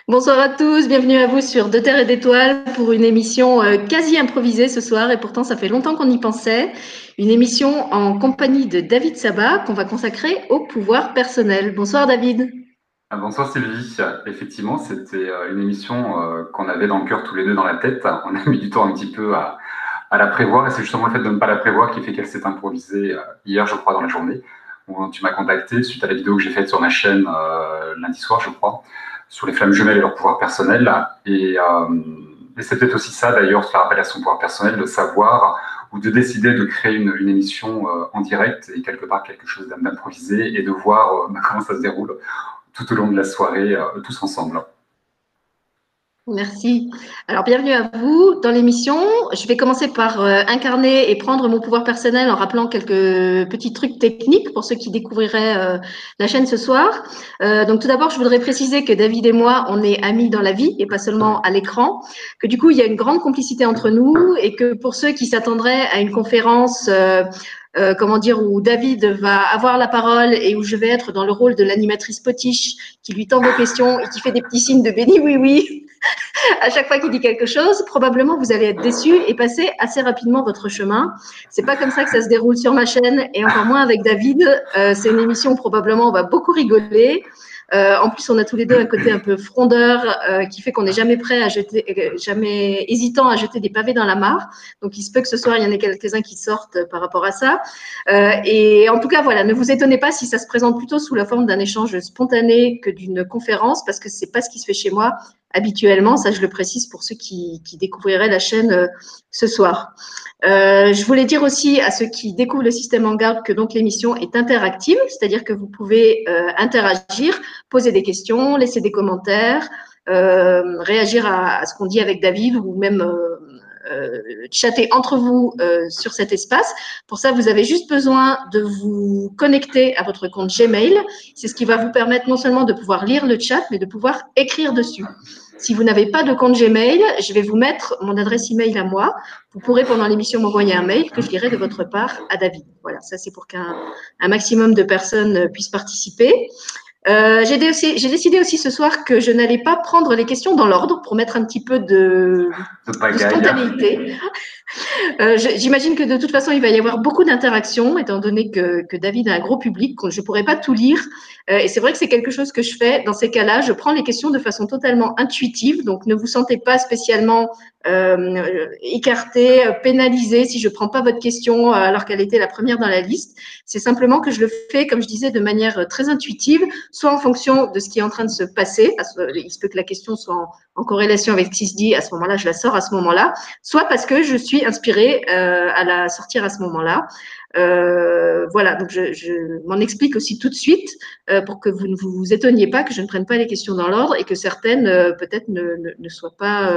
Bonsoir à tous, bienvenue à vous sur De Terre et d'Étoiles pour une émission quasi improvisée ce soir et pourtant ça fait longtemps qu'on y pensait. Une émission en compagnie de David Sabat qu'on va consacrer au pouvoir personnel. Bonsoir David. Bonsoir Sylvie. Effectivement, c'était une émission qu'on avait dans le cœur tous les deux dans la tête. On a mis du temps un petit peu à la prévoir et c'est justement le fait de ne pas la prévoir qui fait qu'elle s'est improvisée hier, je crois, dans la journée. Où tu m'as contacté suite à la vidéo que j'ai faite sur ma chaîne lundi soir, je crois, sur les flammes jumelles et leur pouvoir personnel. Et c'est peut-être aussi ça d'ailleurs, faire appel à son pouvoir personnel, de savoir ou de décider de créer une émission en direct et quelque part quelque chose d'improvisé et de voir comment ça se déroule tout au long de la soirée, tous ensemble. Merci. Alors, bienvenue à vous dans l'émission. Je vais commencer par incarner et prendre mon pouvoir personnel en rappelant quelques petits trucs techniques pour ceux qui découvriraient la chaîne ce soir. Donc, tout d'abord, je voudrais préciser que David et moi, on est amis dans la vie et pas seulement à l'écran, que du coup, il y a une grande complicité entre nous et que pour ceux qui s'attendraient à une conférence comment dire, où David va avoir la parole et où je vais être dans le rôle de l'animatrice potiche qui lui tend vos questions et qui fait des petits signes de béni oui oui à chaque fois qu'il dit quelque chose, probablement vous allez être déçus et passer assez rapidement votre chemin. C'est pas comme ça que ça se déroule sur ma chaîne et encore moins avec David. C'est une émission où probablement on va beaucoup rigoler. En plus, on a tous les deux un côté un peu frondeur qui fait qu'on n'est jamais prêt à jeter, jamais hésitant à jeter des pavés dans la mare. Donc, il se peut que ce soir, il y en ait quelques-uns qui sortent par rapport à ça. Et en tout cas, voilà, ne vous étonnez pas si ça se présente plutôt sous la forme d'un échange spontané que d'une conférence, parce que c'est pas ce qui se fait chez moi habituellement. Ça, je le précise pour ceux qui découvriraient la chaîne ce soir. Je voulais dire aussi à ceux qui découvrent le système Hangout que donc l'émission est interactive, c'est-à-dire que vous pouvez interagir, poser des questions, laisser des commentaires, réagir à ce qu'on dit avec David ou même chatter entre vous sur cet espace. Pour ça, vous avez juste besoin de vous connecter à votre compte Gmail. C'est ce qui va vous permettre non seulement de pouvoir lire le chat, mais de pouvoir écrire dessus. Si vous n'avez pas de compte Gmail, je vais vous mettre mon adresse email à moi. Vous pourrez pendant l'émission m'envoyer un mail que je lirai de votre part à David. Voilà, ça c'est pour qu'un maximum de personnes puissent participer. J'ai décidé aussi ce soir que je n'allais pas prendre les questions dans l'ordre pour mettre un petit peu de spontanéité. J'imagine que de toute façon, il va y avoir beaucoup d'interactions, étant donné que David a un gros public, que je ne pourrais pas tout lire. Et c'est vrai que c'est quelque chose que je fais. Dans ces cas-là, je prends les questions de façon totalement intuitive. Donc, ne vous sentez pas spécialement écarté, pénalisé si je ne prends pas votre question alors qu'elle était la première dans la liste. C'est simplement que je le fais, comme je disais, de manière très intuitive, soit en fonction de ce qui est en train de se passer. Il se peut que la question soit en corrélation avec ce qui se dit. À ce moment-là, je la sors à ce moment-là. Soit parce que je suis inspirée à la sortir à ce moment-là. Voilà, donc je m'en explique aussi tout de suite pour que vous ne vous étonniez pas que je ne prenne pas les questions dans l'ordre et que certaines peut-être ne soient pas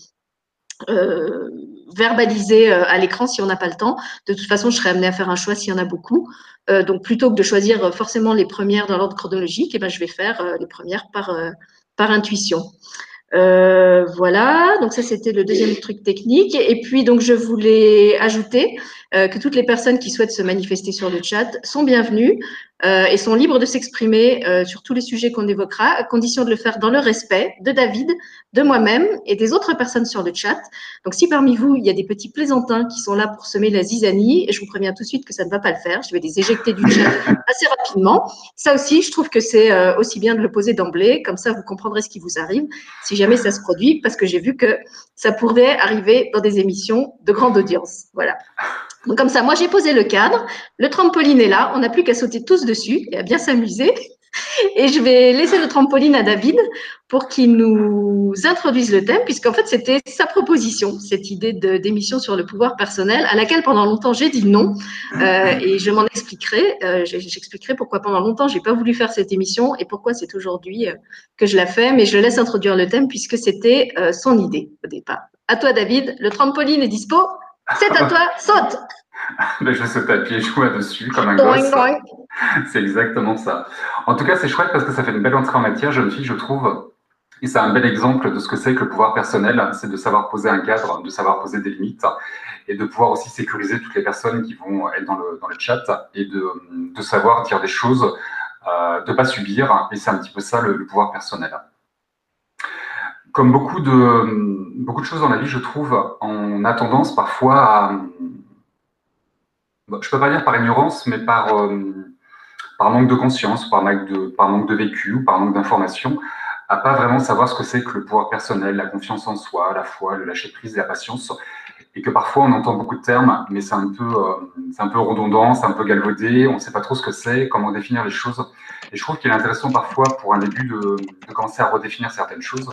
verbalisées à l'écran si on n'a pas le temps. De toute façon, je serai amenée à faire un choix s'il y en a beaucoup. Donc plutôt que de choisir forcément les premières dans l'ordre chronologique, eh ben, je vais faire les premières par intuition. Voilà, donc ça c'était le deuxième truc technique. Et puis donc je voulais ajouter que toutes les personnes qui souhaitent se manifester sur le chat sont bienvenues et sont libres de s'exprimer sur tous les sujets qu'on évoquera, à condition de le faire dans le respect de David, de moi-même et des autres personnes sur le chat. Donc si parmi vous il y a des petits plaisantins qui sont là pour semer la zizanie, je vous préviens tout de suite que ça ne va pas le faire. Je vais les éjecter du chat assez rapidement. Ça aussi, je trouve que c'est aussi bien de le poser d'emblée, comme ça vous comprendrez ce qui vous arrive si jamais ça se produit, parce que j'ai vu que ça pourrait arriver dans des émissions de grande audience. Voilà. Donc comme ça, moi j'ai posé le cadre, le trampoline est là, on n'a plus qu'à sauter tous dessus et à bien s'amuser. Et je vais laisser le trampoline à David pour qu'il nous introduise le thème, puisqu'en fait, c'était sa proposition, cette idée d'émission sur le pouvoir personnel, à laquelle pendant longtemps j'ai dit non. Et je m'en expliquerai. J'expliquerai pourquoi pendant longtemps j'ai pas voulu faire cette émission et pourquoi c'est aujourd'hui que je la fais. Mais je le laisse introduire le thème puisque c'était son idée au départ. À toi, David. Le trampoline est dispo. C'est à toi. Saute. Ben, je saute à pieds joue dessus comme un Doing, gosse. doing. C'est exactement ça. En tout cas, c'est chouette parce que ça fait une belle entrée en matière, jeune fille, je trouve. Et c'est un bel exemple de ce que c'est que le pouvoir personnel, c'est de savoir poser un cadre, de savoir poser des limites et de pouvoir aussi sécuriser toutes les personnes qui vont être dans le chat et de savoir dire des choses, de ne pas subir. Et c'est un petit peu ça le pouvoir personnel. comme beaucoup de choses dans la vie, je trouve, on a tendance parfois à, je peux pas dire par ignorance, mais par manque de conscience, par manque de vécu ou par manque d'information, à pas vraiment savoir ce que c'est que le pouvoir personnel, la confiance en soi, la foi, le lâcher prise, la patience, et que parfois on entend beaucoup de termes, mais c'est un peu redondant, c'est un peu galvaudé, on ne sait pas trop ce que c'est, comment définir les choses. Et je trouve qu'il est intéressant parfois pour un début de commencer à redéfinir certaines choses.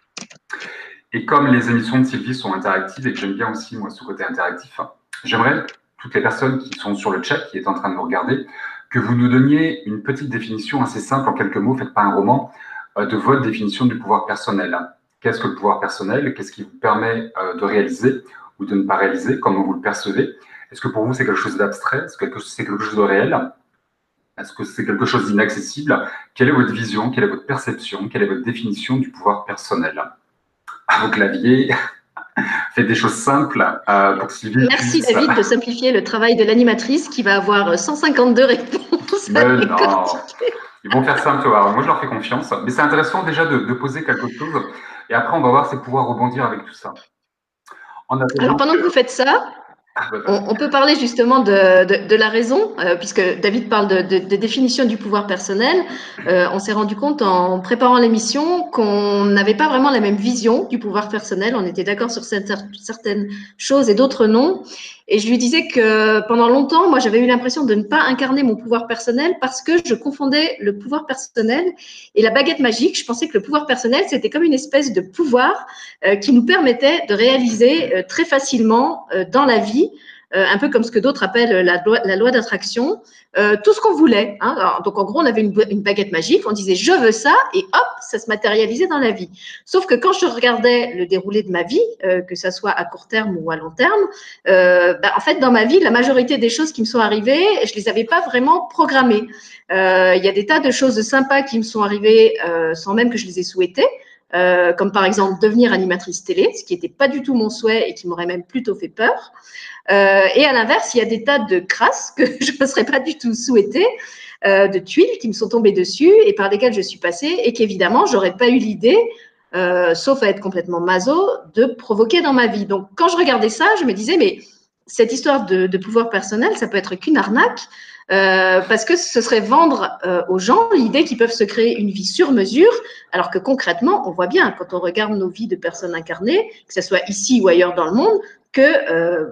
Et comme les émissions de Sylvie sont interactives et que j'aime bien aussi moi ce côté interactif, j'aimerais toutes les personnes qui sont sur le chat, qui est en train de nous regarder, que vous nous donniez une petite définition assez simple en quelques mots, faites pas un roman, de votre définition du pouvoir personnel. Qu'est-ce que le pouvoir personnel? Qu'est-ce qui vous permet de réaliser ou de ne pas réaliser? Comment vous le percevez? Est-ce que pour vous c'est quelque chose d'abstrait? Est-ce que c'est quelque chose de réel? Est-ce que c'est quelque chose d'inaccessible? Quelle est votre vision? Quelle est votre perception? Quelle est votre définition du pouvoir personnel? À vos claviers, faites des choses simples pour que Sylvie Merci puisse... David de simplifier le travail de l'animatrice qui va avoir 152 réponses. Mais non, ils vont faire simple, moi je leur fais confiance. Mais c'est intéressant déjà de poser quelque chose et après on va voir c'est pouvoir rebondir avec tout ça. Alors pendant que vous faites ça, on peut parler justement de la raison, puisque David parle de définition du pouvoir personnel. On s'est rendu compte en préparant l'émission qu'on n'avait pas vraiment la même vision du pouvoir personnel. On était d'accord sur certaines choses et d'autres non. Et je lui disais que pendant longtemps, moi, j'avais eu l'impression de ne pas incarner mon pouvoir personnel parce que je confondais le pouvoir personnel et la baguette magique. Je pensais que le pouvoir personnel, c'était comme une espèce de pouvoir qui nous permettait de réaliser très facilement dans la vie, un peu comme ce que d'autres appellent la loi d'attraction, tout ce qu'on voulait. Hein. Alors, donc, en gros, on avait une baguette magique, on disait « je veux ça » et hop, ça se matérialisait dans la vie. Sauf que quand je regardais le déroulé de ma vie, que ça soit à court terme ou à long terme, en fait, dans ma vie, la majorité des choses qui me sont arrivées, je les avais pas vraiment programmées. Il y a des tas de choses sympas qui me sont arrivées sans même que je les ai souhaitées. Comme par exemple devenir animatrice télé, ce qui n'était pas du tout mon souhait et qui m'aurait même plutôt fait peur. Et à l'inverse, il y a des tas de crasses que je ne serais pas du tout souhaitée, de tuiles qui me sont tombées dessus et par lesquelles je suis passée et qu'évidemment, je n'aurais pas eu l'idée, sauf à être complètement maso, de provoquer dans ma vie. Donc, quand je regardais ça, je me disais, mais cette histoire de pouvoir personnel, ça peut être qu'une arnaque. Parce que ce serait vendre aux gens l'idée qu'ils peuvent se créer une vie sur mesure, alors que concrètement, on voit bien, quand on regarde nos vies de personnes incarnées, que ce soit ici ou ailleurs dans le monde, que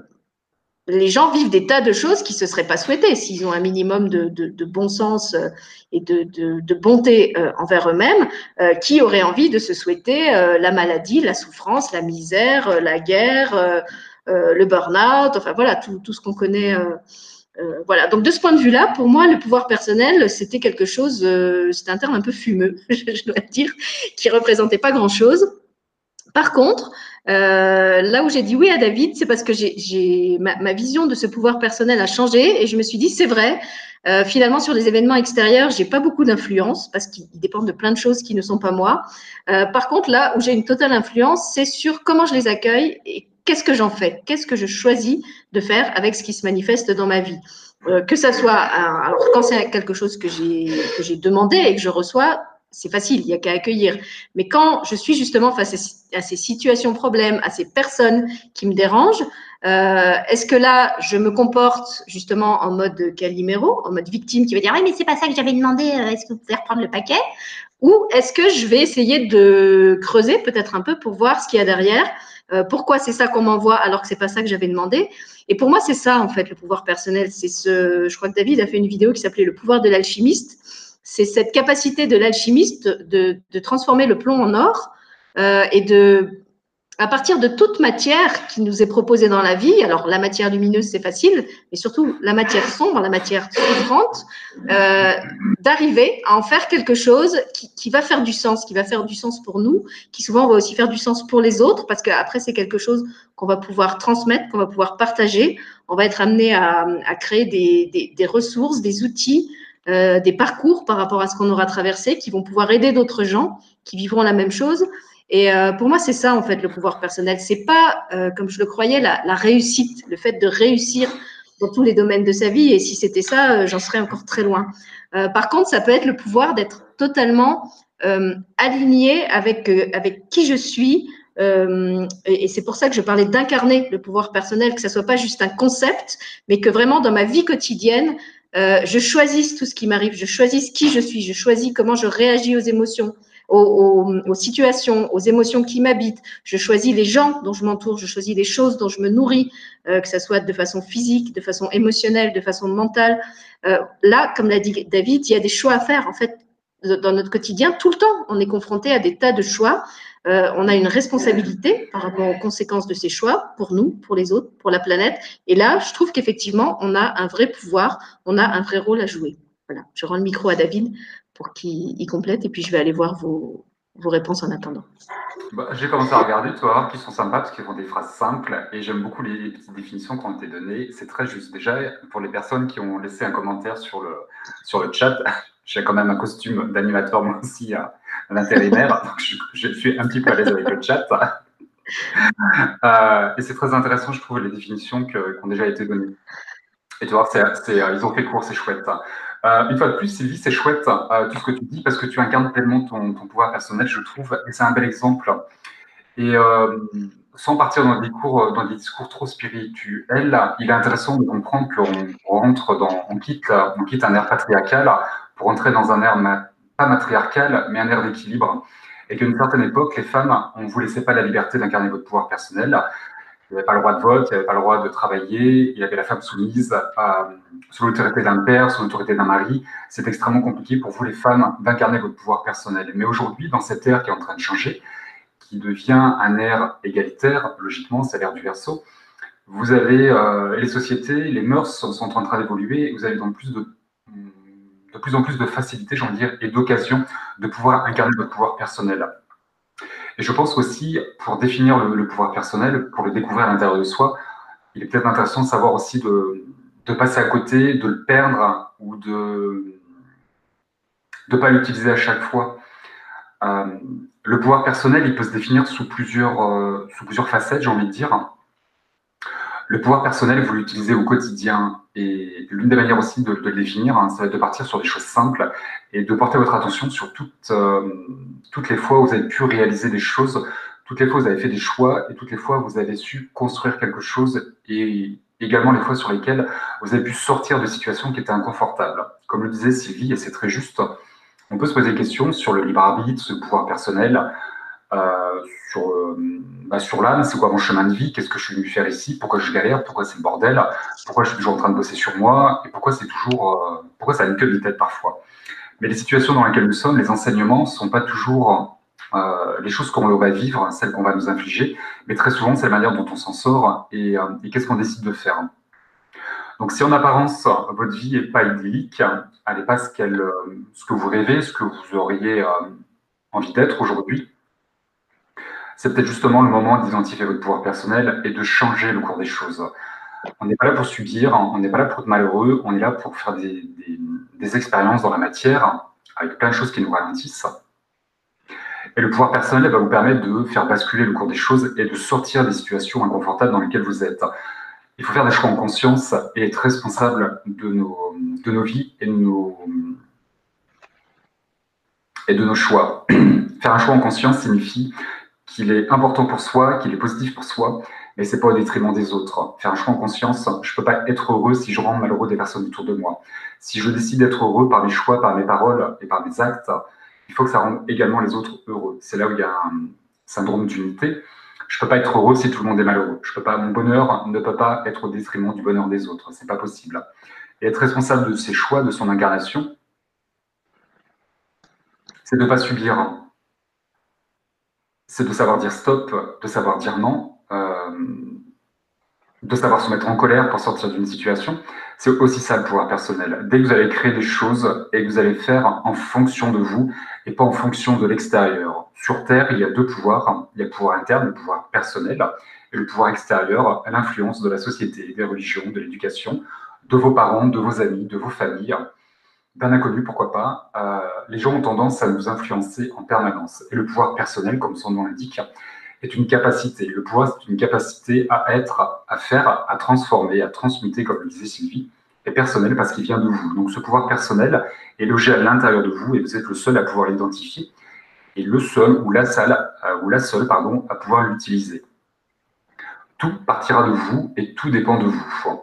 les gens vivent des tas de choses qui ne se seraient pas souhaitées s'ils ont un minimum de bon sens et de bonté envers eux-mêmes, qui auraient envie de se souhaiter la maladie, la souffrance, la misère, la guerre, le burn-out, enfin voilà, tout ce qu'on connaît. Voilà, donc de ce point de vue-là, pour moi, le pouvoir personnel, c'était quelque chose, c'était un terme un peu fumeux, je dois dire, qui représentait pas grand-chose. Par contre, là où j'ai dit oui à David, c'est parce que ma vision de ce pouvoir personnel a changé et je me suis dit, c'est vrai, finalement, sur les événements extérieurs, j'ai pas beaucoup d'influence parce qu'ils dépendent de plein de choses qui ne sont pas moi. Par contre, là où j'ai une totale influence, c'est sur comment je les accueille et qu'est-ce que j'en fais, qu'est-ce que je choisis de faire avec ce qui se manifeste dans ma vie. Que ça soit, alors quand c'est quelque chose que j'ai demandé et que je reçois, c'est facile, il n'y a qu'à accueillir. Mais quand je suis justement face à ces situations problèmes, à ces personnes qui me dérangent, est-ce que là, je me comporte justement en mode Calimero, en mode victime qui va dire « Oui, mais c'est pas ça que j'avais demandé, est-ce que vous pouvez reprendre le paquet ?» Ou est-ce que je vais essayer de creuser peut-être un peu pour voir ce qu'il y a derrière, pourquoi c'est ça qu'on m'envoie alors que c'est pas ça que j'avais demandé. Et pour moi, c'est ça en fait le pouvoir personnel. Je crois que David a fait une vidéo qui s'appelait « Le pouvoir de l'alchimiste ». C'est cette capacité de l'alchimiste de transformer le plomb en or et à partir de toute matière qui nous est proposée dans la vie, alors la matière lumineuse, c'est facile, mais surtout la matière sombre, la matière souffrante, d'arriver à en faire quelque chose qui va faire du sens, qui va faire du sens pour nous, qui souvent va aussi faire du sens pour les autres, parce qu'après, c'est quelque chose qu'on va pouvoir transmettre, qu'on va pouvoir partager. On va être amené à créer des ressources, des outils, des parcours par rapport à ce qu'on aura traversé, qui vont pouvoir aider d'autres gens qui vivront la même chose. Et pour moi, c'est ça, en fait, le pouvoir personnel. C'est pas, comme je le croyais, la réussite, le fait de réussir dans tous les domaines de sa vie. Et si c'était ça, j'en serais encore très loin. Par contre, ça peut être le pouvoir d'être totalement alignée avec qui je suis. Et c'est pour ça que je parlais d'incarner le pouvoir personnel, que ça soit pas juste un concept, mais que vraiment dans ma vie quotidienne, je choisisse tout ce qui m'arrive, je choisisse qui je suis, je choisis comment je réagis aux émotions, aux situations, aux émotions qui m'habitent. Je choisis les gens dont je m'entoure, je choisis les choses dont je me nourris, que ça soit de façon physique, de façon émotionnelle, de façon mentale. Là, comme l'a dit David, il y a des choix à faire. En fait, dans notre quotidien, tout le temps, on est confronté à des tas de choix. On a une responsabilité par rapport aux conséquences de ces choix, pour nous, pour les autres, pour la planète. Et là, je trouve qu'effectivement, on a un vrai pouvoir, on a un vrai rôle à jouer. Voilà, je rends le micro à David pour qu'il y complète, et puis je vais aller voir vos réponses en attendant. Bah, j'ai commencé à regarder, tu vas voir qu'ils sont sympas parce qu'ils font des phrases simples et j'aime beaucoup les petites définitions qui ont été données. C'est très juste. Déjà, pour les personnes qui ont laissé un commentaire sur le chat, j'ai quand même un costume d'animateur moi aussi à l'intérimaire, donc je suis un petit peu à l'aise avec le chat. Et c'est très intéressant, je trouve, les définitions qui ont déjà été données. Et tu vois, ils ont fait court, c'est chouette. Une fois de plus, Sylvie, c'est chouette tout ce que tu dis parce que tu incarnes pleinement ton pouvoir personnel, je trouve, et c'est un bel exemple. Et sans partir dans des discours trop spirituels, il est intéressant de comprendre on quitte un ère patriarcal pour entrer dans un ère pas matriarcal, mais un ère d'équilibre. Et qu'à une certaine époque, les femmes, on ne vous laissait pas la liberté d'incarner votre pouvoir personnel. Il n'y avait pas le droit de vote, il n'y avait pas le droit de travailler, il y avait la femme soumise sous l'autorité d'un père, sous l'autorité d'un mari. C'est extrêmement compliqué pour vous, les femmes, d'incarner votre pouvoir personnel. Mais aujourd'hui, dans cette ère qui est en train de changer, qui devient un ère égalitaire, logiquement, c'est l'ère du Verseau, vous avez les sociétés, les mœurs sont en train d'évoluer, et vous avez de plus en plus de facilité, j'ai envie de dire, et d'occasion de pouvoir incarner votre pouvoir personnel. Et je pense aussi, pour définir le pouvoir personnel, pour le découvrir à l'intérieur de soi, il est peut-être intéressant de savoir aussi de passer à côté, de le perdre ou de ne pas l'utiliser à chaque fois. Le pouvoir personnel, il peut se définir sous plusieurs facettes, j'ai envie de dire. Le pouvoir personnel, vous l'utilisez au quotidien. Et l'une des manières aussi de le définir, ça va être de partir sur des choses simples et de porter votre attention sur toutes les fois où vous avez pu réaliser des choses, toutes les fois où vous avez fait des choix et toutes les fois où vous avez su construire quelque chose et également les fois sur lesquelles vous avez pu sortir de situations qui étaient inconfortables. Comme le disait Sylvie, et c'est très juste, on peut se poser des questions sur le libre arbitre, ce pouvoir personnel, sur l'âme, c'est quoi mon chemin de vie, qu'est-ce que je suis venu faire ici, pourquoi je galère, pourquoi c'est le bordel, pourquoi je suis toujours en train de bosser sur moi, et pourquoi ça n'a que de tête parfois. Mais les situations dans lesquelles nous sommes, les enseignements ne sont pas toujours les choses qu'on va vivre, celles qu'on va nous infliger, mais très souvent c'est la manière dont on s'en sort et qu'est-ce qu'on décide de faire. Donc si en apparence votre vie n'est pas idyllique, elle n'est pas ce que vous rêvez, ce que vous auriez envie d'être aujourd'hui, c'est peut-être justement le moment d'identifier votre pouvoir personnel et de changer le cours des choses. On n'est pas là pour subir, on n'est pas là pour être malheureux, on est là pour faire des expériences dans la matière, avec plein de choses qui nous ralentissent. Et le pouvoir personnel va vous permettre de faire basculer le cours des choses et de sortir des situations inconfortables dans lesquelles vous êtes. Il faut faire des choix en conscience et être responsable de nos vies et de nos choix. Faire un choix en conscience signifie qu'il est important pour soi, qu'il est positif pour soi, mais c'est pas au détriment des autres. Faire un choix en conscience, je peux pas être heureux si je rends malheureux des personnes autour de moi. Si je décide d'être heureux par mes choix, par mes paroles et par mes actes, il faut que ça rende également les autres heureux. C'est là où il y a un syndrome d'unité. Je peux pas être heureux si tout le monde est malheureux. Mon bonheur ne peut pas être au détriment du bonheur des autres. C'est pas possible. Et être responsable de ses choix, de son incarnation, c'est de ne pas subir. C'est de savoir dire stop, de savoir dire non, de savoir se mettre en colère pour sortir d'une situation. C'est aussi ça le pouvoir personnel. Dès que vous allez créer des choses et que vous allez faire en fonction de vous et pas en fonction de l'extérieur. Sur Terre, il y a deux pouvoirs. Il y a le pouvoir interne, le pouvoir personnel, et le pouvoir extérieur, l'influence de la société, des religions, de l'éducation, de vos parents, de vos amis, de vos familles, d'un inconnu, pourquoi pas. Les gens ont tendance à nous influencer en permanence. Et le pouvoir personnel, comme son nom l'indique, est une capacité. Le pouvoir, c'est une capacité à être, à faire, à transformer, à transmuter, comme le disait Sylvie, et personnel parce qu'il vient de vous. Donc ce pouvoir personnel est logé à l'intérieur de vous et vous êtes le seul à pouvoir l'identifier. est le seul ou la seule à pouvoir l'utiliser. Tout partira de vous et tout dépend de vous.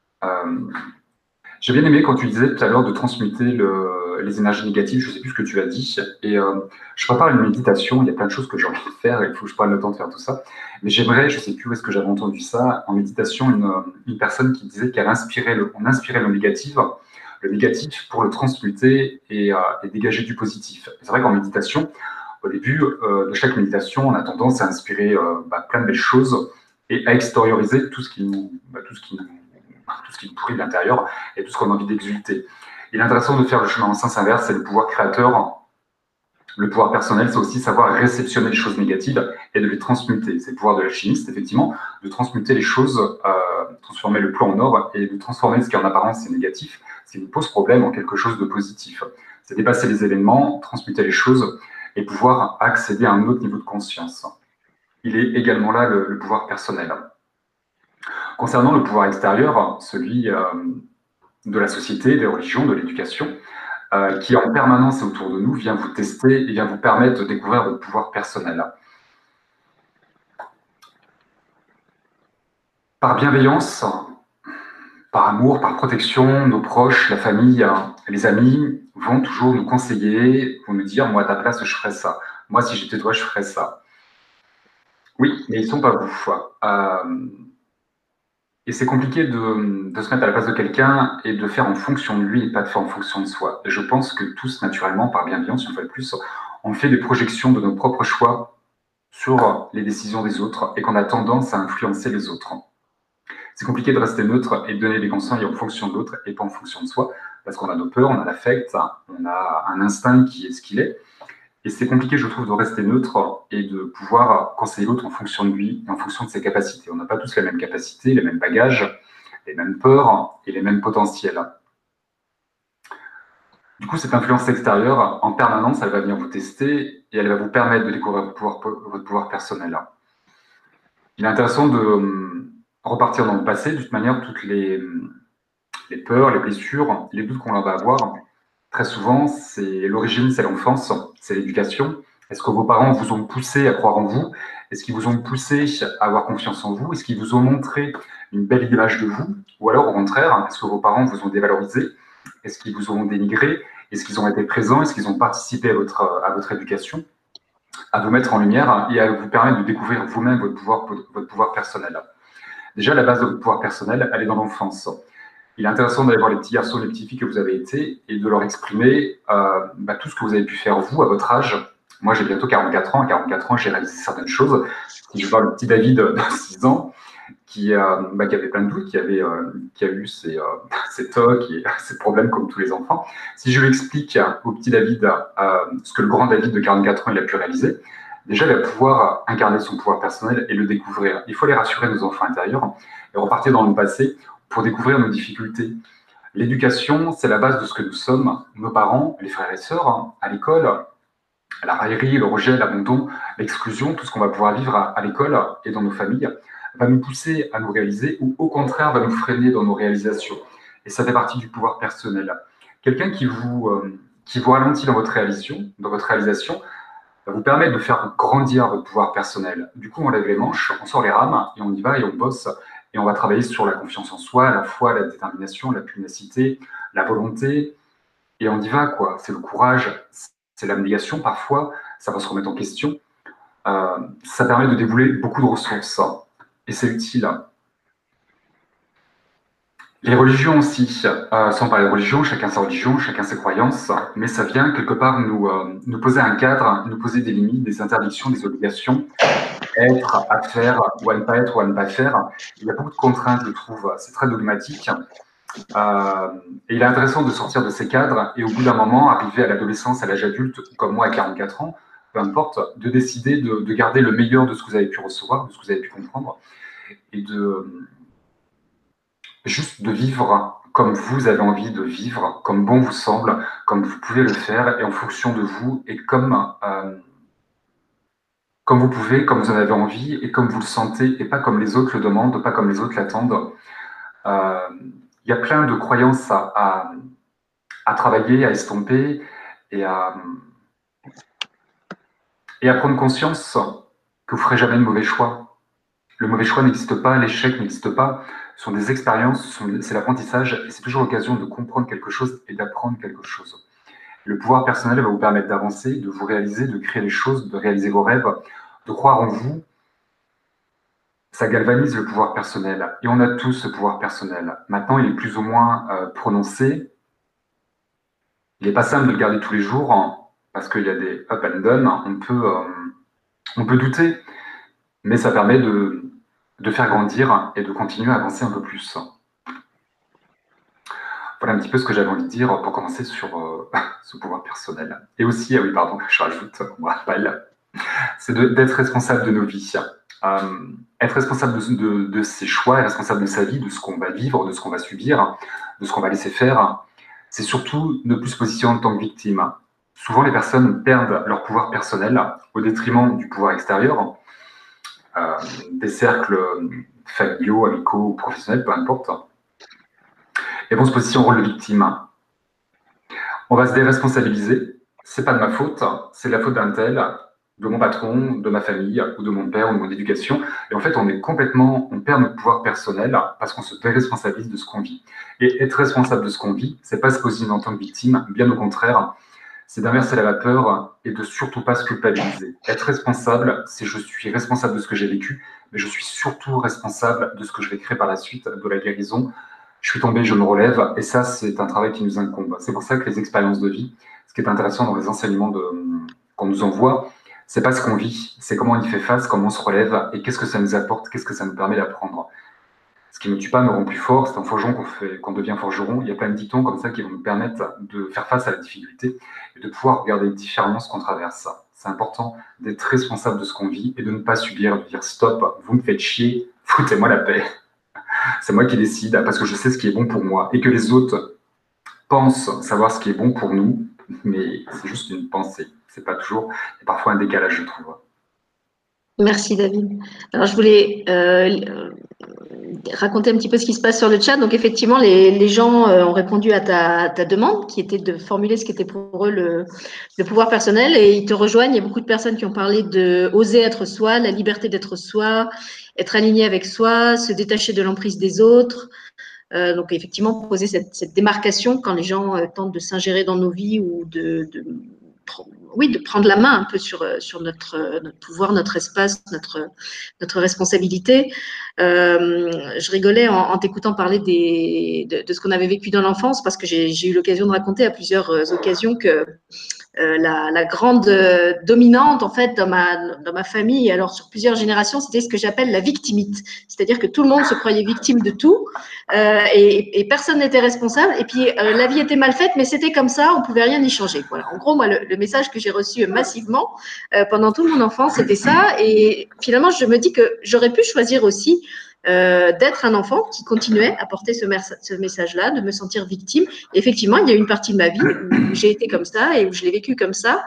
J'ai bien aimé quand tu disais tout à l'heure de transmuter les énergies négatives, je ne sais plus ce que tu as dit, et je prépare une méditation, il y a plein de choses que j'ai envie de faire, et il faut que je prenne le temps de faire tout ça, mais j'aimerais, je ne sais plus où est-ce que j'avais entendu ça, en méditation, une personne qui disait qu'on inspirait le négatif pour le transmuter et dégager du positif. C'est vrai qu'en méditation, au début de chaque méditation, on a tendance à inspirer plein de belles choses et à extérioriser tout ce qui nous pourrit de l'intérieur et tout ce qu'on a envie d'exulter. Il est intéressant de faire le chemin en sens inverse, c'est le pouvoir créateur. Le pouvoir personnel, c'est aussi savoir réceptionner les choses négatives et de les transmuter. C'est le pouvoir de l'alchimiste, effectivement, de transmuter les choses, transformer le plomb en or et de transformer ce qui en apparence est négatif, ce qui nous pose problème, en quelque chose de positif. C'est dépasser les événements, transmuter les choses et pouvoir accéder à un autre niveau de conscience. Il est également là le pouvoir personnel. Concernant le pouvoir extérieur, celui de la société, des religions, de l'éducation, qui en permanence est autour de nous, vient vous tester et vient vous permettre de découvrir votre pouvoir personnel. Par bienveillance, par amour, par protection, nos proches, la famille, les amis vont toujours nous conseiller, vont nous dire « moi à ta place, je ferais ça ». Moi, si j'étais toi, je ferais ça. Oui, mais ils ne sont pas vous. Et c'est compliqué de se mettre à la place de quelqu'un et de faire en fonction de lui et pas de faire en fonction de soi. Et je pense que tous, naturellement, par bienveillance, une fois de plus, on fait des projections de nos propres choix sur les décisions des autres et qu'on a tendance à influencer les autres. C'est compliqué de rester neutre et de donner des conseils en fonction de l'autre et pas en fonction de soi, parce qu'on a nos peurs, on a l'affect, on a un instinct qui est ce qu'il est. Et c'est compliqué, je trouve, de rester neutre et de pouvoir conseiller l'autre en fonction de lui et en fonction de ses capacités. On n'a pas tous les mêmes capacités, les mêmes bagages, les mêmes peurs et les mêmes potentiels. Du coup, cette influence extérieure, en permanence, elle va venir vous tester et elle va vous permettre de découvrir votre pouvoir personnel. Il est intéressant de repartir dans le passé. De toute manière, toutes les peurs, les blessures, les doutes qu'on va avoir, très souvent, c'est l'origine, c'est l'enfance, c'est l'éducation. Est-ce que vos parents vous ont poussé à croire en vous? Est-ce qu'ils vous ont poussé à avoir confiance en vous? Est-ce qu'ils vous ont montré une belle image de vous? Ou alors, au contraire, est-ce que vos parents vous ont dévalorisé? Est-ce qu'ils vous ont dénigré? Est-ce qu'ils ont été présents? Est-ce qu'ils ont participé à votre éducation? À vous mettre en lumière et à vous permettre de découvrir vous-même votre pouvoir personnel. Déjà, la base de votre pouvoir personnel, elle est dans l'enfance. Il est intéressant d'aller voir les petits garçons et les petites filles que vous avez été et de leur exprimer tout ce que vous avez pu faire, vous, à votre âge. Moi, j'ai bientôt 44 ans. À 44 ans, j'ai réalisé certaines choses. Si je vois le petit David de 6 ans qui avait plein de doutes, qui a eu ses tocs et ses problèmes comme tous les enfants, si je lui explique au petit David ce que le grand David de 44 ans il a pu réaliser, déjà, il va pouvoir incarner son pouvoir personnel et le découvrir. Il faut les rassurer, nos enfants intérieurs, et repartir dans le passé pour découvrir nos difficultés. L'éducation, c'est la base de ce que nous sommes. Nos parents, les frères et sœurs, à l'école, la raillerie, le rejet, l'abandon, l'exclusion, tout ce qu'on va pouvoir vivre à l'école et dans nos familles, va nous pousser à nous réaliser ou au contraire va nous freiner dans nos réalisations. Et ça fait partie du pouvoir personnel. Quelqu'un qui vous ralentit dans votre réalisation, va vous permettre de faire grandir votre pouvoir personnel. Du coup, on lève les manches, on sort les rames et on y va et on bosse. Et on va travailler sur la confiance en soi, la foi, la détermination, la pugnacité, la volonté. Et on y va, quoi. C'est le courage, c'est l'abnégation parfois, ça va se remettre en question. Ça permet de débouler beaucoup de ressources. Et c'est utile. Les religions aussi, sans parler de religion, chacun sa religion, chacun ses croyances, mais ça vient quelque part nous poser un cadre, nous poser des limites, des interdictions, des obligations, être, à faire, ou à ne pas être, ou à ne pas faire. Il y a beaucoup de contraintes, je trouve, c'est très dogmatique. Et il est intéressant de sortir de ces cadres et au bout d'un moment, arriver à l'adolescence, à l'âge adulte, comme moi à 44 ans, peu importe, de décider de garder le meilleur de ce que vous avez pu recevoir, de ce que vous avez pu comprendre, et juste de vivre comme vous avez envie de vivre, comme bon vous semble, comme vous pouvez le faire, et en fonction de vous, et comme vous pouvez, comme vous en avez envie, et comme vous le sentez, et pas comme les autres le demandent, pas comme les autres l'attendent. Il y a plein de croyances à travailler, à estomper, et à et à prendre conscience que vous ne ferez jamais de mauvais choix. Le mauvais choix n'existe pas, l'échec n'existe pas. Ce sont des expériences, c'est l'apprentissage, et c'est toujours l'occasion de comprendre quelque chose et d'apprendre quelque chose. Le pouvoir personnel va vous permettre d'avancer, de vous réaliser, de créer les choses, de réaliser vos rêves, de croire en vous. Ça galvanise le pouvoir personnel. Et on a tous ce pouvoir personnel. Maintenant, il est plus ou moins prononcé. Il n'est pas simple de le garder tous les jours, hein, parce qu'il y a des up and down. On peut douter, mais ça permet de faire grandir et de continuer à avancer un peu plus. Voilà un petit peu ce que j'avais envie de dire pour commencer sur ce pouvoir personnel. Et aussi, ah oui, pardon, je rajoute, on me rappelle, c'est d'être responsable de nos vies. Être responsable de ses choix, être responsable de sa vie, de ce qu'on va vivre, de ce qu'on va subir, de ce qu'on va laisser faire, c'est surtout ne plus se positionner en tant que victime. Souvent, les personnes perdent leur pouvoir personnel au détriment du pouvoir extérieur, des cercles familiaux, amicaux, professionnels, peu importe, et vont se positionner en rôle de victime. On va se déresponsabiliser. C'est pas de ma faute, c'est la faute d'un tel, de mon patron, de ma famille, ou de mon père, ou de mon éducation. Et en fait, on perd notre pouvoir personnel parce qu'on se déresponsabilise de ce qu'on vit. Et être responsable de ce qu'on vit, c'est pas se positionner en tant que victime, bien au contraire, c'est d'inverser la vapeur et de surtout pas se culpabiliser. Être responsable, c'est je suis responsable de ce que j'ai vécu, mais je suis surtout responsable de ce que je vais créer par la suite, de la guérison. Je suis tombé, je me relève, et ça, c'est un travail qui nous incombe. C'est pour ça que les expériences de vie, ce qui est intéressant dans les enseignements qu'on nous envoie, c'est pas ce qu'on vit, c'est comment on y fait face, comment on se relève, et qu'est-ce que ça nous apporte, qu'est-ce que ça nous permet d'apprendre. Ce qui ne me tue pas me rend plus fort, c'est un forgeron qu'on devient forgeron. Il y a plein de dictons comme ça qui vont nous permettre de faire face à la difficulté et de pouvoir regarder différemment ce qu'on traverse. C'est important d'être responsable de ce qu'on vit et de ne pas subir, de dire stop, vous me faites chier, foutez-moi la paix. C'est moi qui décide parce que je sais ce qui est bon pour moi et que les autres pensent savoir ce qui est bon pour nous, mais c'est juste une pensée. C'est pas toujours, il y a parfois un décalage, je trouve. Merci David. Alors je voulais raconter un petit peu ce qui se passe sur le chat. Donc effectivement, les gens ont répondu à ta demande qui était de formuler ce qui était pour eux le pouvoir personnel et ils te rejoignent. Il y a beaucoup de personnes qui ont parlé de oser être soi, la liberté d'être soi, être aligné avec soi, se détacher de l'emprise des autres. Donc effectivement, poser cette démarcation quand les gens tentent de s'ingérer dans nos vies ou de prendre la main un peu sur notre pouvoir, notre espace, notre responsabilité. Je rigolais en t'écoutant parler de ce qu'on avait vécu dans l'enfance parce que j'ai eu l'occasion de raconter à plusieurs occasions que la grande dominante en fait dans ma famille, alors sur plusieurs générations, c'était ce que j'appelle la victimite, c'est-à-dire que tout le monde se croyait victime de tout et personne n'était responsable. Et puis la vie était mal faite, mais c'était comme ça, on pouvait rien y changer. Voilà. En gros, moi, le message que j'ai reçu massivement pendant toute mon enfance, c'était ça. Et finalement, je me dis que j'aurais pu choisir aussi d'être un enfant qui continuait à porter ce message-là, de me sentir victime. Et effectivement, il y a une partie de ma vie où j'ai été comme ça et où je l'ai vécu comme ça.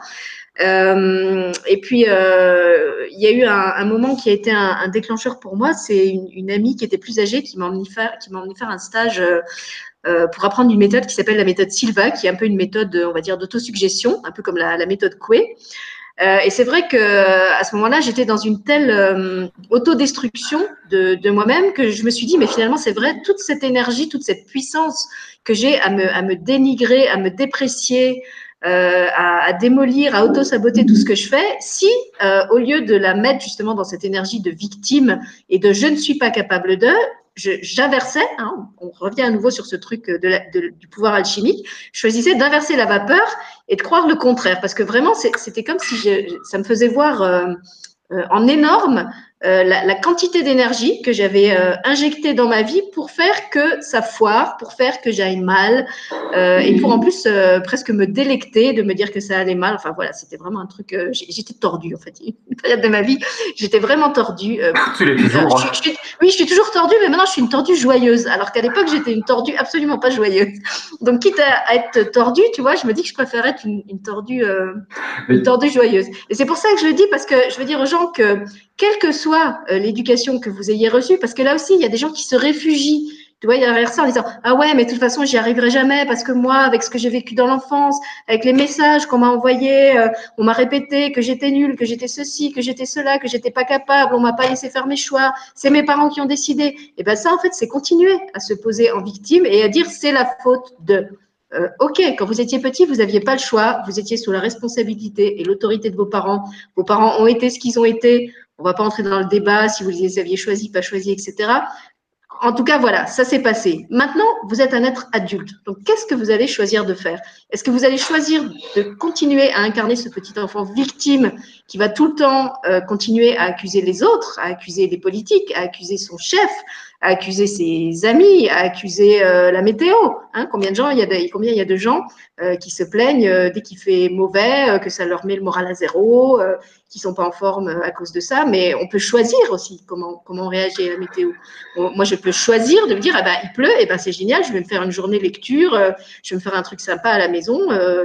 Et puis, il y a eu un moment qui a été un déclencheur pour moi. C'est une amie qui était plus âgée qui m'a emmené faire un stage pour apprendre une méthode qui s'appelle la méthode Silva, qui est un peu une méthode, on va dire, d'autosuggestion, un peu comme la méthode Coué. Et c'est vrai que à ce moment-là, j'étais dans une telle autodestruction de moi-même que je me suis dit, mais finalement, c'est vrai, toute cette énergie, toute cette puissance que j'ai à me dénigrer, à me déprécier, à démolir, à auto-saboter tout ce que je fais, si au lieu de la mettre justement dans cette énergie de victime et de je ne suis pas capable de, j'inversais, hein, on revient à nouveau sur ce truc du pouvoir alchimique, je choisissais d'inverser la vapeur et de croire le contraire, parce que vraiment, c'était comme si ça me faisait voir en énorme la quantité d'énergie que j'avais injectée dans ma vie pour faire que ça foire, pour faire que j'aille mal, et pour en plus presque me délecter de me dire que ça allait mal. Enfin voilà, c'était vraiment un truc. J'étais tordue en fait. Une période de ma vie, j'étais vraiment tordue. Tu l'es toujours. Oui, je suis toujours tordue, mais maintenant je suis une tordue joyeuse, alors qu'à l'époque j'étais une tordue absolument pas joyeuse. Donc quitte à être tordue, tu vois, je me dis que je préfère être une tordue joyeuse. Et c'est pour ça que je le dis, parce que je veux dire aux gens que quelle que soit l'éducation que vous ayez reçue, parce que là aussi il y a des gens qui se réfugient tu vois, derrière ça en disant ah ouais, mais de toute façon, j'y arriverai jamais parce que moi, avec ce que j'ai vécu dans l'enfance, avec les messages qu'on m'a envoyés, on m'a répété que j'étais nulle, que j'étais ceci, que j'étais cela, que j'étais pas capable, on m'a pas laissé faire mes choix, c'est mes parents qui ont décidé. Et ben ça, en fait, c'est continuer à se poser en victime et à dire c'est la faute de. Ok, quand vous étiez petit, vous n'aviez pas le choix, vous étiez sous la responsabilité et l'autorité de vos parents. Vos parents ont été ce qu'ils ont été. On ne va pas entrer dans le débat si vous les aviez choisis, pas choisis, etc. En tout cas, voilà, ça s'est passé. Maintenant, vous êtes un être adulte. Donc, qu'est-ce que vous allez choisir de faire? Est-ce que vous allez choisir de continuer à incarner ce petit enfant victime qui va tout le temps continuer à accuser les autres, à accuser les politiques, à accuser son chef, à accuser ses amis, à accuser la météo, hein? Combien il y a de gens qui se plaignent dès qu'il fait mauvais, que ça leur met le moral à zéro, qui sont pas en forme à cause de ça. Mais on peut choisir aussi comment on réagit à la météo. Bon, moi, je peux choisir de me dire, ah ben, il pleut, et ben, c'est génial, je vais me faire une journée lecture, je vais me faire un truc sympa à la maison,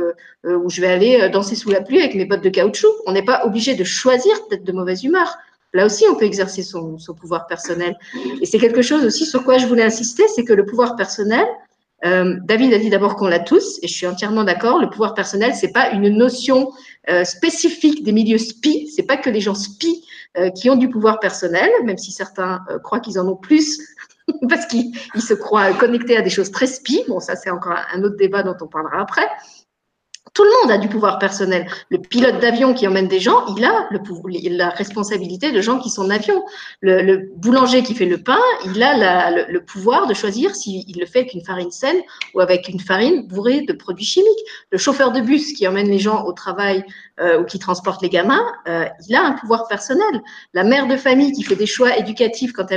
où je vais aller danser sous la pluie avec mes bottes de caoutchouc. On n'est pas obligé de choisir d'être de mauvaise humeur. Là aussi, on peut exercer son pouvoir personnel. Et c'est quelque chose aussi sur quoi je voulais insister, c'est que le pouvoir personnel, David a dit d'abord qu'on l'a tous, et je suis entièrement d'accord. Le pouvoir personnel, c'est pas une notion spécifique des milieux SPI. C'est pas que les gens SPI qui ont du pouvoir personnel, même si certains croient qu'ils en ont plus parce qu'ils se croient connectés à des choses très SPI. Bon, ça c'est encore un autre débat dont on parlera après. Tout le monde a du pouvoir personnel. Le pilote d'avion qui emmène des gens, il a la responsabilité de gens qui sont en avion. Le boulanger qui fait le pain, il a le pouvoir de choisir s'il le fait avec une farine saine ou avec une farine bourrée de produits chimiques. Le chauffeur de bus qui emmène les gens au travail ou qui transporte les gamins, il a un pouvoir personnel. La mère de famille qui fait des choix éducatifs quand elle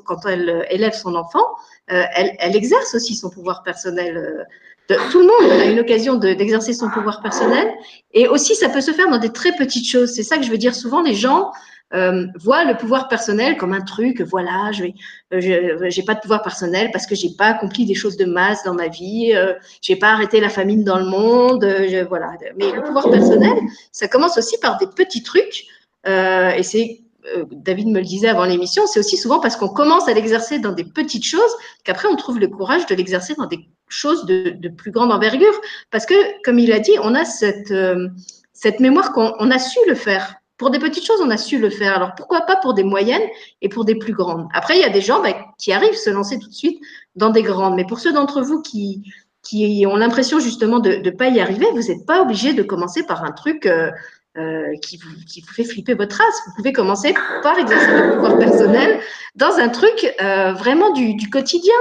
élève son enfant, elle exerce aussi son pouvoir personnel. Tout le monde a une occasion d'exercer son pouvoir personnel. Et aussi, ça peut se faire dans des très petites choses. C'est ça que je veux dire. Souvent, les gens voient le pouvoir personnel comme un truc. Voilà, j'ai pas de pouvoir personnel parce que j'ai pas accompli des choses de masse dans ma vie. J'ai pas arrêté la famine dans le monde. Voilà. Mais le pouvoir personnel, ça commence aussi par des petits trucs. Et c'est David me le disait avant l'émission, c'est aussi souvent parce qu'on commence à l'exercer dans des petites choses qu'après on trouve le courage de l'exercer dans des choses de plus grande envergure. Parce que, comme il a dit, on a cette mémoire qu'on a su le faire. Pour des petites choses, on a su le faire. Alors pourquoi pas pour des moyennes et pour des plus grandes? Après, il y a des gens qui arrivent à se lancer tout de suite dans des grandes. Mais pour ceux d'entre vous qui ont l'impression justement de ne pas y arriver, vous n'êtes pas obligé de commencer par un truc qui vous fait flipper votre race. Vous pouvez commencer par exercer votre pouvoir personnel dans un truc vraiment du quotidien.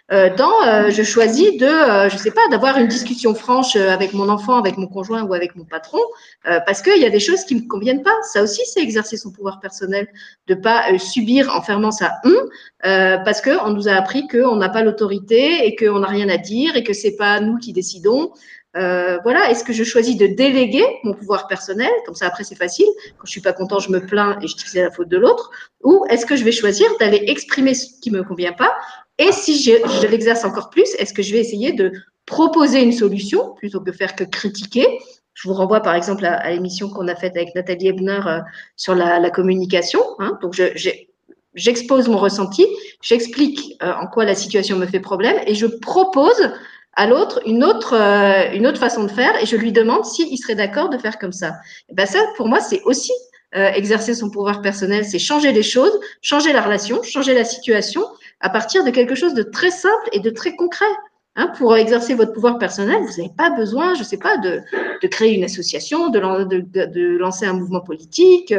Je choisis je sais pas, d'avoir une discussion franche avec mon enfant, avec mon conjoint ou avec mon patron, parce qu'il y a des choses qui me conviennent pas. Ça aussi, c'est exercer son pouvoir personnel, de pas subir en fermant sa parce que on nous a appris qu'on n'a pas l'autorité et qu'on n'a rien à dire et que c'est pas nous qui décidons. Voilà, est-ce que je choisis de déléguer mon pouvoir personnel, comme ça après c'est facile, quand je suis pas content je me plains et je dis que c'est la faute de l'autre, ou est-ce que je vais choisir d'aller exprimer ce qui me convient pas, et si je l'exerce encore plus, est-ce que je vais essayer de proposer une solution plutôt que faire que critiquer? Je vous renvoie par exemple à l'émission qu'on a faite avec Nathalie Ebner sur la communication, hein. Donc j'expose mon ressenti, j'explique en quoi la situation me fait problème et je propose à l'autre une autre façon de faire et je lui demande s'il serait d'accord de faire comme ça. Et ben ça, pour moi, c'est aussi exercer son pouvoir personnel, c'est changer les choses, changer la relation, changer la situation à partir de quelque chose de très simple et de très concret. Hein, pour exercer votre pouvoir personnel, vous n'avez pas besoin, je ne sais pas, de créer une association, de lancer un mouvement politique,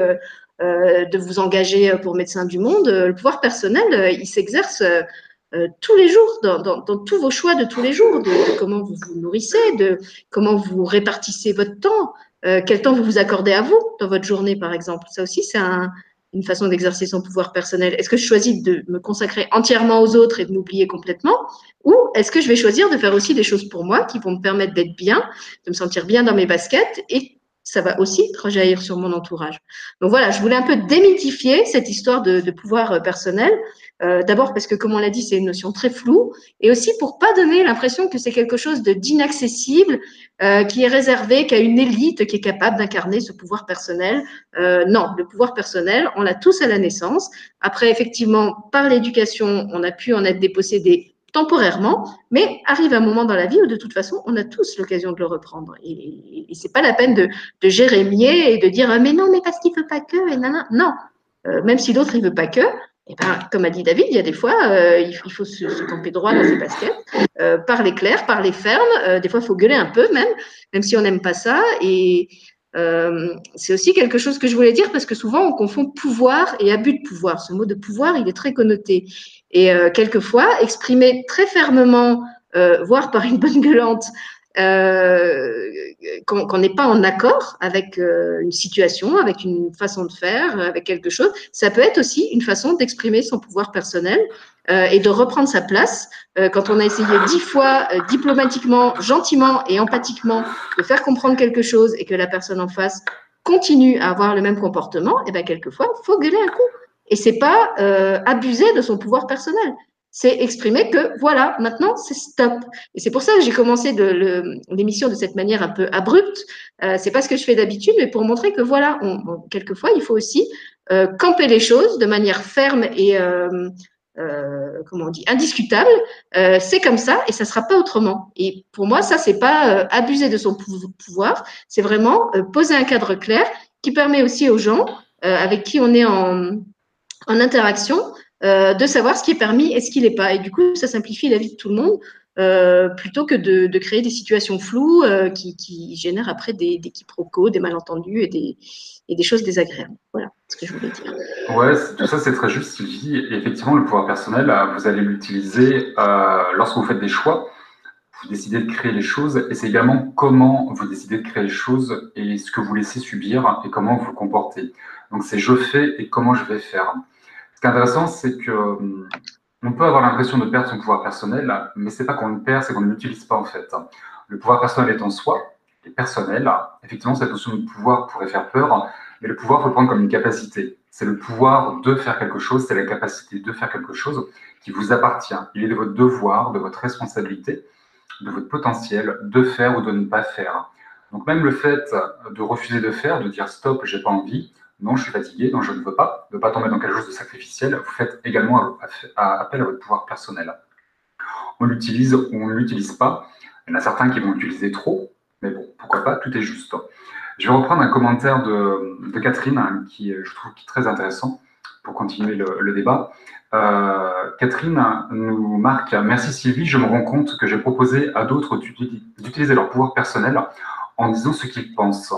de vous engager pour Médecins du Monde. Le pouvoir personnel, il s'exerce tous les jours, dans tous vos choix de tous les jours, de comment vous vous nourrissez, de comment vous répartissez votre temps, quel temps vous vous accordez à vous dans votre journée, par exemple. Ça aussi, c'est une façon d'exercer son pouvoir personnel. Est-ce que je choisis de me consacrer entièrement aux autres et de m'oublier complètement, ou est-ce que je vais choisir de faire aussi des choses pour moi qui vont me permettre d'être bien, de me sentir bien dans mes baskets, et ça va aussi rejaillir sur mon entourage. Donc voilà, je voulais un peu démythifier cette histoire de pouvoir personnel. D'abord parce que, comme on l'a dit, c'est une notion très floue, et aussi pour pas donner l'impression que c'est quelque chose d'inaccessible, qui est réservé qu'à une élite qui est capable d'incarner ce pouvoir personnel. Non, le pouvoir personnel, on l'a tous à la naissance. Après, effectivement, par l'éducation, on a pu en être dépossédé temporairement, mais arrive un moment dans la vie où de toute façon, on a tous l'occasion de le reprendre. Et c'est pas la peine de jérémier et de dire mais non, mais parce qu'il veut pas que, et nanana. Non, même si l'autre il veut pas que, et ben, comme a dit David, il y a des fois, il faut se camper droit dans ses baskets, parler clair, parler ferme. Des fois, il faut gueuler un peu, même si on n'aime pas ça. Et c'est aussi quelque chose que je voulais dire parce que souvent, on confond pouvoir et abus de pouvoir. Ce mot de pouvoir, il est très connoté. Et quelquefois, exprimer très fermement, voire par une bonne gueulante, qu'on n'est pas en accord avec une situation, avec une façon de faire, avec quelque chose, ça peut être aussi une façon d'exprimer son pouvoir personnel et de reprendre sa place. Quand on a essayé 10 fois diplomatiquement, gentiment et empathiquement de faire comprendre quelque chose et que la personne en face continue à avoir le même comportement, et bien quelquefois, il faut gueuler un coup. Et c'est pas abuser de son pouvoir personnel. C'est exprimer que voilà, maintenant c'est stop. Et c'est pour ça que j'ai commencé l'émission de cette manière un peu abrupte. C'est pas ce que je fais d'habitude, mais pour montrer que voilà, quelquefois il faut aussi camper les choses de manière ferme et comment on dit, indiscutable. C'est comme ça et ça sera pas autrement. Et pour moi, ça c'est pas abuser de son pouvoir, c'est vraiment poser un cadre clair qui permet aussi aux gens avec qui on est en interaction, de savoir ce qui est permis et ce qui n'est pas. Et du coup, ça simplifie la vie de tout le monde, plutôt que de créer des situations floues qui génèrent après des quiproquos, des malentendus et des choses désagréables. Voilà ce que je voulais dire. Ouais, tout ça c'est très juste, Sylvie. Et effectivement, le pouvoir personnel, vous allez l'utiliser lorsque vous faites des choix. Vous décidez de créer les choses et c'est également comment vous décidez de créer les choses et ce que vous laissez subir et comment vous vous comportez. Donc c'est je fais et comment je vais faire. Ce qui est intéressant, c'est que on peut avoir l'impression de perdre son pouvoir personnel, mais c'est pas qu'on le perd, c'est qu'on ne l'utilise pas en fait. Le pouvoir personnel est en soi, est personnel. Effectivement, cette notion de pouvoir pourrait faire peur, mais le pouvoir, il faut le prendre comme une capacité. C'est le pouvoir de faire quelque chose, c'est la capacité de faire quelque chose qui vous appartient. Il est de votre devoir, de votre responsabilité, de votre potentiel de faire ou de ne pas faire. Donc même le fait de refuser de faire, de dire stop, j'ai pas envie, non, je suis fatigué, non, je ne veux pas, de ne pas tomber dans quelque chose de sacrificiel, vous faites également appel à votre pouvoir personnel. On l'utilise ou on ne l'utilise pas. Il y en a certains qui vont l'utiliser trop, mais bon, pourquoi pas, tout est juste. Je vais reprendre un commentaire de Catherine, qui je trouve très intéressant pour continuer le débat. Catherine nous marque « Merci Sylvie, je me rends compte que j'ai proposé à d'autres d'utiliser leur pouvoir personnel en disant ce qu'ils pensent,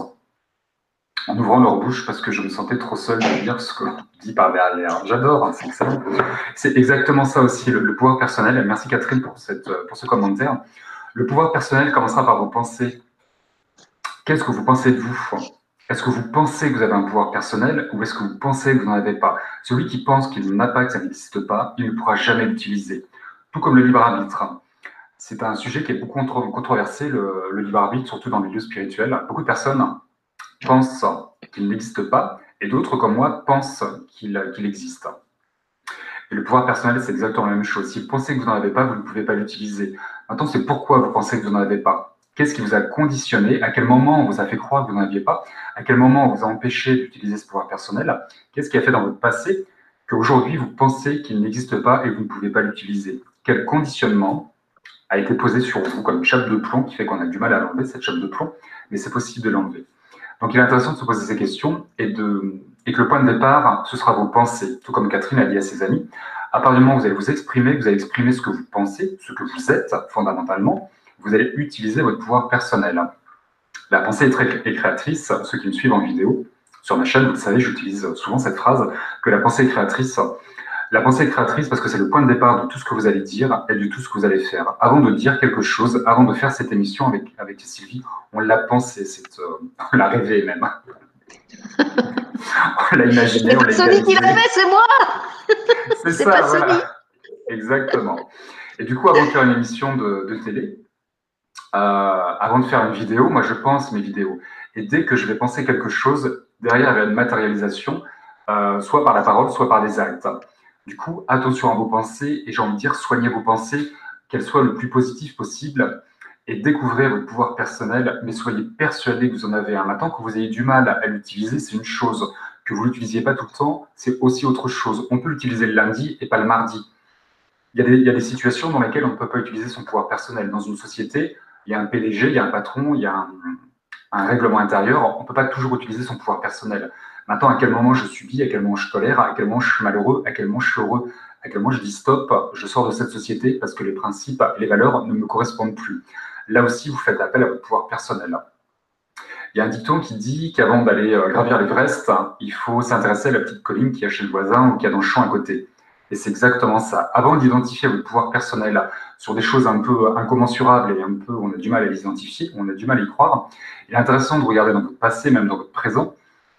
en ouvrant leur bouche parce que je me sentais trop seule de dire ce que dit par derrière. » J'adore, c'est excellent. C'est exactement ça aussi, le pouvoir personnel. Merci Catherine pour ce commentaire. Le pouvoir personnel commencera par vos pensées. Qu'est-ce que vous pensez de vous ? Est-ce que vous pensez que vous avez un pouvoir personnel ou est-ce que vous pensez que vous n'en avez pas ? Celui qui pense qu'il n'a pas, que ça n'existe pas, il ne pourra jamais l'utiliser. Tout comme le libre arbitre. C'est un sujet qui est beaucoup controversé, le libre arbitre, surtout dans le milieu spirituel. Beaucoup de personnes pensent qu'il n'existe pas et d'autres, comme moi, pensent qu'il existe. Et le pouvoir personnel, c'est exactement la même chose. Si vous pensez que vous n'en avez pas, vous ne pouvez pas l'utiliser. Maintenant, c'est pourquoi vous pensez que vous n'en avez pas. Qu'est-ce qui vous a conditionné? À quel moment on vous a fait croire que vous n'en aviez pas? À quel moment on vous a empêché d'utiliser ce pouvoir personnel? Qu'est-ce qui a fait dans votre passé qu'aujourd'hui vous pensez qu'il n'existe pas et que vous ne pouvez pas l'utiliser? Quel conditionnement a été posé sur vous comme une chape de plomb qui fait qu'on a du mal à l'enlever, cette chape de plomb, mais c'est possible de l'enlever. Donc il est intéressant de se poser ces questions et que le point de départ, ce sera vos pensées. Tout comme Catherine a dit à ses amis, à partir du moment où vous allez vous exprimer, vous allez exprimer ce que vous pensez, ce que vous êtes fondamentalement, vous allez utiliser votre pouvoir personnel. La pensée est très créatrice. Ceux qui me suivent en vidéo sur ma chaîne, vous le savez, j'utilise souvent cette phrase que la pensée est créatrice. La pensée est créatrice parce que c'est le point de départ de tout ce que vous allez dire et de tout ce que vous allez faire. Avant de dire quelque chose, avant de faire cette émission avec Sylvie, on l'a pensé, on l'a rêvé même. On l'a imaginé, on l'a idéalisé. Celui qui l'a fait, c'est moi. C'est ça, pas voilà. Celui. Exactement. Et du coup, avant de faire une émission de télé, avant de faire une vidéo, moi je pense mes vidéos. Et dès que je vais penser quelque chose, derrière il y a une matérialisation, soit par la parole, soit par les actes. Du coup, attention à vos pensées, et j'ai envie de dire, soignez vos pensées, qu'elles soient le plus positives possible, et découvrez votre pouvoir personnel, mais soyez persuadés que vous en avez un. Maintenant, que vous ayez du mal à l'utiliser, c'est une chose. Que vous ne l'utilisiez pas tout le temps, c'est aussi autre chose. On peut l'utiliser le lundi et pas le mardi. il y a des situations dans lesquelles on ne peut pas utiliser son pouvoir personnel. Dans une société, il y a un PDG, il y a un patron, il y a un règlement intérieur. On ne peut pas toujours utiliser son pouvoir personnel. Maintenant, à quel moment je subis, à quel moment je tolère, à quel moment je suis malheureux, à quel moment je suis heureux, à quel moment je dis stop, je sors de cette société parce que les principes et les valeurs ne me correspondent plus. Là aussi, vous faites appel à votre pouvoir personnel. Il y a un dicton qui dit qu'avant d'aller gravir l'Everest, il faut s'intéresser à la petite colline qu'il y a chez le voisin ou qu'il y a dans le champ à côté. Et c'est exactement ça. Avant d'identifier votre pouvoir personnel sur des choses un peu incommensurables et un peu on a du mal à les identifier, on a du mal à y croire, il est intéressant de regarder dans votre passé, même dans votre présent,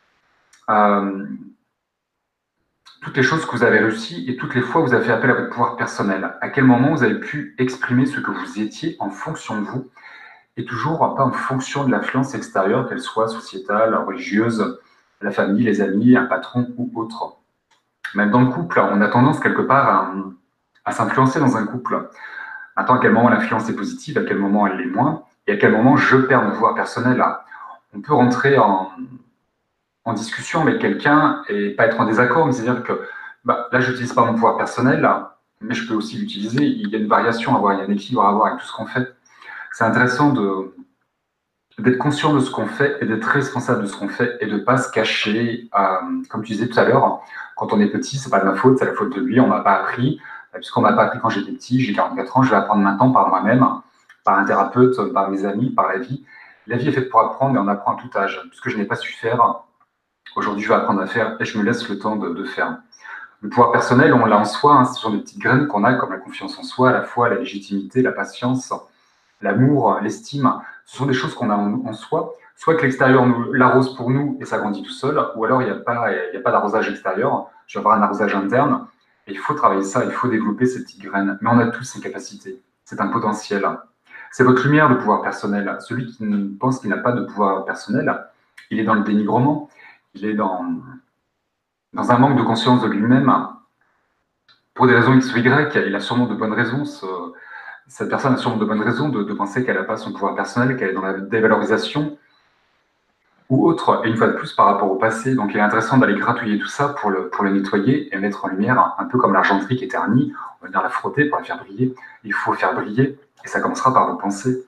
toutes les choses que vous avez réussies et toutes les fois où vous avez fait appel à votre pouvoir personnel. À quel moment vous avez pu exprimer ce que vous étiez en fonction de vous et toujours pas en fonction de l'influence extérieure, qu'elle soit sociétale, religieuse, la famille, les amis, un patron ou autre. Même dans le couple, on a tendance quelque part à s'influencer dans un couple. Maintenant, à quel moment l'influence est positive, à quel moment elle l'est moins, et à quel moment je perds mon pouvoir personnel. On peut rentrer en discussion avec quelqu'un et pas être en désaccord, mais c'est-à-dire que là, je n'utilise pas mon pouvoir personnel, là, mais je peux aussi l'utiliser. Il y a une variation à avoir, il y a un équilibre à avoir avec tout ce qu'on fait. C'est intéressant d'être conscient de ce qu'on fait et d'être responsable de ce qu'on fait et de ne pas se cacher. Comme tu disais tout à l'heure, quand on est petit, c'est pas de ma faute, c'est la faute de lui, on m'a pas appris. Puisqu'on m'a pas appris quand j'étais petit, j'ai 44 ans, je vais apprendre maintenant par moi-même, par un thérapeute, par mes amis, par la vie. La vie est faite pour apprendre et on apprend à tout âge. Puisque je n'ai pas su faire, aujourd'hui je vais apprendre à faire et je me laisse le temps de faire. Le pouvoir personnel, on l'a en soi, ce sont des petites graines qu'on a, comme la confiance en soi, à la fois la légitimité, la patience, l'amour, l'estime. Ce sont des choses qu'on a en soi. Soit que l'extérieur nous l'arrose pour nous et ça grandit tout seul, ou alors il n'y a pas d'arrosage extérieur, je vais avoir un arrosage interne. Et il faut travailler ça, il faut développer ces petites graines. Mais on a tous ces capacités. C'est un potentiel. C'est votre lumière, le pouvoir personnel. Celui qui pense qu'il n'a pas de pouvoir personnel, il est dans le dénigrement, il est dans un manque de conscience de lui-même. Pour des raisons X ou Y, il a sûrement de bonnes raisons. Cette personne a sûrement de bonnes raisons de penser qu'elle n'a pas son pouvoir personnel, qu'elle est dans la dévalorisation ou autre, et une fois de plus par rapport au passé. Donc il est intéressant d'aller gratouiller tout ça pour le nettoyer et mettre en lumière, un peu comme l'argenterie qui est ternie, on va venir la frotter pour la faire briller. Il faut faire briller, et ça commencera par vos pensées.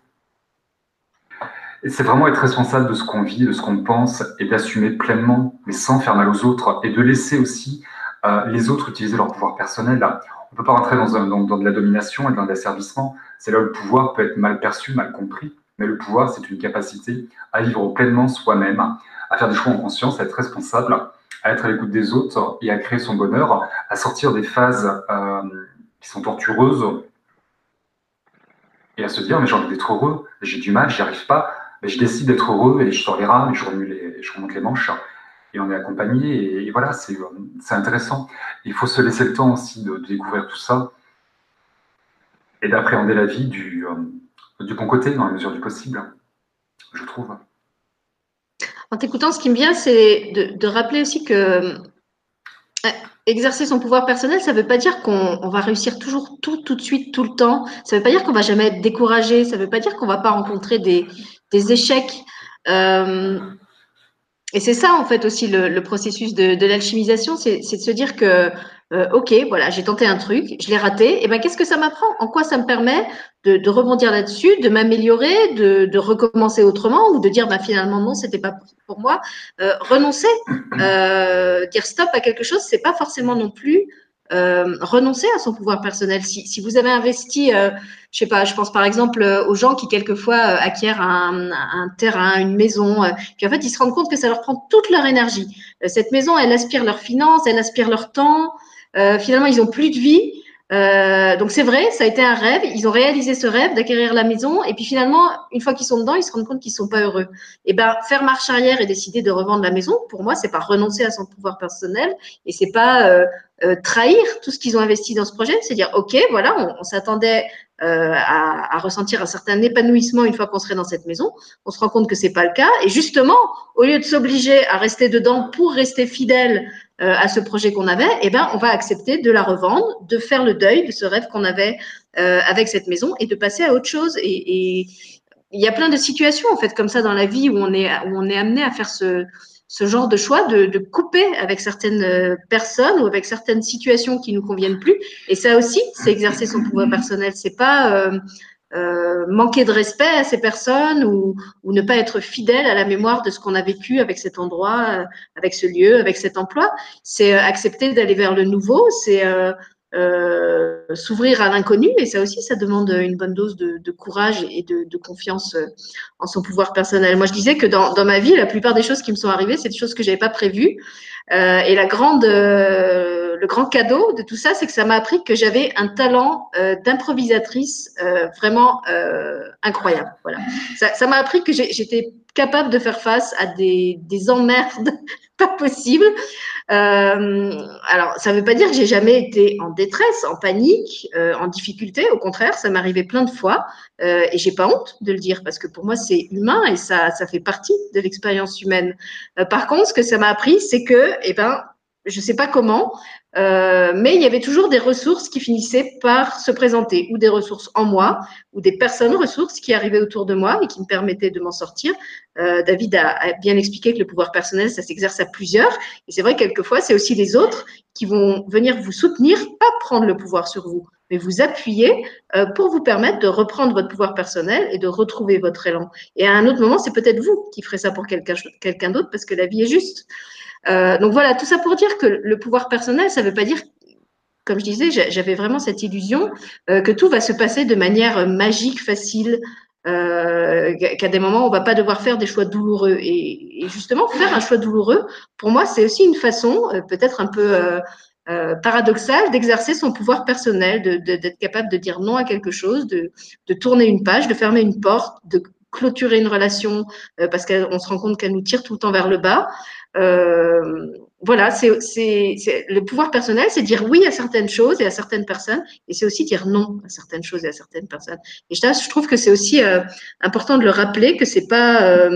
Et c'est vraiment être responsable de ce qu'on vit, de ce qu'on pense, et d'assumer pleinement, mais sans faire mal aux autres, et de laisser aussi les autres utiliser leur pouvoir personnel. On ne peut pas rentrer dans de la domination et dans l'asservissement. C'est là où le pouvoir peut être mal perçu, mal compris. Mais le pouvoir, c'est une capacité à vivre pleinement soi-même, à faire des choix en conscience, à être responsable, à être à l'écoute des autres et à créer son bonheur, à sortir des phases qui sont tortureuses et à se dire, mais j'ai envie d'être heureux, j'ai du mal, j'y arrive pas, mais je décide d'être heureux et je sors les rames, je remonte les manches et on est accompagné et voilà, c'est intéressant. Il faut se laisser le temps aussi de découvrir tout ça et d'appréhender la vie du bon côté dans la mesure du possible, je trouve. En t'écoutant, ce qui me vient, c'est de rappeler aussi que exercer son pouvoir personnel, ça ne veut pas dire qu'on va réussir toujours tout de suite, tout le temps. Ça ne veut pas dire qu'on va jamais être découragé. Ça ne veut pas dire qu'on ne va pas rencontrer des échecs. Et c'est ça, en fait, aussi le processus de l'alchimisation, c'est de se dire que, OK, voilà, j'ai tenté un truc, je l'ai raté, et ben qu'est-ce que ça m'apprend? En quoi ça me permet de rebondir là-dessus, de m'améliorer, de recommencer autrement, ou de dire, bah, finalement, non, c'était pas pour moi. Renoncer, dire stop à quelque chose, c'est pas forcément non plus renoncer à son pouvoir personnel. Si vous avez investi, je sais pas, je pense par exemple aux gens qui quelquefois acquièrent un terrain, une maison, puis en fait ils se rendent compte que ça leur prend toute leur énergie. Cette maison, elle aspire leurs finances, elle aspire leur temps. Finalement, ils ont plus de vie. Donc c'est vrai, ça a été un rêve. Ils ont réalisé ce rêve d'acquérir la maison, et puis finalement, une fois qu'ils sont dedans, ils se rendent compte qu'ils sont pas heureux. Et ben faire marche arrière et décider de revendre la maison, pour moi, c'est pas renoncer à son pouvoir personnel, et c'est pas trahir tout ce qu'ils ont investi dans ce projet. C'est dire ok, voilà, on s'attendait à ressentir un certain épanouissement une fois qu'on serait dans cette maison. On se rend compte que c'est pas le cas, et justement, au lieu de s'obliger à rester dedans pour rester fidèle à ce projet qu'on avait, eh ben, on va accepter de la revendre, de faire le deuil de ce rêve qu'on avait avec cette maison et de passer à autre chose. Et il y a plein de situations en fait comme ça dans la vie où on est amené à faire ce genre de choix, de couper avec certaines personnes ou avec certaines situations qui nous conviennent plus. Et ça aussi, c'est exercer son pouvoir personnel. C'est pas manquer de respect à ces personnes ou ne pas être fidèle à la mémoire de ce qu'on a vécu avec cet endroit, avec ce lieu, avec cet emploi. C'est accepter d'aller vers le nouveau, c'est s'ouvrir à l'inconnu, et ça aussi, ça demande une bonne dose de courage et de confiance en son pouvoir personnel. Moi, je disais que dans ma vie, la plupart des choses qui me sont arrivées, c'est des choses que j'avais pas prévues. Et le grand cadeau de tout ça, c'est que ça m'a appris que j'avais un talent d'improvisatrice vraiment incroyable. Voilà. Ça m'a appris que j'étais capable de faire face à des emmerdes pas possibles. Alors, ça ne veut pas dire que j'ai jamais été en détresse, en panique, en difficulté. Au contraire, ça m'est arrivé plein de fois, et j'ai pas honte de le dire parce que pour moi c'est humain et ça fait partie de l'expérience humaine. Par contre, ce que ça m'a appris, c'est que, je sais pas comment, mais il y avait toujours des ressources qui finissaient par se présenter, ou des ressources en moi, ou des personnes ressources qui arrivaient autour de moi et qui me permettaient de m'en sortir. David a bien expliqué que le pouvoir personnel, ça s'exerce à plusieurs. Et c'est vrai, quelquefois, c'est aussi les autres qui vont venir vous soutenir, pas prendre le pouvoir sur vous, mais vous appuyer pour vous permettre de reprendre votre pouvoir personnel et de retrouver votre élan. Et à un autre moment, c'est peut-être vous qui ferez ça pour quelqu'un d'autre parce que la vie est juste. Donc voilà, tout ça pour dire que le pouvoir personnel, ça ne veut pas dire, comme je disais, j'avais vraiment cette illusion que tout va se passer de manière magique, facile, qu'à des moments, on ne va pas devoir faire des choix douloureux. Et justement, faire un choix douloureux, pour moi, c'est aussi une façon, peut-être un peu paradoxale, d'exercer son pouvoir personnel, d'être capable de dire non à quelque chose, de tourner une page, de fermer une porte, de clôturer une relation parce qu'on se rend compte qu'elle nous tire tout le temps vers le bas. Voilà, le pouvoir personnel, c'est dire oui à certaines choses et à certaines personnes, et c'est aussi dire non à certaines choses et à certaines personnes. Et je trouve que c'est aussi important de le rappeler que c'est pas,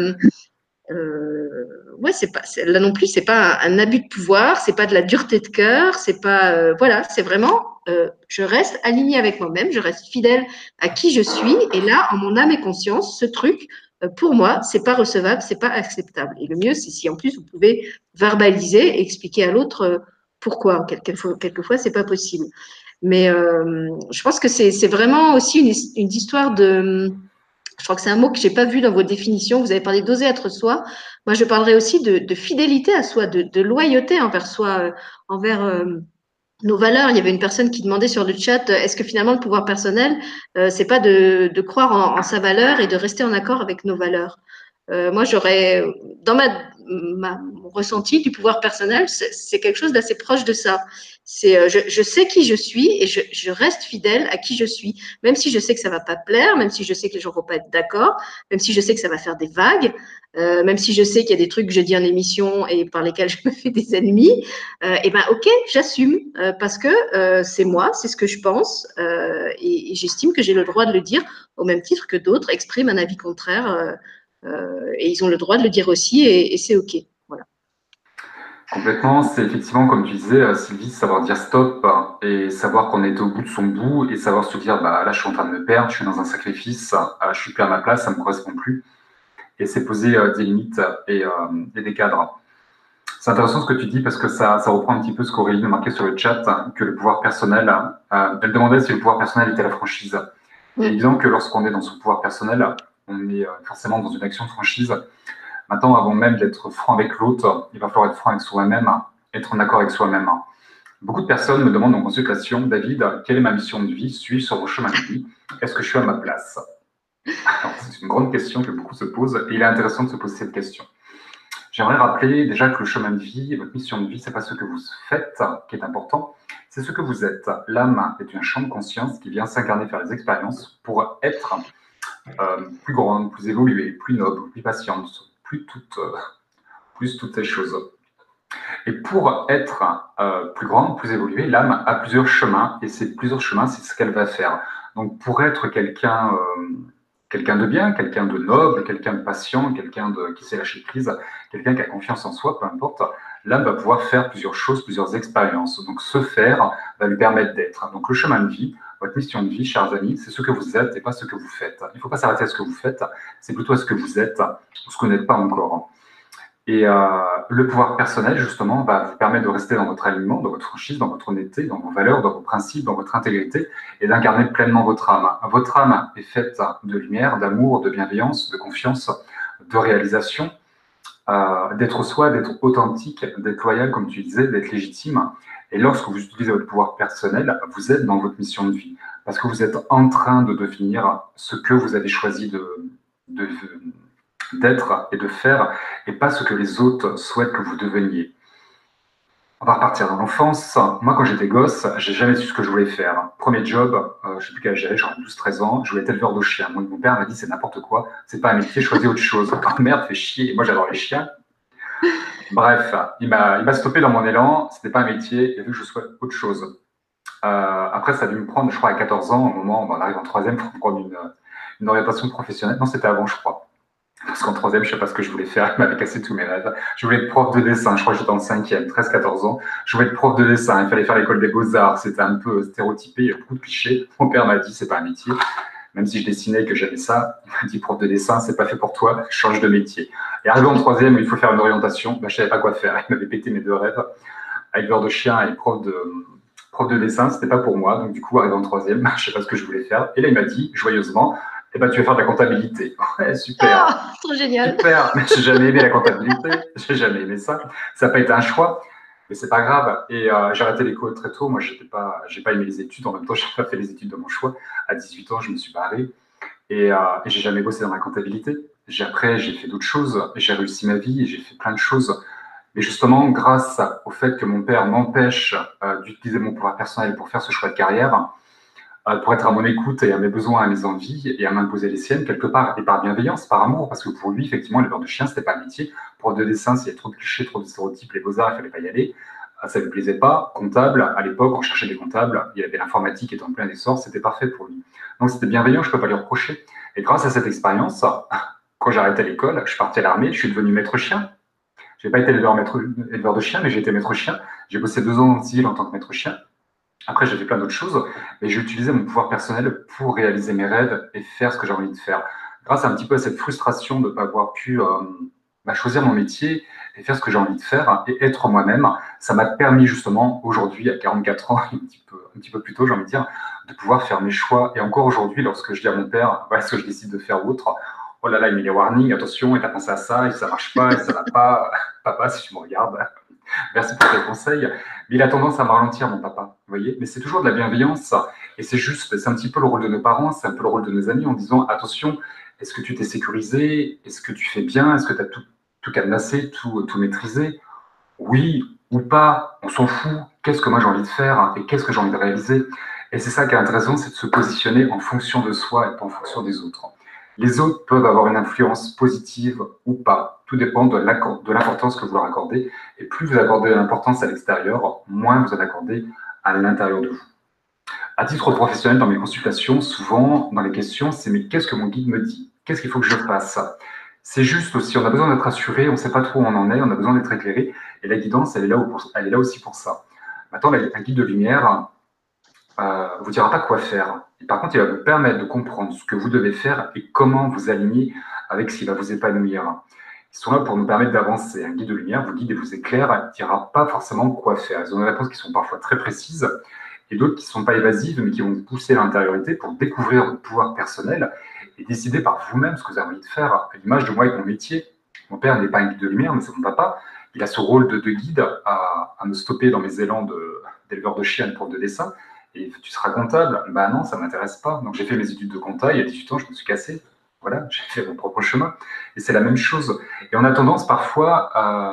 ouais, là non plus, c'est pas un abus de pouvoir, c'est pas de la dureté de cœur, c'est pas, voilà, c'est vraiment, je reste alignée avec moi-même, je reste fidèle à qui je suis, et là, en mon âme et conscience, ce truc, pour moi, c'est pas recevable, c'est pas acceptable. Et le mieux, c'est si en plus vous pouvez verbaliser et expliquer à l'autre pourquoi. Quelquefois, c'est pas possible. Mais je pense que c'est vraiment aussi une histoire de. Je crois que c'est un mot que j'ai pas vu dans vos définitions. Vous avez parlé d'oser être soi. Moi, je parlerai aussi de fidélité à soi, de loyauté envers soi, envers nos valeurs. Il y avait une personne qui demandait sur le chat, est-ce que finalement le pouvoir personnel, c'est pas de croire en sa valeur et de rester en accord avec nos valeurs. Moi, j'aurais, dans mon ressenti du pouvoir personnel, c'est quelque chose d'assez proche de ça. C'est, je sais qui je suis et je reste fidèle à qui je suis, même si je sais que ça va pas plaire, même si je sais que les gens vont pas être d'accord, même si je sais que ça va faire des vagues, même si je sais qu'il y a des trucs que je dis en émission et par lesquels je me fais des ennemis. Et ben ok, j'assume parce que c'est moi, c'est ce que je pense et j'estime que j'ai le droit de le dire au même titre que d'autres expriment un avis contraire. Et ils ont le droit de le dire aussi, et c'est OK. Voilà. Complètement, c'est effectivement, comme tu disais, Sylvie, savoir dire stop et savoir qu'on est au bout de son bout et savoir se dire, bah là, je suis en train de me perdre, je suis dans un sacrifice, je suis plus à ma place, ça ne me correspond plus. Et c'est poser des limites et des cadres. C'est intéressant ce que tu dis parce que ça reprend un petit peu ce qu'Aurélie nous marquait sur le chat, que le pouvoir personnel, elle demandait si le pouvoir personnel était la franchise. Il est évident que lorsqu'on est dans son pouvoir personnel, on est forcément dans une action de franchise. Maintenant, avant même d'être franc avec l'autre, il va falloir être franc avec soi-même, être en accord avec soi-même. Beaucoup de personnes me demandent en consultation, David, quelle est ma mission de vie? Suis-je sur mon chemin de vie? Est-ce que je suis à ma place? C'est une grande question que beaucoup se posent et il est intéressant de se poser cette question. J'aimerais rappeler déjà que le chemin de vie, votre mission de vie, c'est pas ce que vous faites qui est important, c'est ce que vous êtes. L'âme est un champ de conscience qui vient s'incarner, faire les expériences pour être plus grande, plus évoluée, plus noble, plus patiente, plus toutes ces choses. Et pour être plus grande, plus évoluée, l'âme a plusieurs chemins, et ces plusieurs chemins, c'est ce qu'elle va faire. Donc pour être quelqu'un de bien, quelqu'un de noble, quelqu'un de patient, quelqu'un qui sait lâcher prise, quelqu'un qui a confiance en soi, peu importe, l'âme va pouvoir faire plusieurs choses, plusieurs expériences. Donc ce faire va lui permettre d'être. Donc le chemin de vie, votre mission de vie, chers amis, c'est ce que vous êtes et pas ce que vous faites. Il ne faut pas s'arrêter à ce que vous faites, c'est plutôt à ce que vous êtes ou ce que vous n'êtes pas encore. Et le pouvoir personnel, justement, va vous permettre de rester dans votre alignement, dans votre franchise, dans votre honnêteté, dans vos valeurs, dans vos principes, dans votre intégrité, et d'incarner pleinement votre âme. Votre âme est faite de lumière, d'amour, de bienveillance, de confiance, de réalisation, d'être soi, d'être authentique, d'être loyal, comme tu disais, d'être légitime. Et lorsque vous utilisez votre pouvoir personnel, vous êtes dans votre mission de vie, parce que vous êtes en train de devenir ce que vous avez choisi d'être et de faire, et pas ce que les autres souhaitent que vous deveniez. On va repartir dans l'enfance. Moi, quand j'étais gosse, j'ai jamais su ce que je voulais faire. Premier job, je sais plus quel âge j'avais, genre 12-13 ans, je voulais être éleveur de chiens. Mon père m'a dit c'est n'importe quoi, c'est pas un métier, choisis autre chose. Ah merde, fait chier. Moi, j'adore les chiens. Bref, il m'a stoppé dans mon élan, c'était pas un métier, il a vu que je souhaite autre chose. Après, ça a dû me prendre, je crois, à 14 ans, au moment où on arrive en troisième pour prendre une orientation professionnelle. Non, c'était avant, je crois. Parce qu'en troisième, je ne sais pas ce que je voulais faire, il m'avait cassé tous mes rêves. Je voulais être prof de dessin, je crois que j'étais en cinquième, 13-14 ans. Je voulais être prof de dessin, il fallait faire l'école des beaux-arts, c'était un peu stéréotypé, il y a beaucoup de clichés. Mon père m'a dit, c'est pas un métier. Même si je dessinais et que j'aimais ça, il m'a dit, prof de dessin, c'est pas fait pour toi, change de métier. Et arrivé en troisième, il faut faire une orientation, je savais pas quoi faire. Il m'avait pété mes deux rêves. Éleveur de chien et prof de dessin, c'était pas pour moi. Donc, du coup, arrivé en troisième, je sais pas ce que je voulais faire. Et là, il m'a dit, joyeusement, eh ben, tu vas faire de la comptabilité. Ouais, super. Ah, trop génial. Super, mais j'ai jamais aimé la comptabilité, j'ai jamais aimé ça. Ça n'a pas été un choix, mais c'est pas grave. Et j'ai arrêté l'école très tôt. Moi, j'ai pas aimé les études. En même temps, j'ai pas fait les études de mon choix. À 18 ans, je me suis barré et j'ai jamais bossé dans la comptabilité. Après, j'ai fait d'autres choses. J'ai réussi ma vie et j'ai fait plein de choses. Mais justement, grâce au fait que mon père m'empêche d'utiliser mon pouvoir personnel pour faire ce choix de carrière, pour être à mon écoute et à mes besoins, à mes envies et à m'imposer les siennes quelque part, et par bienveillance, par amour, parce que pour lui, effectivement, l'éleveur de chien, c'était pas un métier. Prof de dessin, s'il y a trop de clichés, trop de stéréotypes, les beaux-arts, il fallait pas y aller. Ça lui plaisait pas. Comptable, à l'époque, on cherchait des comptables, il y avait l'informatique qui était en plein essor, c'était parfait pour lui. Donc c'était bienveillant, je peux pas lui reprocher. Et grâce à cette expérience, quand j'ai arrêté l'école, je suis parti à l'armée, je suis devenu maître chien. J'ai pas été éleveur de chien, mais j'ai été maître chien. J'ai bossé 2 ans en civil en tant que maître chien. Après, j'ai fait plein d'autres choses, mais j'ai utilisé mon pouvoir personnel pour réaliser mes rêves et faire ce que j'ai envie de faire. Grâce un petit peu à cette frustration de ne pas avoir pu choisir mon métier et faire ce que j'ai envie de faire et être moi-même, ça m'a permis justement aujourd'hui, à 44 ans, un petit peu plus tôt, j'ai envie de dire, de pouvoir faire mes choix. Et encore aujourd'hui, lorsque je dis à mon père, voilà ce que je décide de faire ou autre, oh là là, il met les warnings, attention, il a pensé à ça, et ça marche pas, et ça va pas. Papa, si tu me regardes, merci pour tes conseils. Mais il a tendance à me ralentir, mon papa. Vous voyez. Mais c'est toujours de la bienveillance. Et c'est juste, c'est un petit peu le rôle de nos parents, c'est un peu le rôle de nos amis en disant attention, est-ce que tu t'es sécurisé? Est-ce que tu fais bien? Est-ce que tu as tout cadenassé, tout maîtrisé? Oui ou pas, on s'en fout. Qu'est-ce que moi j'ai envie de faire et qu'est-ce que j'ai envie de réaliser? Et c'est ça qui est intéressant, c'est de se positionner en fonction de soi et pas en fonction des autres. Les autres peuvent avoir une influence positive ou pas. Tout dépend de l'importance que vous leur accordez. Et plus vous accordez l'importance à l'extérieur, moins vous en accordez à l'intérieur de vous. À titre professionnel, dans mes consultations, souvent, dans les questions, c'est mais qu'est-ce que mon guide me dit? Qu'est-ce qu'il faut que je fasse? C'est juste aussi, on a besoin d'être assuré, on ne sait pas trop où on en est, on a besoin d'être éclairé. Et la guidance, elle est là aussi pour ça. Maintenant, un guide de lumière vous dira pas quoi faire. Et par contre, il va vous permettre de comprendre ce que vous devez faire et comment vous aligner avec ce qui va vous épanouir. Ils sont là pour nous permettre d'avancer. Un guide de lumière vous guide et vous éclaire, il ne dira pas forcément quoi faire. Ils ont des réponses qui sont parfois très précises et d'autres qui ne sont pas évasives, mais qui vont vous pousser à l'intériorité pour découvrir votre pouvoir personnel et décider par vous-même ce que vous avez envie de faire. À l'image de moi avec mon métier, mon père n'est pas un guide de lumière, mais c'est mon papa. Il a ce rôle de guide à me stopper dans mes élans d'éleveur de chiens et de prof de dessin. Et tu seras comptable? Bah non, ça ne m'intéresse pas. Donc j'ai fait mes études de compta, il y a 18 ans, je me suis cassé. Voilà, j'ai fait mon propre chemin. Et c'est la même chose. Et on a tendance parfois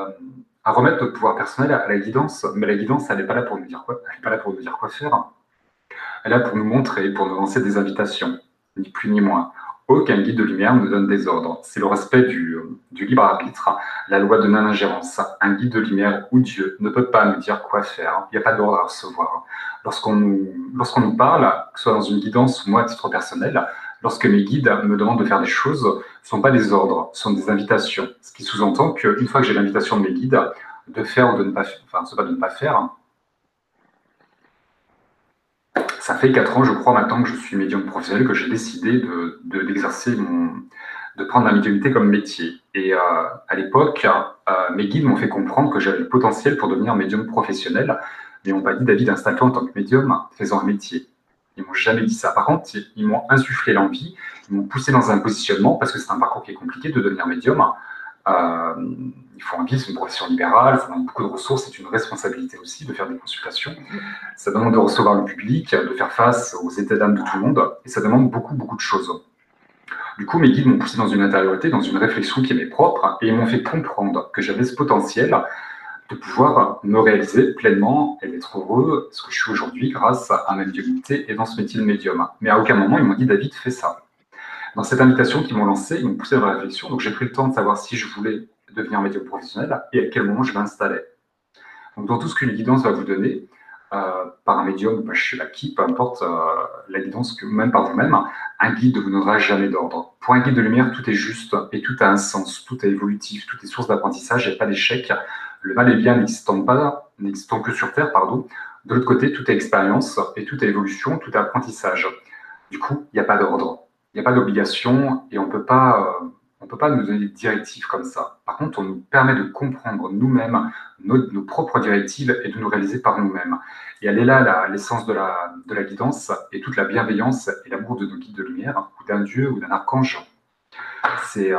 à remettre notre pouvoir personnel à la guidance, mais la guidance, elle n'est pas là pour nous dire quoi, elle n'est pas là pour nous dire quoi faire. Elle est là pour nous montrer, pour nous lancer des invitations, ni plus ni moins. Aucun guide de lumière ne donne des ordres. C'est le respect du libre arbitre, la loi de non-ingérence. Un guide de lumière ou Dieu ne peut pas nous dire quoi faire. Il n'y a pas d'ordre à recevoir. Lorsqu'on nous parle, que ce soit dans une guidance ou moi à titre personnel, lorsque mes guides me demandent de faire des choses, ce ne sont pas des ordres, ce sont des invitations. Ce qui sous-entend qu'une fois que j'ai l'invitation de mes guides, de faire ou de ne pas faire, enfin, c'est pas de ne pas faire, ça fait 4 ans, je crois, maintenant que je suis médium professionnel, que j'ai décidé de prendre la médiumnité comme métier. Et à l'époque, mes guides m'ont fait comprendre que j'avais le potentiel pour devenir médium professionnel, mais ils m'ont pas dit, David, installe-toi en tant que médium, fais-en un métier. Ils m'ont jamais dit ça. Par contre, ils m'ont insufflé l'envie, ils m'ont poussé dans un positionnement, parce que c'est un parcours qui est compliqué de devenir médium. Il faut un vie, c'est une profession libérale, ça demande beaucoup de ressources, c'est une responsabilité aussi de faire des consultations. Ça demande de recevoir le public, de faire face aux états d'âme de tout le monde, et ça demande beaucoup, beaucoup de choses. Du coup, mes guides m'ont poussé dans une intériorité, dans une réflexion qui m'est propre, et ils m'ont fait comprendre que j'avais ce potentiel de pouvoir me réaliser pleinement et d'être heureux, ce que je suis aujourd'hui grâce à ma médiumnité et dans ce métier de médium. Mais à aucun moment, ils m'ont dit, David, fais ça. Dans cette invitation qu'ils m'ont lancée, ils m'ont poussé dans la réflexion, donc j'ai pris le temps de savoir si je voulais devenir médium professionnel et à quel moment je m'installais. Donc dans tout ce qu'une guidance va vous donner, par un médium, je sais pas qui, peu importe la guidance, que même par vous-même, un guide ne vous donnera jamais d'ordre. Pour un guide de lumière, tout est juste et tout a un sens, tout est évolutif, tout est source d'apprentissage, il n'y a pas d'échec. Le mal et le bien n'existant que sur Terre, pardon. De l'autre côté, tout est expérience et tout est évolution, tout est apprentissage. Du coup, il n'y a pas d'ordre, il n'y a pas d'obligation et on ne peut pas nous donner des directives comme ça. Par contre, on nous permet de comprendre nous-mêmes nos propres directives et de nous réaliser par nous-mêmes. Et elle est là, l'essence de la guidance et toute la bienveillance et l'amour de nos guides de lumière, ou d'un dieu ou d'un archange. C'est,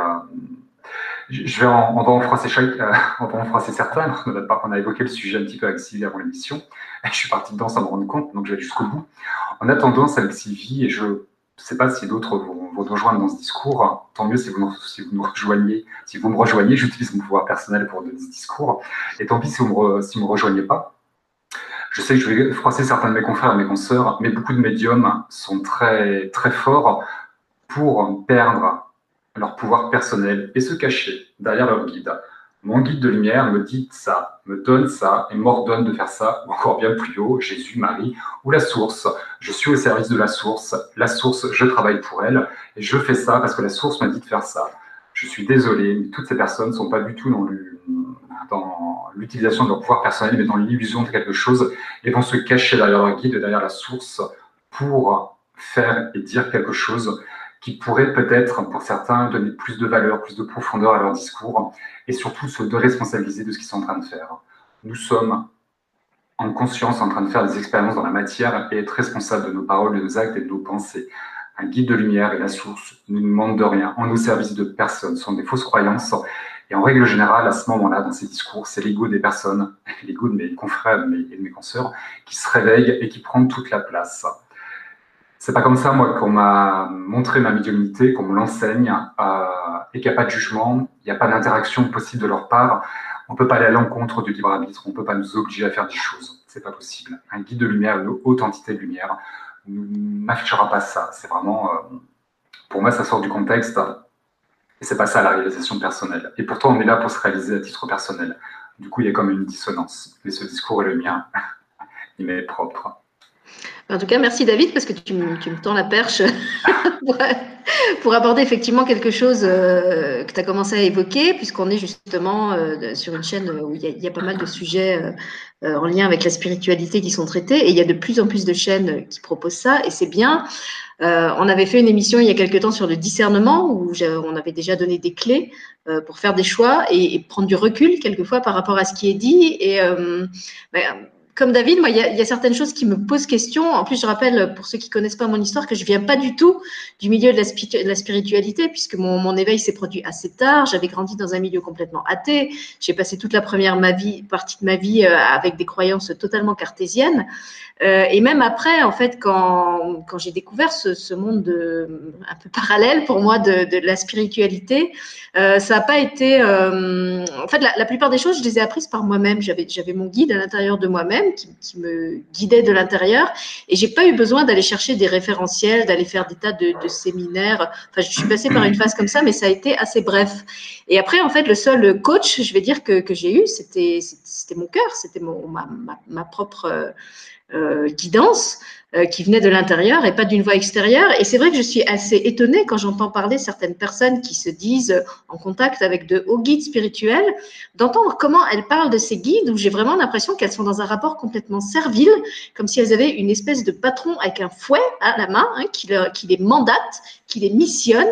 on va en froisser certains. On a évoqué le sujet un petit peu avec Sylvie avant l'émission. Je suis parti dedans sans me rendre compte, donc je vais aller jusqu'au bout. On a tendance avec Sylvie, et je ne sais pas si d'autres vont nous rejoindre dans ce discours. Tant mieux si vous nous rejoignez. Si vous me rejoignez, j'utilise mon pouvoir personnel pour donner ce discours. Et tant pis si vous me rejoignez pas. Je sais que je vais froisser certains de mes confrères et mes consoeurs, mais beaucoup de médiums sont très, très forts pour perdre leur pouvoir personnel et se cacher derrière leur guide. Mon guide de lumière me dit ça, me donne ça et m'ordonne de faire ça, ou encore bien plus haut, Jésus, Marie ou la source. Je suis au service de la source, je travaille pour elle et je fais ça parce que la source m'a dit de faire ça. Je suis désolé, mais toutes ces personnes ne sont pas du tout dans l'utilisation de leur pouvoir personnel, mais dans l'illusion de quelque chose et vont se cacher derrière leur guide, derrière la source pour faire et dire quelque chose qui pourrait peut-être, pour certains, donner plus de valeur, plus de profondeur à leur discours, et surtout se déresponsabiliser de ce qu'ils sont en train de faire. Nous sommes en conscience en train de faire des expériences dans la matière et être responsables de nos paroles, de nos actes et de nos pensées. Un guide de lumière et la source ne nous demandent de rien, on est au service de personne, ce sont des fausses croyances. Et en règle générale, à ce moment-là, dans ces discours, c'est l'ego des personnes, l'ego de mes confrères et de mes consoeurs, qui se réveille et qui prend toute la place. C'est pas comme ça, moi, qu'on m'a montré ma médiumnité, qu'on me l'enseigne, et qu'il n'y a pas de jugement, il n'y a pas d'interaction possible de leur part. On ne peut pas aller à l'encontre du libre arbitre, on ne peut pas nous obliger à faire des choses. C'est pas possible. Un guide de lumière, une haute entité de lumière, n'affichera pas ça. C'est vraiment, pour moi, ça sort du contexte, et c'est pas ça la réalisation personnelle. Et pourtant, on est là pour se réaliser à titre personnel. Du coup, il y a comme une dissonance. Mais ce discours est le mien. Il m'est propre. En tout cas, merci David, parce que tu me tends la perche pour aborder effectivement quelque chose que tu as commencé à évoquer, puisqu'on est justement sur une chaîne où il y a pas mal de sujets en lien avec la spiritualité qui sont traités, et il y a de plus en plus de chaînes qui proposent ça, et c'est bien. On avait fait une émission il y a quelque temps sur le discernement, où on avait déjà donné des clés pour faire des choix et prendre du recul quelquefois par rapport à ce qui est dit, et comme David, moi, il y a certaines choses qui me posent question. En plus, je rappelle, pour ceux qui ne connaissent pas mon histoire, que je ne viens pas du tout du milieu de la spiritualité, puisque mon éveil s'est produit assez tard. J'avais grandi dans un milieu complètement athée. J'ai passé toute la première partie de ma vie avec des croyances totalement cartésiennes. Et même après, en fait, quand j'ai découvert ce monde un peu parallèle pour moi de la spiritualité, ça n'a pas été… en fait, la plupart des choses, je les ai apprises par moi-même. J'avais mon guide à l'intérieur de moi-même qui me guidait de l'intérieur, et j'ai pas eu besoin d'aller chercher des référentiels, d'aller faire des tas de séminaires. Enfin, je suis passée par une phase comme ça, mais ça a été assez bref. Et après, en fait, le seul coach, je vais dire, que j'ai eu, c'était mon cœur, c'était ma propre… guidance qui venait de l'intérieur et pas d'une voix extérieure. Et c'est vrai que je suis assez étonnée quand j'entends parler certaines personnes qui se disent en contact avec de hauts guides spirituels, d'entendre comment elles parlent de ces guides, où j'ai vraiment l'impression qu'elles sont dans un rapport complètement servile, comme si elles avaient une espèce de patron avec un fouet à la main, qui les mandate, qui les missionne,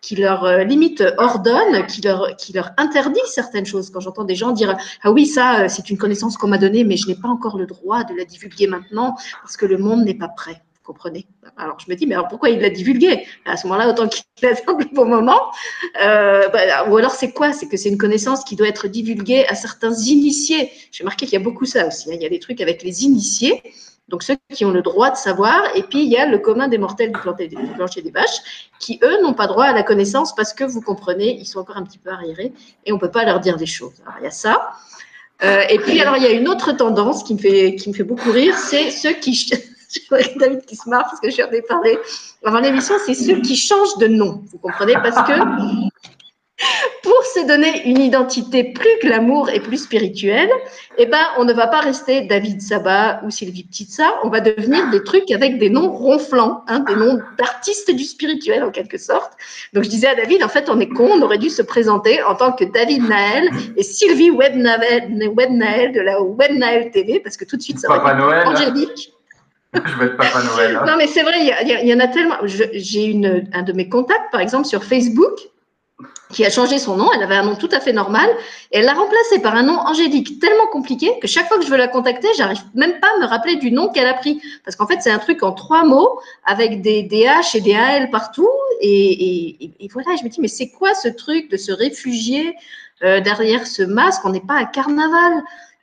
qui leur limite ordonne, qui leur interdit certaines choses. Quand j'entends des gens dire « Ah oui, ça, c'est une connaissance qu'on m'a donnée, mais je n'ai pas encore le droit de la divulguer maintenant parce que le monde n'est pas prêt. » Vous comprenez? Alors, je me dis, mais alors pourquoi il l'a divulgué? À ce moment-là, autant qu'il attende le bon moment. Ou alors, c'est quoi? C'est que c'est une connaissance qui doit être divulguée à certains initiés. J'ai remarqué qu'il y a beaucoup ça aussi. Hein. Il y a des trucs avec les initiés, donc ceux qui ont le droit de savoir, et puis il y a le commun des mortels du plancher des vaches, qui, eux, n'ont pas droit à la connaissance parce que, vous comprenez, ils sont encore un petit peu arriérés et on ne peut pas leur dire des choses. Alors, il y a ça. Et puis, alors, il y a une autre tendance qui me fait beaucoup rire, c'est ceux qui... Je vois David qui se marre parce que je viens de parler avant l'émission, c'est ceux qui changent de nom, vous comprenez? Parce que pour se donner une identité plus glamour et plus spirituelle, eh ben, on ne va pas rester David Sabat ou Sylvie Petitsa, on va devenir des trucs avec des noms ronflants, hein, des noms d'artistes du spirituel en quelque sorte. Donc je disais à David, en fait, on est con, on aurait dû se présenter en tant que David Naël et Sylvie Web-Naël de la Web-Naël TV, parce que tout de suite, ça va être angélique. Je vais être Papa Noël. Non, mais c'est vrai, il y en a tellement. J'ai un de mes contacts, par exemple, sur Facebook, qui a changé son nom. Elle avait un nom tout à fait normal et elle l'a remplacé par un nom angélique tellement compliqué que chaque fois que je veux la contacter, j'arrive même pas à me rappeler du nom qu'elle a pris. Parce qu'en fait, c'est un truc en 3 mots avec des H et des AL partout. Et voilà, je me dis, mais c'est quoi ce truc de se réfugier derrière ce masque? On n'est pas à carnaval.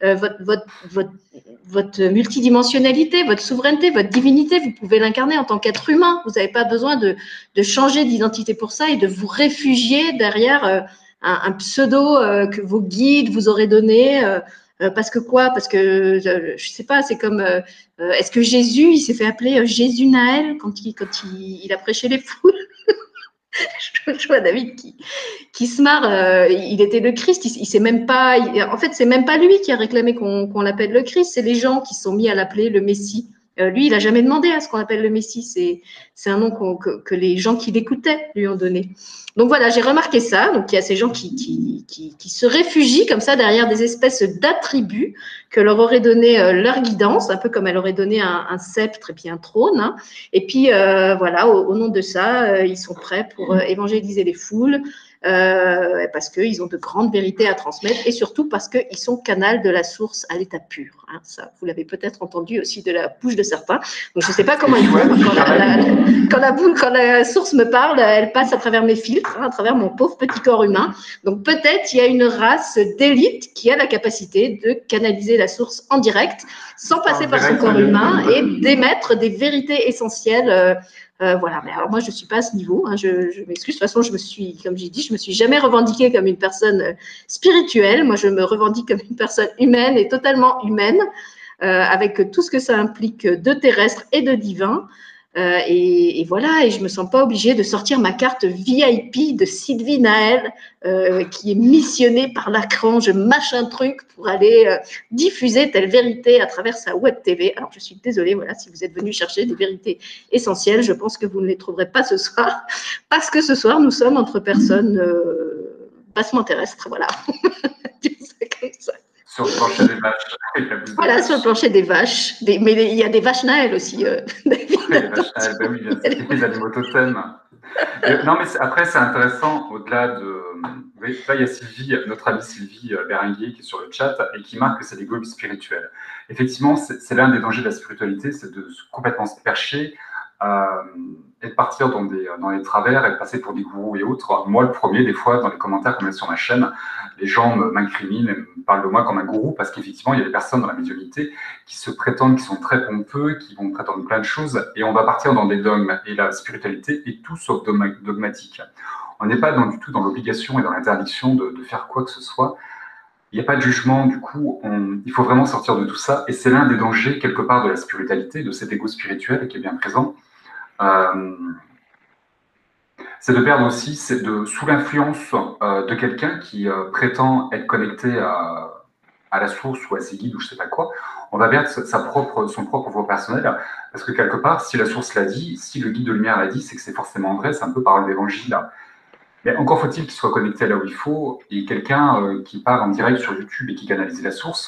Votre multidimensionnalité, votre souveraineté, votre divinité, vous pouvez l'incarner en tant qu'être humain. Vous n'avez pas besoin de changer d'identité pour ça et de vous réfugier derrière un pseudo que vos guides vous auraient donné. Parce que quoi? Parce que, je sais pas, c'est comme, est-ce que Jésus, il s'est fait appeler Jésus Naël quand il a prêché les foules? Je vois David qui se marre. Il était le Christ. Il sait même pas. En fait, c'est même pas lui qui a réclamé qu'on l'appelle le Christ. C'est les gens qui sont mis à l'appeler le Messie. Lui, il a jamais demandé à ce qu'on appelle le Messie. C'est un nom que les gens qui l'écoutaient lui ont donné. Donc voilà, j'ai remarqué ça. Donc il y a ces gens qui se réfugient comme ça derrière des espèces d'attributs que leur aurait donné leur guidance, un peu comme elle aurait donné un sceptre et puis un trône. Hein. Et puis voilà, au nom de ça, ils sont prêts pour évangéliser les foules. Parce qu'ils ont de grandes vérités à transmettre et surtout parce qu'ils sont canal de la source à l'état pur. Hein. Ça, vous l'avez peut-être entendu aussi de la bouche de certains. Donc, je ne sais pas comment ils font. Quand la source me parle, elle passe à travers mes filtres, hein, à travers mon pauvre petit corps humain. Donc, peut-être il y a une race d'élite qui a la capacité de canaliser la source en direct, sans passer par son corps humain et d'émettre des vérités essentielles. Voilà, mais alors moi je ne suis pas à ce niveau, hein, je m'excuse. De toute façon, comme j'ai dit, je me suis jamais revendiquée comme une personne spirituelle. Moi, je me revendique comme une personne humaine et totalement humaine, avec tout ce que ça implique de terrestre et de divin. Et voilà, et je me sens pas obligée de sortir ma carte VIP de Sylvie Naël, qui est missionnée par l'archange machin truc pour aller diffuser telle vérité à travers sa web TV. Alors je suis désolée, voilà, si vous êtes venus chercher des vérités essentielles, je pense que vous ne les trouverez pas ce soir, parce que ce soir nous sommes entre personnes bassement terrestres, voilà. Comme ça. Sur le plancher des vaches. Voilà, sur le plancher des vaches. Mais il y a des vaches Naël aussi. Les vaches Naël, ben oui, bien sûr, les animaux totems. Non, mais après, c'est intéressant, au-delà de... Là, il y a Sylvie, notre amie Sylvie Berenguer, qui est sur le chat et qui marque que c'est l'égoïsme spirituel. Effectivement, c'est l'un des dangers de la spiritualité, c'est de complètement se percher et de partir dans les travers et de passer pour des gourous et autres. Moi, le premier, des fois, dans les commentaires qu'on met sur ma chaîne, les gens m'incriminent et me parlent de moi comme un gourou parce qu'effectivement, il y a des personnes dans la médiumnité qui se prétendent, qui sont très pompeux, qui vont prétendre plein de choses et on va partir dans des dogmes. Et la spiritualité est tout sauf dogmatique. On n'est pas du tout dans l'obligation et dans l'interdiction de faire quoi que ce soit. Il n'y a pas de jugement, du coup, il faut vraiment sortir de tout ça. Et c'est l'un des dangers, quelque part, de la spiritualité, de cet ego spirituel qui est bien présent. C'est de perdre aussi, c'est sous l'influence de quelqu'un qui prétend être connecté à la source ou à ses guides ou je ne sais pas quoi, on va perdre son propre voix personnelle parce que quelque part, si la source l'a dit, si le guide de lumière l'a dit, c'est que c'est forcément vrai, c'est un peu parole d'évangile. Mais encore faut-il qu'il soit connecté là où il faut et quelqu'un qui part en direct sur YouTube et qui canalise la source,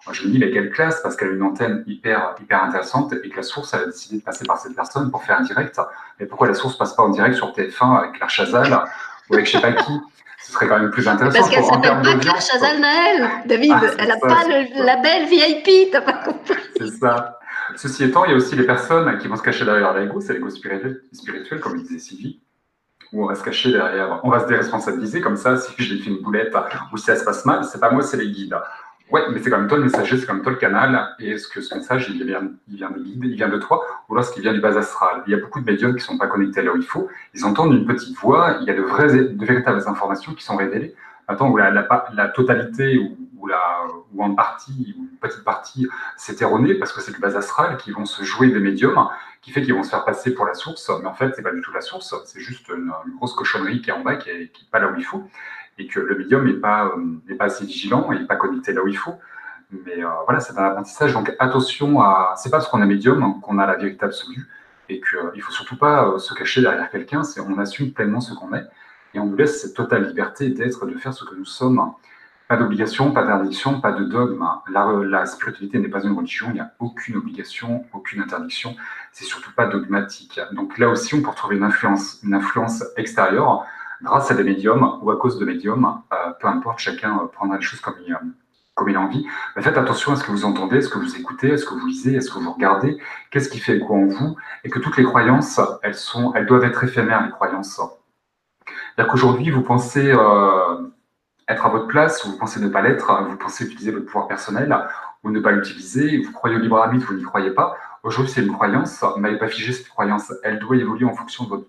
Moi, je me dis, mais quelle classe, parce qu'elle a une antenne hyper intéressante et que la source, elle a décidé de passer par cette personne pour faire un direct. Mais pourquoi la source passe pas en direct sur TF1 avec Claire Chazal ou avec je sais pas qui? Ce serait quand même plus intéressant. Parce qu'elle En s'appelle termes pas Claire d'audience. Chazal Naël, David. Ah, Elle n'a ça, pas le label VIP, t'as pas compris. c'est ça. Ceci étant, il y a aussi les personnes qui vont se cacher derrière l'ego, c'est l'ego spirituel, comme le disait Sylvie, où on va se cacher derrière, on va se déresponsabiliser, comme ça, si j'ai fait une boulette ou si ça se passe mal, c'est pas moi, c'est les guides. Ouais, mais c'est quand même toi le messager, c'est quand même toi le canal, et est-ce que ce message, il vient des guides, il vient de toi, ou lorsqu'il vient du bas astral? Il y a beaucoup de médiums qui ne sont pas connectés là où il faut, ils entendent une petite voix, il y a de véritables informations qui sont révélées. Maintenant, où la totalité ou en partie, ou une petite partie, c'est erroné parce que c'est du bas astral qui vont se jouer des médiums, qui fait qu'ils vont se faire passer pour la source, mais en fait, c'est pas du tout la source, c'est juste une grosse cochonnerie qui est en bas, qui est pas là où il faut, et que le médium n'est pas assez vigilant, il n'est pas connecté là où il faut. Mais voilà, c'est un apprentissage. Donc attention à, c'est pas parce qu'on est médium qu'on a la vérité absolue, et qu'il ne faut surtout pas se cacher derrière quelqu'un. On assume pleinement ce qu'on est, et on nous laisse cette totale liberté d'être, de faire ce que nous sommes. Pas d'obligation, pas d'interdiction, pas de dogme. La spiritualité n'est pas une religion, il n'y a aucune obligation, aucune interdiction. C'est surtout pas dogmatique. Donc là aussi, on peut retrouver une influence extérieure grâce à des médiums ou à cause de médiums. Peu importe, chacun prendra les choses comme il a envie. Mais faites attention à ce que vous entendez, à ce que vous écoutez, à ce que vous lisez, à ce que vous regardez, qu'est-ce qui fait quoi en vous, et que toutes les croyances, elles doivent être éphémères, les croyances. C'est-à-dire qu'aujourd'hui, vous pensez être à votre place, ou vous pensez ne pas l'être, vous pensez utiliser votre pouvoir personnel, ou ne pas l'utiliser, vous croyez au libre arbitre, vous n'y croyez pas. Aujourd'hui, c'est une croyance, n'allez pas figer cette croyance, elle doit évoluer en fonction de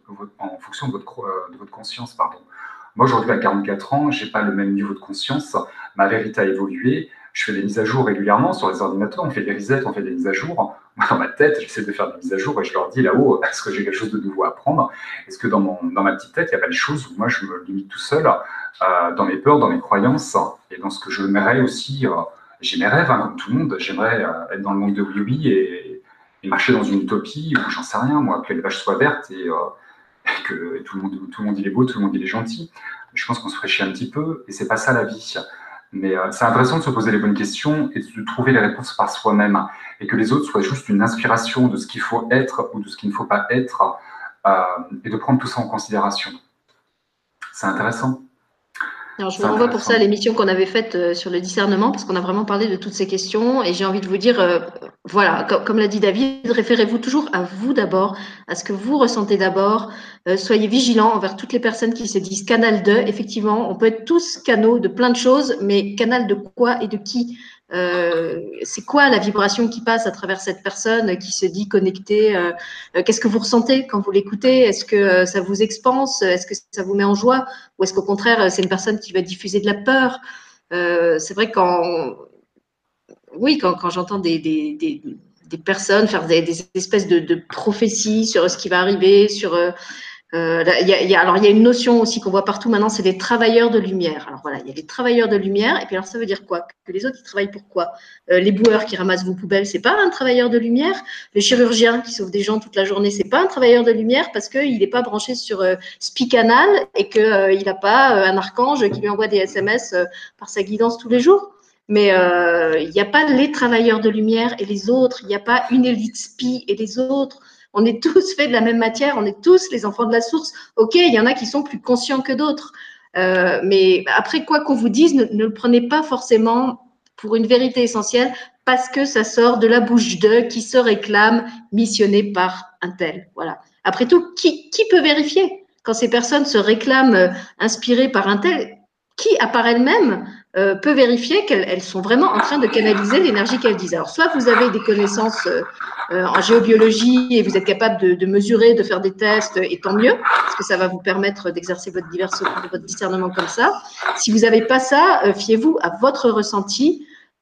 votre conscience. Pardon. Moi, aujourd'hui, à 44 ans, je n'ai pas le même niveau de conscience, ma vérité a évolué, je fais des mises à jour régulièrement sur les ordinateurs, on fait des resets, on fait des mises à jour. Moi, dans ma tête, j'essaie de faire des mises à jour et je leur dis là-haut, est-ce que j'ai quelque chose de nouveau à apprendre? Est-ce que dans ma petite tête, il n'y a pas des choses où moi, je me limite tout seul dans mes peurs, dans mes croyances et dans ce que je aimerais aussi. J'ai mes rêves, hein, comme tout le monde. J'aimerais être dans le monde de oui et marcher dans une utopie où j'en sais rien, moi, que les vaches soient vertes et que tout le monde il est beau, tout le monde il est gentil. Je pense qu'on se ferait chier un petit peu et c'est pas ça la vie. Mais c'est intéressant de se poser les bonnes questions et de trouver les réponses par soi-même et que les autres soient juste une inspiration de ce qu'il faut être ou de ce qu'il ne faut pas être et de prendre tout ça en considération. C'est intéressant. Alors, je vous renvoie pour ça à l'émission qu'on avait faite sur le discernement, parce qu'on a vraiment parlé de toutes ces questions. Et j'ai envie de vous dire, voilà, comme l'a dit David, référez-vous toujours à vous d'abord, à ce que vous ressentez d'abord. Soyez vigilants envers toutes les personnes qui se disent canal de. Effectivement, on peut être tous canaux de plein de choses, mais canal de quoi et de qui? C'est quoi la vibration qui passe à travers cette personne qui se dit connectée? Qu'est-ce que vous ressentez quand vous l'écoutez? Est-ce que ça vous expanse? Est-ce que ça vous met en joie? Ou est-ce qu'au contraire, c'est une personne qui va diffuser de la peur? C'est vrai quand j'entends des personnes faire des espèces de prophéties sur ce qui va arriver, sur il y a une notion aussi qu'on voit partout maintenant, c'est les travailleurs de lumière. Alors voilà, il y a les travailleurs de lumière, et puis alors ça veut dire quoi? Que les autres, ils travaillent pour quoi? Les boueurs qui ramassent vos poubelles, c'est pas un travailleur de lumière. Le chirurgien qui sauve des gens toute la journée, c'est pas un travailleur de lumière parce qu'il n'est pas branché sur Spicanal et qu'il n'a pas un archange qui lui envoie des SMS par sa guidance tous les jours. Mais il n'y a pas les travailleurs de lumière et les autres, il n'y a pas une élite spi et les autres. On est tous faits de la même matière, on est tous les enfants de la source. Ok, il y en a qui sont plus conscients que d'autres. Mais après, quoi qu'on vous dise, ne le prenez pas forcément pour une vérité essentielle parce que ça sort de la bouche d'eux qui se réclament missionnés par un tel. Voilà. Après tout, qui peut vérifier quand ces personnes se réclament inspirées par un tel? Qui, à part elles-mêmes, peut vérifier qu'elles sont vraiment en train de canaliser l'énergie qu'elles disent? Alors, soit vous avez des connaissances en géobiologie et vous êtes capable de mesurer, de faire des tests, et tant mieux, parce que ça va vous permettre d'exercer votre discernement comme ça. Si vous n'avez pas ça, fiez-vous à votre ressenti.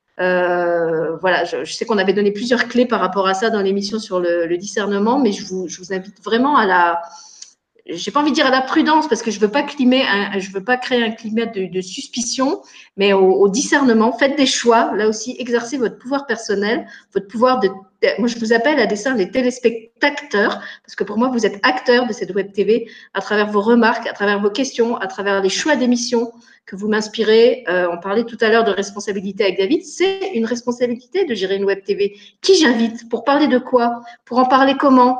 Voilà, je sais qu'on avait donné plusieurs clés par rapport à ça dans l'émission sur le discernement, mais je vous invite vraiment à j'ai pas envie de dire à la prudence parce que je veux pas créer un climat de suspicion, mais au discernement. Faites des choix. Là aussi, exercez votre pouvoir personnel, votre pouvoir moi, je vous appelle à dessein les téléspectateurs, parce que pour moi, vous êtes acteurs de cette web TV à travers vos remarques, à travers vos questions, à travers les choix d'émissions que vous m'inspirez. On parlait tout à l'heure de responsabilité avec David. C'est une responsabilité de gérer une web TV. Qui j'invite? Pour parler de quoi? Pour en parler comment?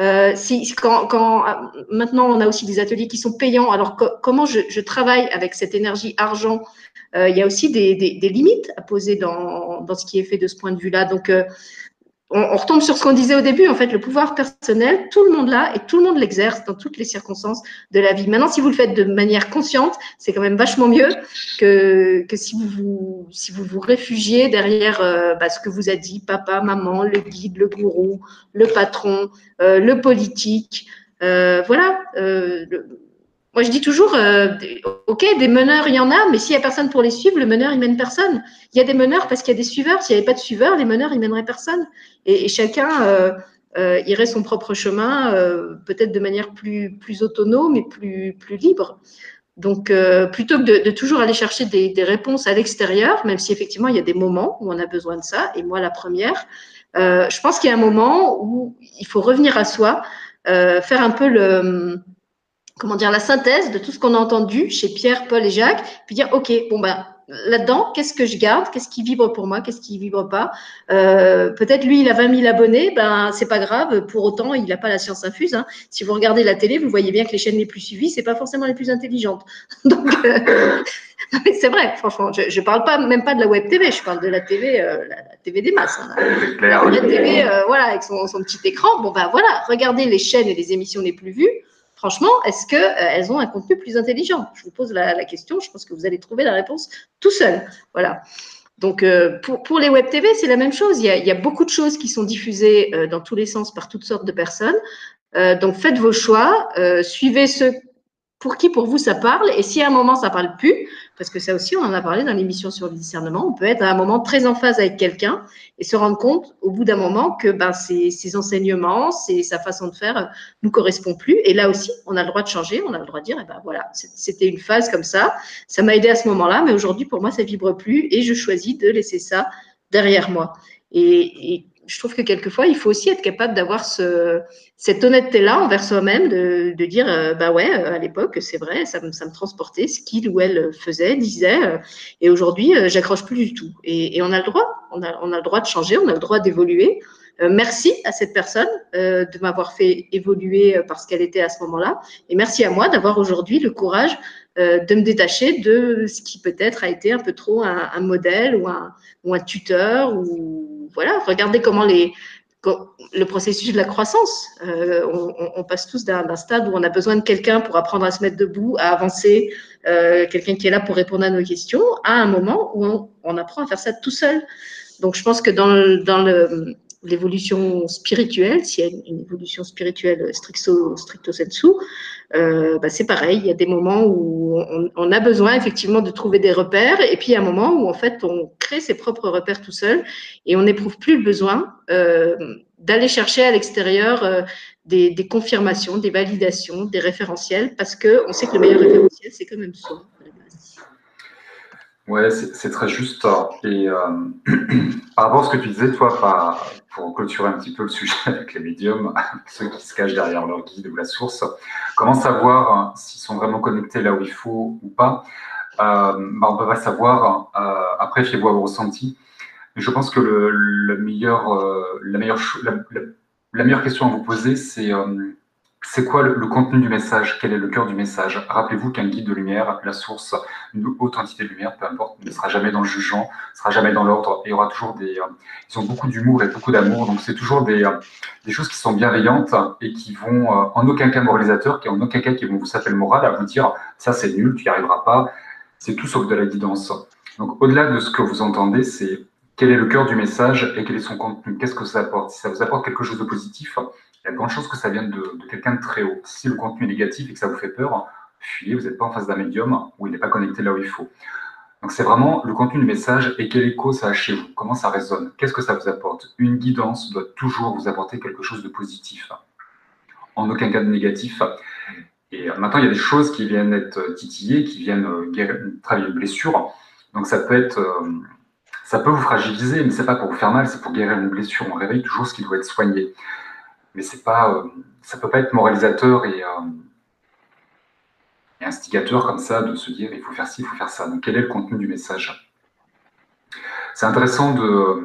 Maintenant, on a aussi des ateliers qui sont payants. Alors, comment je travaille avec cette énergie argent? Il y a aussi des limites à poser dans ce qui est fait de ce point de vue-là. Donc, on retombe sur ce qu'on disait au début, en fait, le pouvoir personnel, tout le monde l'a et tout le monde l'exerce dans toutes les circonstances de la vie. Maintenant, si vous le faites de manière consciente, c'est quand même vachement mieux que si vous réfugiez derrière ce que vous a dit papa, maman, le guide, le gourou, le patron, le politique. Voilà. Moi, je dis toujours, OK, des meneurs, il y en a, mais s'il n'y a personne pour les suivre, le meneur, il mène personne. Il y a des meneurs parce qu'il y a des suiveurs. S'il n'y avait pas de suiveurs, les meneurs, ils mèneraient personne. Et chacun irait son propre chemin, peut-être de manière plus autonome et plus libre. Donc, plutôt que de toujours aller chercher des réponses à l'extérieur, même si effectivement, il y a des moments où on a besoin de ça, et moi, la première, je pense qu'il y a un moment où il faut revenir à soi, faire un peu la synthèse de tout ce qu'on a entendu chez Pierre, Paul et Jacques, puis dire, OK, bon, ben, là-dedans, qu'est-ce que je garde? Qu'est-ce qui vibre pour moi? Qu'est-ce qui vibre pas? Peut-être lui, il a 20 000 abonnés, ben, c'est pas grave. Pour autant, il n'a pas la science infuse, hein. Si vous regardez la télé, vous voyez bien que les chaînes les plus suivies, c'est pas forcément les plus intelligentes. Donc, c'est vrai, franchement, je parle même pas de la web TV, je parle de la TV, la TV des masses, hein. La vraie TV, voilà, avec son petit écran. Bon, ben voilà, regardez les chaînes et les émissions les plus vues. Franchement, est-ce qu'elles ont un contenu plus intelligent? Je vous pose la question, je pense que vous allez trouver la réponse tout seul. Voilà. Donc, pour les web TV, c'est la même chose. Il y a beaucoup de choses qui sont diffusées dans tous les sens par toutes sortes de personnes. Donc, faites vos choix, suivez ceux pour qui, pour vous, ça parle. Et si à un moment, ça ne parle plus, parce que ça aussi, on en a parlé dans l'émission sur le discernement, on peut être à un moment très en phase avec quelqu'un et se rendre compte au bout d'un moment que ses enseignements, sa façon de faire nous correspond plus. Et là aussi, on a le droit de changer, on a le droit de dire, voilà, c'était une phase comme ça m'a aidé à ce moment-là, mais aujourd'hui, pour moi, ça vibre plus et je choisis de laisser ça derrière moi. Et je trouve que quelquefois, il faut aussi être capable d'avoir cette honnêteté-là envers soi-même, de dire, à l'époque, c'est vrai, ça me transportait ce qu'il ou elle faisait, disait, et aujourd'hui, j'accroche plus du tout. Et on a le droit, on a le droit de changer, on a le droit d'évoluer. Merci à cette personne de m'avoir fait évoluer parce qu'elle était à ce moment-là, et merci à moi d'avoir aujourd'hui le courage de me détacher de ce qui peut-être a été un peu trop un modèle ou un tuteur, ou voilà, regardez comment le processus de la croissance, on passe tous d'un stade où on a besoin de quelqu'un pour apprendre à se mettre debout, à avancer, quelqu'un qui est là pour répondre à nos questions, à un moment où on apprend à faire ça tout seul. Donc, je pense que dans l'évolution spirituelle, s'il y a une évolution spirituelle stricto sensu, c'est pareil. Il y a des moments où on a besoin effectivement de trouver des repères, et puis il y a un moment où en fait on crée ses propres repères tout seul et on n'éprouve plus le besoin d'aller chercher à l'extérieur des confirmations, des validations, des référentiels, parce qu'on sait que le meilleur référentiel, c'est quand même soi. Ouais, c'est très juste. Et par rapport à ce que tu disais, toi, pour clôturer un petit peu le sujet avec les médiums, ceux qui se cachent derrière leur guide ou la source, comment savoir s'ils sont vraiment connectés là où il faut ou pas? On ne peut pas savoir. Après, fiez-vous à vos ressentis. Mais je pense que la meilleure question à vous poser, c'est quoi le contenu du message? Quel est le cœur du message? Rappelez-vous qu'un guide de lumière, la source, une haute entité de lumière, peu importe, ne sera jamais dans le jugement, ne sera jamais dans l'ordre. Il y aura toujours ils ont beaucoup d'humour et beaucoup d'amour, donc c'est toujours des choses qui sont bienveillantes et qui vont en aucun cas moralisateurs, qui en aucun cas qui vont vous saper le moral à vous dire ça c'est nul, tu n'y arriveras pas. C'est tout sauf de la guidance. Donc au-delà de ce que vous entendez, c'est quel est le cœur du message et quel est son contenu? Qu'est-ce que ça apporte? Si ça vous apporte quelque chose de positif, il y a de grandes chances que ça vienne de quelqu'un de très haut. Si le contenu est négatif et que ça vous fait peur, fuyez, vous n'êtes pas en face d'un médium où il n'est pas connecté là où il faut. Donc c'est vraiment le contenu du message et quel écho ça a chez vous, comment ça résonne, qu'est-ce que ça vous apporte. Une guidance doit toujours vous apporter quelque chose de positif, en aucun cas de négatif. Et maintenant, il y a des choses qui viennent être titillées, qui viennent travailler une blessure. Donc ça peut vous fragiliser, mais c'est pas pour vous faire mal, c'est pour guérir une blessure. On réveille toujours ce qui doit être soigné. Mais c'est pas, ça peut pas être moralisateur et instigateur comme ça de se dire il faut faire ci, il faut faire ça. Donc quel est le contenu du message? C'est intéressant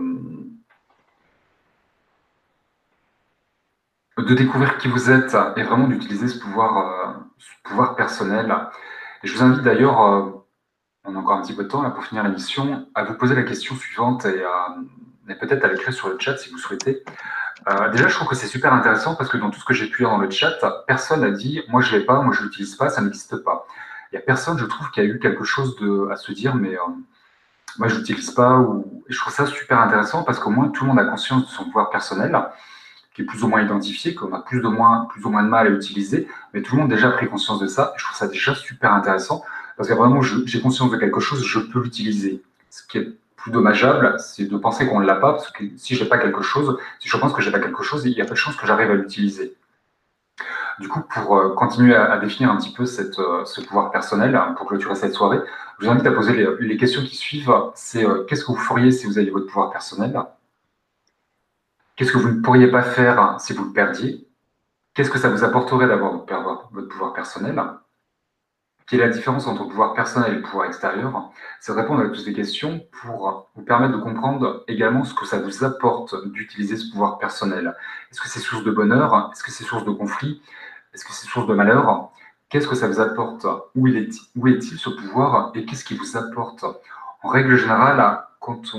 de découvrir qui vous êtes et vraiment d'utiliser ce pouvoir personnel. Et je vous invite d'ailleurs, on a encore un petit peu de temps là pour finir l'émission, à vous poser la question suivante et peut-être à l'écrire sur le chat si vous souhaitez. Déjà, je trouve que c'est super intéressant parce que dans tout ce que j'ai pu lire dans le chat, personne n'a dit « moi je l'ai pas, moi je l'utilise pas, ça n'existe pas ». Il n'y a personne, je trouve, qui a eu quelque chose à se dire « mais moi je l'utilise pas ». Et je trouve ça super intéressant parce qu'au moins tout le monde a conscience de son pouvoir personnel, qui est plus ou moins identifié, qu'on a plus ou moins de mal à utiliser, mais tout le monde a déjà pris conscience de ça. Et je trouve ça déjà super intéressant parce que vraiment j'ai conscience de quelque chose, je peux l'utiliser. Ce qui est plus dommageable, c'est de penser qu'on ne l'a pas, parce que si j'ai pas quelque chose, si je pense que j'ai pas quelque chose, il y a pas de chance que j'arrive à l'utiliser. Du coup, pour continuer à définir un petit peu ce pouvoir personnel, pour clôturer cette soirée, je vous invite à poser les questions qui suivent. C'est qu'est-ce que vous feriez si vous aviez votre pouvoir personnel? Qu'est-ce que vous ne pourriez pas faire si vous le perdiez? Qu'est-ce que ça vous apporterait d'avoir votre pouvoir personnel? Quelle est la différence entre le pouvoir personnel et le pouvoir extérieur? C'est de répondre à toutes ces questions pour vous permettre de comprendre également ce que ça vous apporte d'utiliser ce pouvoir personnel. Est-ce que c'est source de bonheur? Est-ce que c'est source de conflit? Est-ce que c'est source de malheur? Qu'est-ce que ça vous apporte? Où est-il ce pouvoir? Et qu'est-ce qu'il vous apporte? En règle générale, quand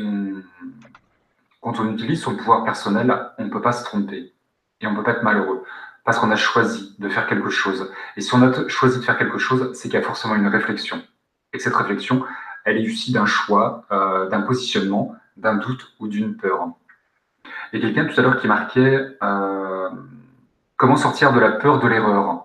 on utilise son pouvoir personnel, on ne peut pas se tromper et on ne peut pas être malheureux parce qu'on a choisi de faire quelque chose. Et si on a choisi de faire quelque chose, c'est qu'il y a forcément une réflexion. Et que cette réflexion, elle est issue d'un choix, d'un positionnement, d'un doute ou d'une peur. Il y a quelqu'un tout à l'heure qui marquait comment sortir de la peur de l'erreur.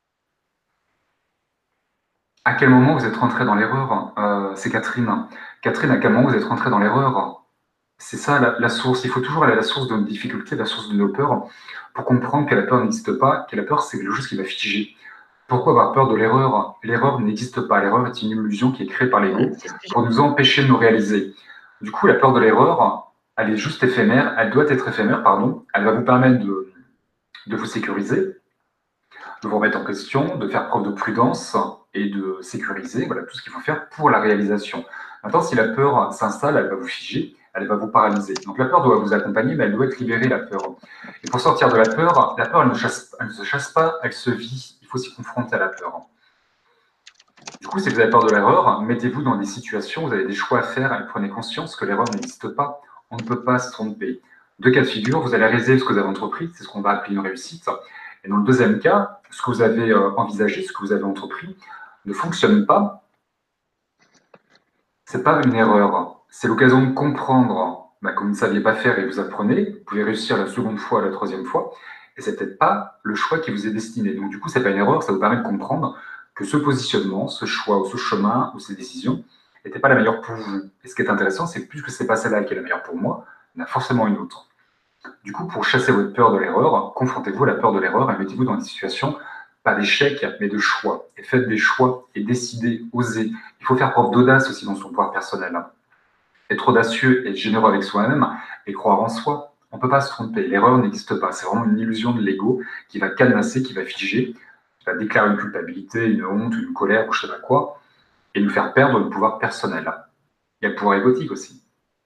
À quel moment vous êtes rentré dans l'erreur? C'est Catherine. Catherine, à quel moment vous êtes rentré dans l'erreur? C'est ça la source. Il faut toujours aller à la source de nos difficultés, la source de nos peurs, pour comprendre que la peur n'existe pas, que la peur, c'est quelque chose qui va figer. Pourquoi avoir peur de l'erreur? L'erreur n'existe pas. L'erreur est une illusion qui est créée par l'ego pour nous empêcher de nous réaliser. Du coup, la peur de l'erreur, elle est juste éphémère, elle doit être éphémère, pardon. Elle va vous permettre de vous sécuriser, de vous remettre en question, de faire preuve de prudence et de sécuriser, voilà tout ce qu'il faut faire pour la réalisation. Maintenant, si la peur s'installe, elle va vous figer, elle va vous paralyser. Donc la peur doit vous accompagner, mais elle doit être libérée, la peur. Et pour sortir de la peur, elle ne se chasse pas, elle se vit. Il faut s'y confronter à la peur. Du coup, si vous avez peur de l'erreur, mettez-vous dans des situations où vous avez des choix à faire et prenez conscience que l'erreur n'existe pas. On ne peut pas se tromper. Deux cas de figure, vous allez réaliser ce que vous avez entrepris, c'est ce qu'on va appeler une réussite. Et dans le deuxième cas, ce que vous avez envisagé, ce que vous avez entrepris, ne fonctionne pas. C'est pas une erreur. C'est l'occasion de comprendre que vous ne saviez pas faire et vous apprenez. Vous pouvez réussir la seconde fois, la troisième fois. Et c'est peut-être pas le choix qui vous est destiné. Donc du coup, c'est pas une erreur. Ça vous permet de comprendre que ce positionnement, ce choix ou ce chemin ou ces décisions n'étaient pas la meilleure pour vous. Et ce qui est intéressant, c'est que puisque c'est pas celle-là qui est la meilleure pour moi, il y en a forcément une autre. Du coup, pour chasser votre peur de l'erreur, confrontez-vous à la peur de l'erreur et mettez-vous dans des situations, pas d'échec, mais de choix. Et faites des choix et décidez, osez. Il faut faire preuve d'audace aussi dans son pouvoir personnel. Être audacieux, être généreux avec soi-même et croire en soi. On ne peut pas se tromper. L'erreur n'existe pas. C'est vraiment une illusion de l'ego qui va cadenasser, qui va figer, qui va déclarer une culpabilité, une honte, une colère ou je ne sais pas quoi, et nous faire perdre le pouvoir personnel. Il y a le pouvoir égotique aussi.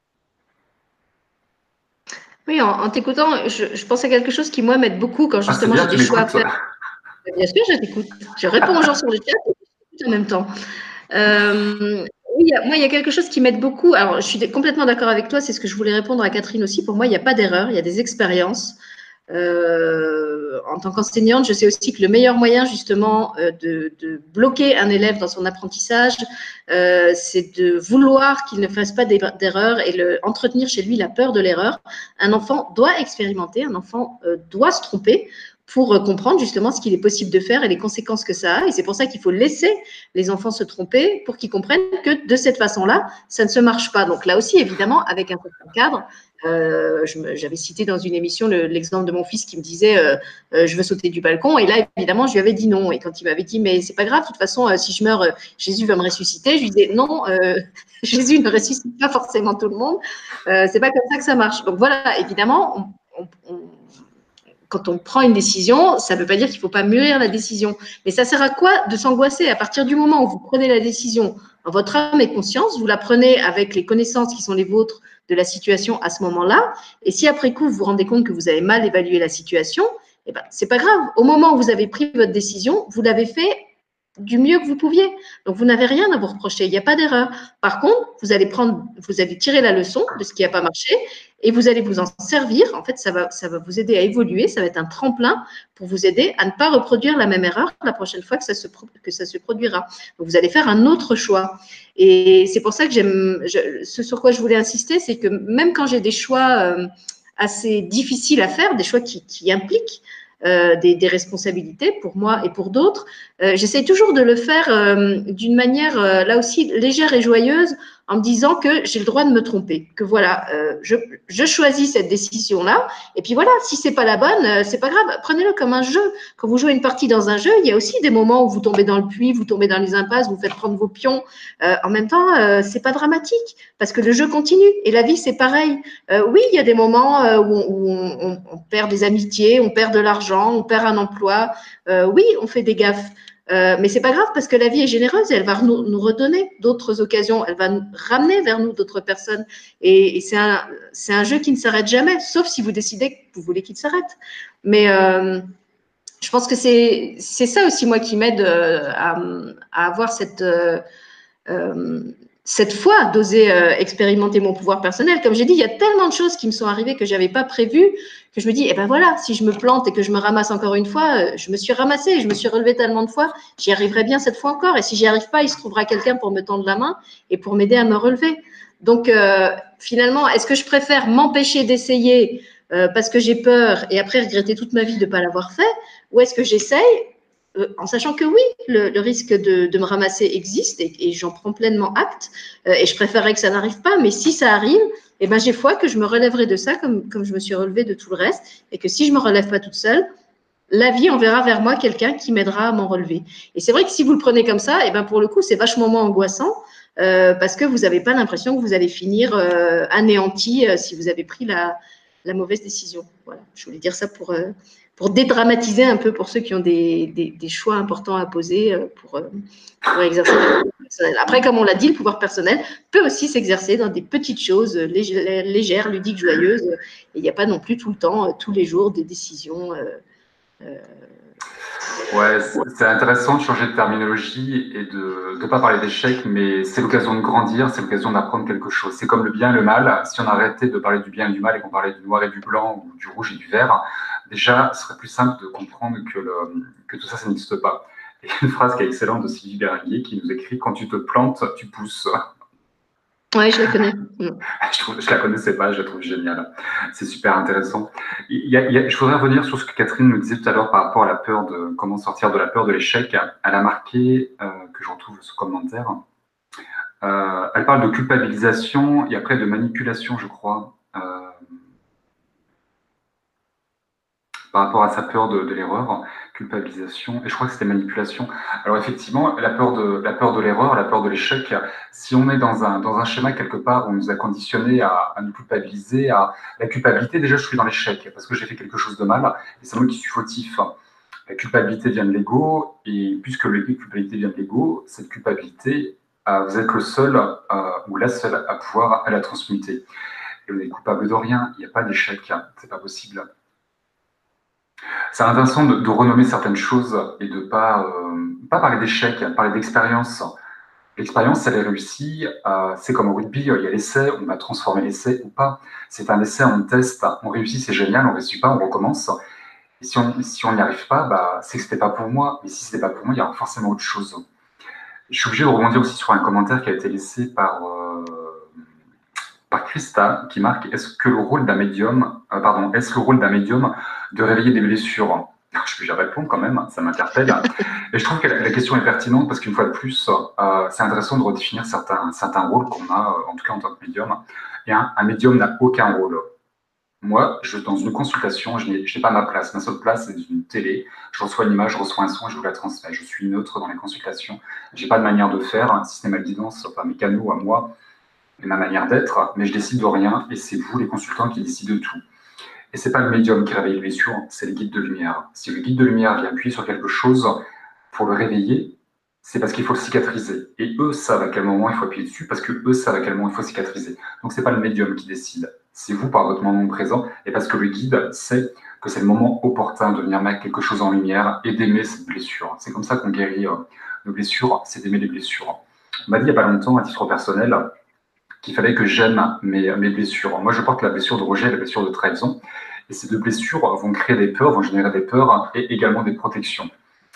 Oui, en t'écoutant, je pense à quelque chose qui, moi, m'aide beaucoup quand justement j'ai des choix à faire. Bien sûr, je t'écoute. Je réponds aux gens sur le chat et je t'écoute en même temps. Oui, moi, il y a quelque chose qui m'aide beaucoup. Alors, je suis complètement d'accord avec toi. C'est ce que je voulais répondre à Catherine aussi. Pour moi, il n'y a pas d'erreur. Il y a des expériences. En tant qu'enseignante, je sais aussi que le meilleur moyen justement de bloquer un élève dans son apprentissage, c'est de vouloir qu'il ne fasse pas d'erreur et entretenir chez lui la peur de l'erreur. Un enfant doit expérimenter, un enfant doit se tromper pour comprendre justement ce qu'il est possible de faire et les conséquences que ça a. Et c'est pour ça qu'il faut laisser les enfants se tromper pour qu'ils comprennent que de cette façon-là, ça ne se marche pas. Donc là aussi, évidemment, avec un certain cadre, j'avais cité dans une émission l'exemple de mon fils qui me disait je veux sauter du balcon. Et là, évidemment, je lui avais dit non. Et quand il m'avait dit mais c'est pas grave, de toute façon, si je meurs, Jésus va me ressusciter, je lui disais non, Jésus ne ressuscite pas forcément tout le monde. C'est pas comme ça que ça marche. Donc voilà, évidemment, quand on prend une décision, ça ne veut pas dire qu'il ne faut pas mûrir la décision. Mais ça sert à quoi de s'angoisser? À partir du moment où vous prenez la décision en votre âme et conscience, vous la prenez avec les connaissances qui sont les vôtres de la situation à ce moment-là. Et si après coup, vous vous rendez compte que vous avez mal évalué la situation, eh ben, ce n'est pas grave. Au moment où vous avez pris votre décision, vous l'avez fait du mieux que vous pouviez. Donc, vous n'avez rien à vous reprocher. Il n'y a pas d'erreur. Par contre, vous allez tirer la leçon de ce qui n'a pas marché et vous allez vous en servir. En fait, ça va vous aider à évoluer. Ça va être un tremplin pour vous aider à ne pas reproduire la même erreur la prochaine fois que ça se produira. Donc, vous allez faire un autre choix. Et c'est pour ça que ce sur quoi je voulais insister, c'est que même quand j'ai des choix assez difficiles à faire, des choix qui impliquent des responsabilités pour moi et pour d'autres. J'essaie toujours de le faire d'une manière, là aussi, légère et joyeuse, en me disant que j'ai le droit de me tromper, que voilà, je choisis cette décision-là, et puis voilà, si c'est pas la bonne, c'est pas grave, prenez-le comme un jeu. Quand vous jouez une partie dans un jeu, il y a aussi des moments où vous tombez dans le puits, vous tombez dans les impasses, vous faites prendre vos pions. En même temps, c'est pas dramatique, parce que le jeu continue, et la vie, c'est pareil. Oui, il y a des moments où on perd des amitiés, on perd de l'argent, on perd un emploi. Oui, on fait des gaffes. Mais c'est pas grave parce que la vie est généreuse et elle va nous redonner d'autres occasions. Elle va nous ramener vers nous d'autres personnes. Et c'est un jeu qui ne s'arrête jamais, sauf si vous décidez que vous voulez qu'il s'arrête. Mais je pense que c'est ça aussi, moi, qui m'aide à avoir cette foi d'oser expérimenter mon pouvoir personnel. Comme j'ai dit, il y a tellement de choses qui me sont arrivées que je n'avais pas prévues que je me dis, eh ben voilà, si je me plante et que je me ramasse encore une fois, je me suis ramassée, je me suis relevée tellement de fois, j'y arriverai bien cette fois encore. Et si j'y arrive pas, il se trouvera quelqu'un pour me tendre la main et pour m'aider à me relever. Donc finalement, est-ce que je préfère m'empêcher d'essayer parce que j'ai peur et après regretter toute ma vie de ne pas l'avoir fait, ou est-ce que j'essaye en sachant que oui, le risque de me ramasser existe et j'en prends pleinement acte et je préférerais que ça n'arrive pas, mais si ça arrive, eh ben, j'ai foi que je me relèverai de ça comme je me suis relevée de tout le reste et que si je ne me relève pas toute seule, la vie enverra vers moi quelqu'un qui m'aidera à m'en relever. Et c'est vrai que si vous le prenez comme ça, eh ben, pour le coup, c'est vachement moins angoissant parce que vous n'avez pas l'impression que vous allez finir anéanti si vous avez pris la mauvaise décision. Voilà, je voulais dire ça pour dédramatiser un peu pour ceux qui ont des choix importants à poser pour exercer le pouvoir personnel. Après, comme on l'a dit, le pouvoir personnel peut aussi s'exercer dans des petites choses légères, ludiques, joyeuses. Et il n'y a pas non plus tout le temps, tous les jours, des décisions. Ouais, c'est intéressant de changer de terminologie et de ne pas parler d'échec, mais c'est l'occasion de grandir, c'est l'occasion d'apprendre quelque chose. C'est comme le bien et le mal. Si on arrêtait de parler du bien et du mal et qu'on parlait du noir et du blanc ou du rouge et du vert, déjà, ce serait plus simple de comprendre que tout ça, ça n'existe pas. Et une phrase qui est excellente de Sylvie Berruyer qui nous écrit « Quand tu te plantes, tu pousses ». Oui, je la connais. Je la connaissais pas, je la trouve géniale. C'est super intéressant. Je voudrais revenir sur ce que Catherine nous disait tout à l'heure par rapport à la peur de comment sortir de la peur de l'échec. Elle a marqué, que je retrouve ce commentaire, elle parle de culpabilisation et après de manipulation, je crois, par rapport à sa peur de l'erreur, culpabilisation, et je crois que c'était manipulation. Alors effectivement, la peur de l'erreur, la peur de l'échec, si on est dans un schéma quelque part où on nous a conditionné à nous culpabiliser, à la culpabilité, déjà je suis dans l'échec parce que j'ai fait quelque chose de mal et c'est moi qui suis fautif. La culpabilité vient de l'ego et puisque la culpabilité vient de l'ego, cette culpabilité, vous êtes le seul ou la seule à pouvoir la transmuter. Et on est coupable de rien, il n'y a pas d'échec, c'est pas possible. C'est intéressant de renommer certaines choses et de pas parler d'échec, parler d'expérience. L'expérience, elle est réussie. C'est comme au rugby, il y a l'essai, on va transformer l'essai ou pas. C'est un essai, on teste, on réussit, c'est génial, on ne réussit pas, on recommence. Et si on n'y arrive pas, bah, c'est que ce n'était pas pour moi. Mais si ce n'était pas pour moi, il y aura forcément autre chose. Je suis obligé de rebondir aussi sur un commentaire qui a été laissé par Christa, qui marque « Est-ce le rôle d'un médium de réveiller des blessures ?» J'y réponds quand même, ça m'interpelle. Et je trouve que la question est pertinente parce qu'une fois de plus, c'est intéressant de redéfinir certains rôles qu'on a, en tout cas en tant que médium. Et un médium n'a aucun rôle. Moi, dans une consultation, je n'ai pas ma place. Ma seule place, c'est une télé. Je reçois une image, je reçois un son et je vous la transmets. Je suis neutre dans les consultations. Je n'ai pas de manière de faire, si ce n'est ma guidance, enfin mes canaux à moi et ma manière d'être, mais je décide de rien et c'est vous, les consultants, qui décidez de tout. Et c'est pas le médium qui réveille les blessures, c'est le guide de lumière. Si le guide de lumière vient appuyer sur quelque chose pour le réveiller, c'est parce qu'il faut le cicatriser. Et eux savent à quel moment il faut appuyer dessus, parce que eux savent à quel moment il faut cicatriser. Donc c'est pas le médium qui décide, c'est vous par votre moment présent, et parce que le guide sait que c'est le moment opportun de venir mettre quelque chose en lumière et d'aimer cette blessure. C'est comme ça qu'on guérit nos blessures, c'est d'aimer les blessures. On m'a dit il n'y a pas longtemps, à titre personnel, qu'il fallait que j'aime mes blessures. Moi, je porte la blessure de rejet et la blessure de trahison. Et ces deux blessures vont créer des peurs, vont générer des peurs et également des protections.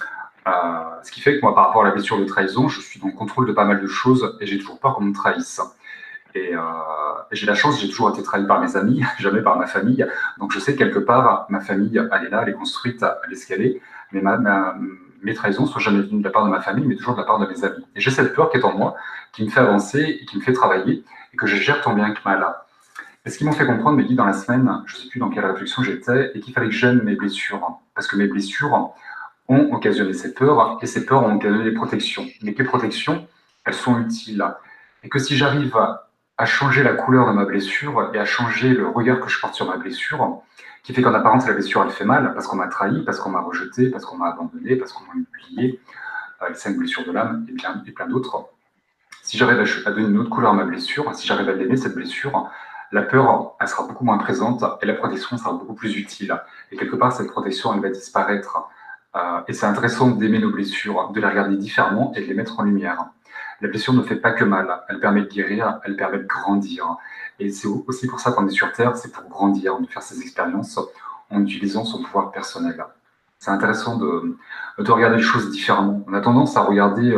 Ce qui fait que moi, par rapport à la blessure de trahison, je suis dans le contrôle de pas mal de choses et j'ai toujours peur qu'on me trahisse. Et j'ai la chance, j'ai toujours été trahi par mes amis, jamais par ma famille. Donc je sais que quelque part, ma famille, elle est là, elle est construite, elle est ce qu'elle est. Mais mes trahisons ne sont jamais venues de la part de ma famille, mais toujours de la part de mes amis. Et j'ai cette peur qui est en moi, qui me fait avancer et qui me fait travailler, et que je gère tant bien que mal. Et ce qui m'ont fait comprendre, mes guides, dans la semaine, je ne sais plus dans quelle réflexion j'étais, et qu'il fallait que j'aime mes blessures. Parce que mes blessures ont occasionné ces peurs, et ces peurs ont occasionné des protections. Mais que les protections, elles sont utiles. Et que si j'arrive à changer la couleur de ma blessure et à changer le regard que je porte sur ma blessure, qui fait qu'en apparence, la blessure, elle fait mal, parce qu'on m'a trahi, parce qu'on m'a rejeté, parce qu'on m'a abandonné, parce qu'on m'a oublié, les 5 blessures de l'âme, et plein d'autres. Si j'arrive à donner une autre couleur à ma blessure, si j'arrive à l'aimer, cette blessure, la peur, elle sera beaucoup moins présente et la protection sera beaucoup plus utile. Et quelque part, cette protection, elle va disparaître. Et c'est intéressant d'aimer nos blessures, de les regarder différemment et de les mettre en lumière. La blessure ne fait pas que mal, elle permet de guérir, elle permet de grandir. Et c'est aussi pour ça qu'on est sur Terre, c'est pour grandir, de faire ces expériences en utilisant son pouvoir personnel. C'est intéressant de regarder les choses différemment. On a tendance à regarder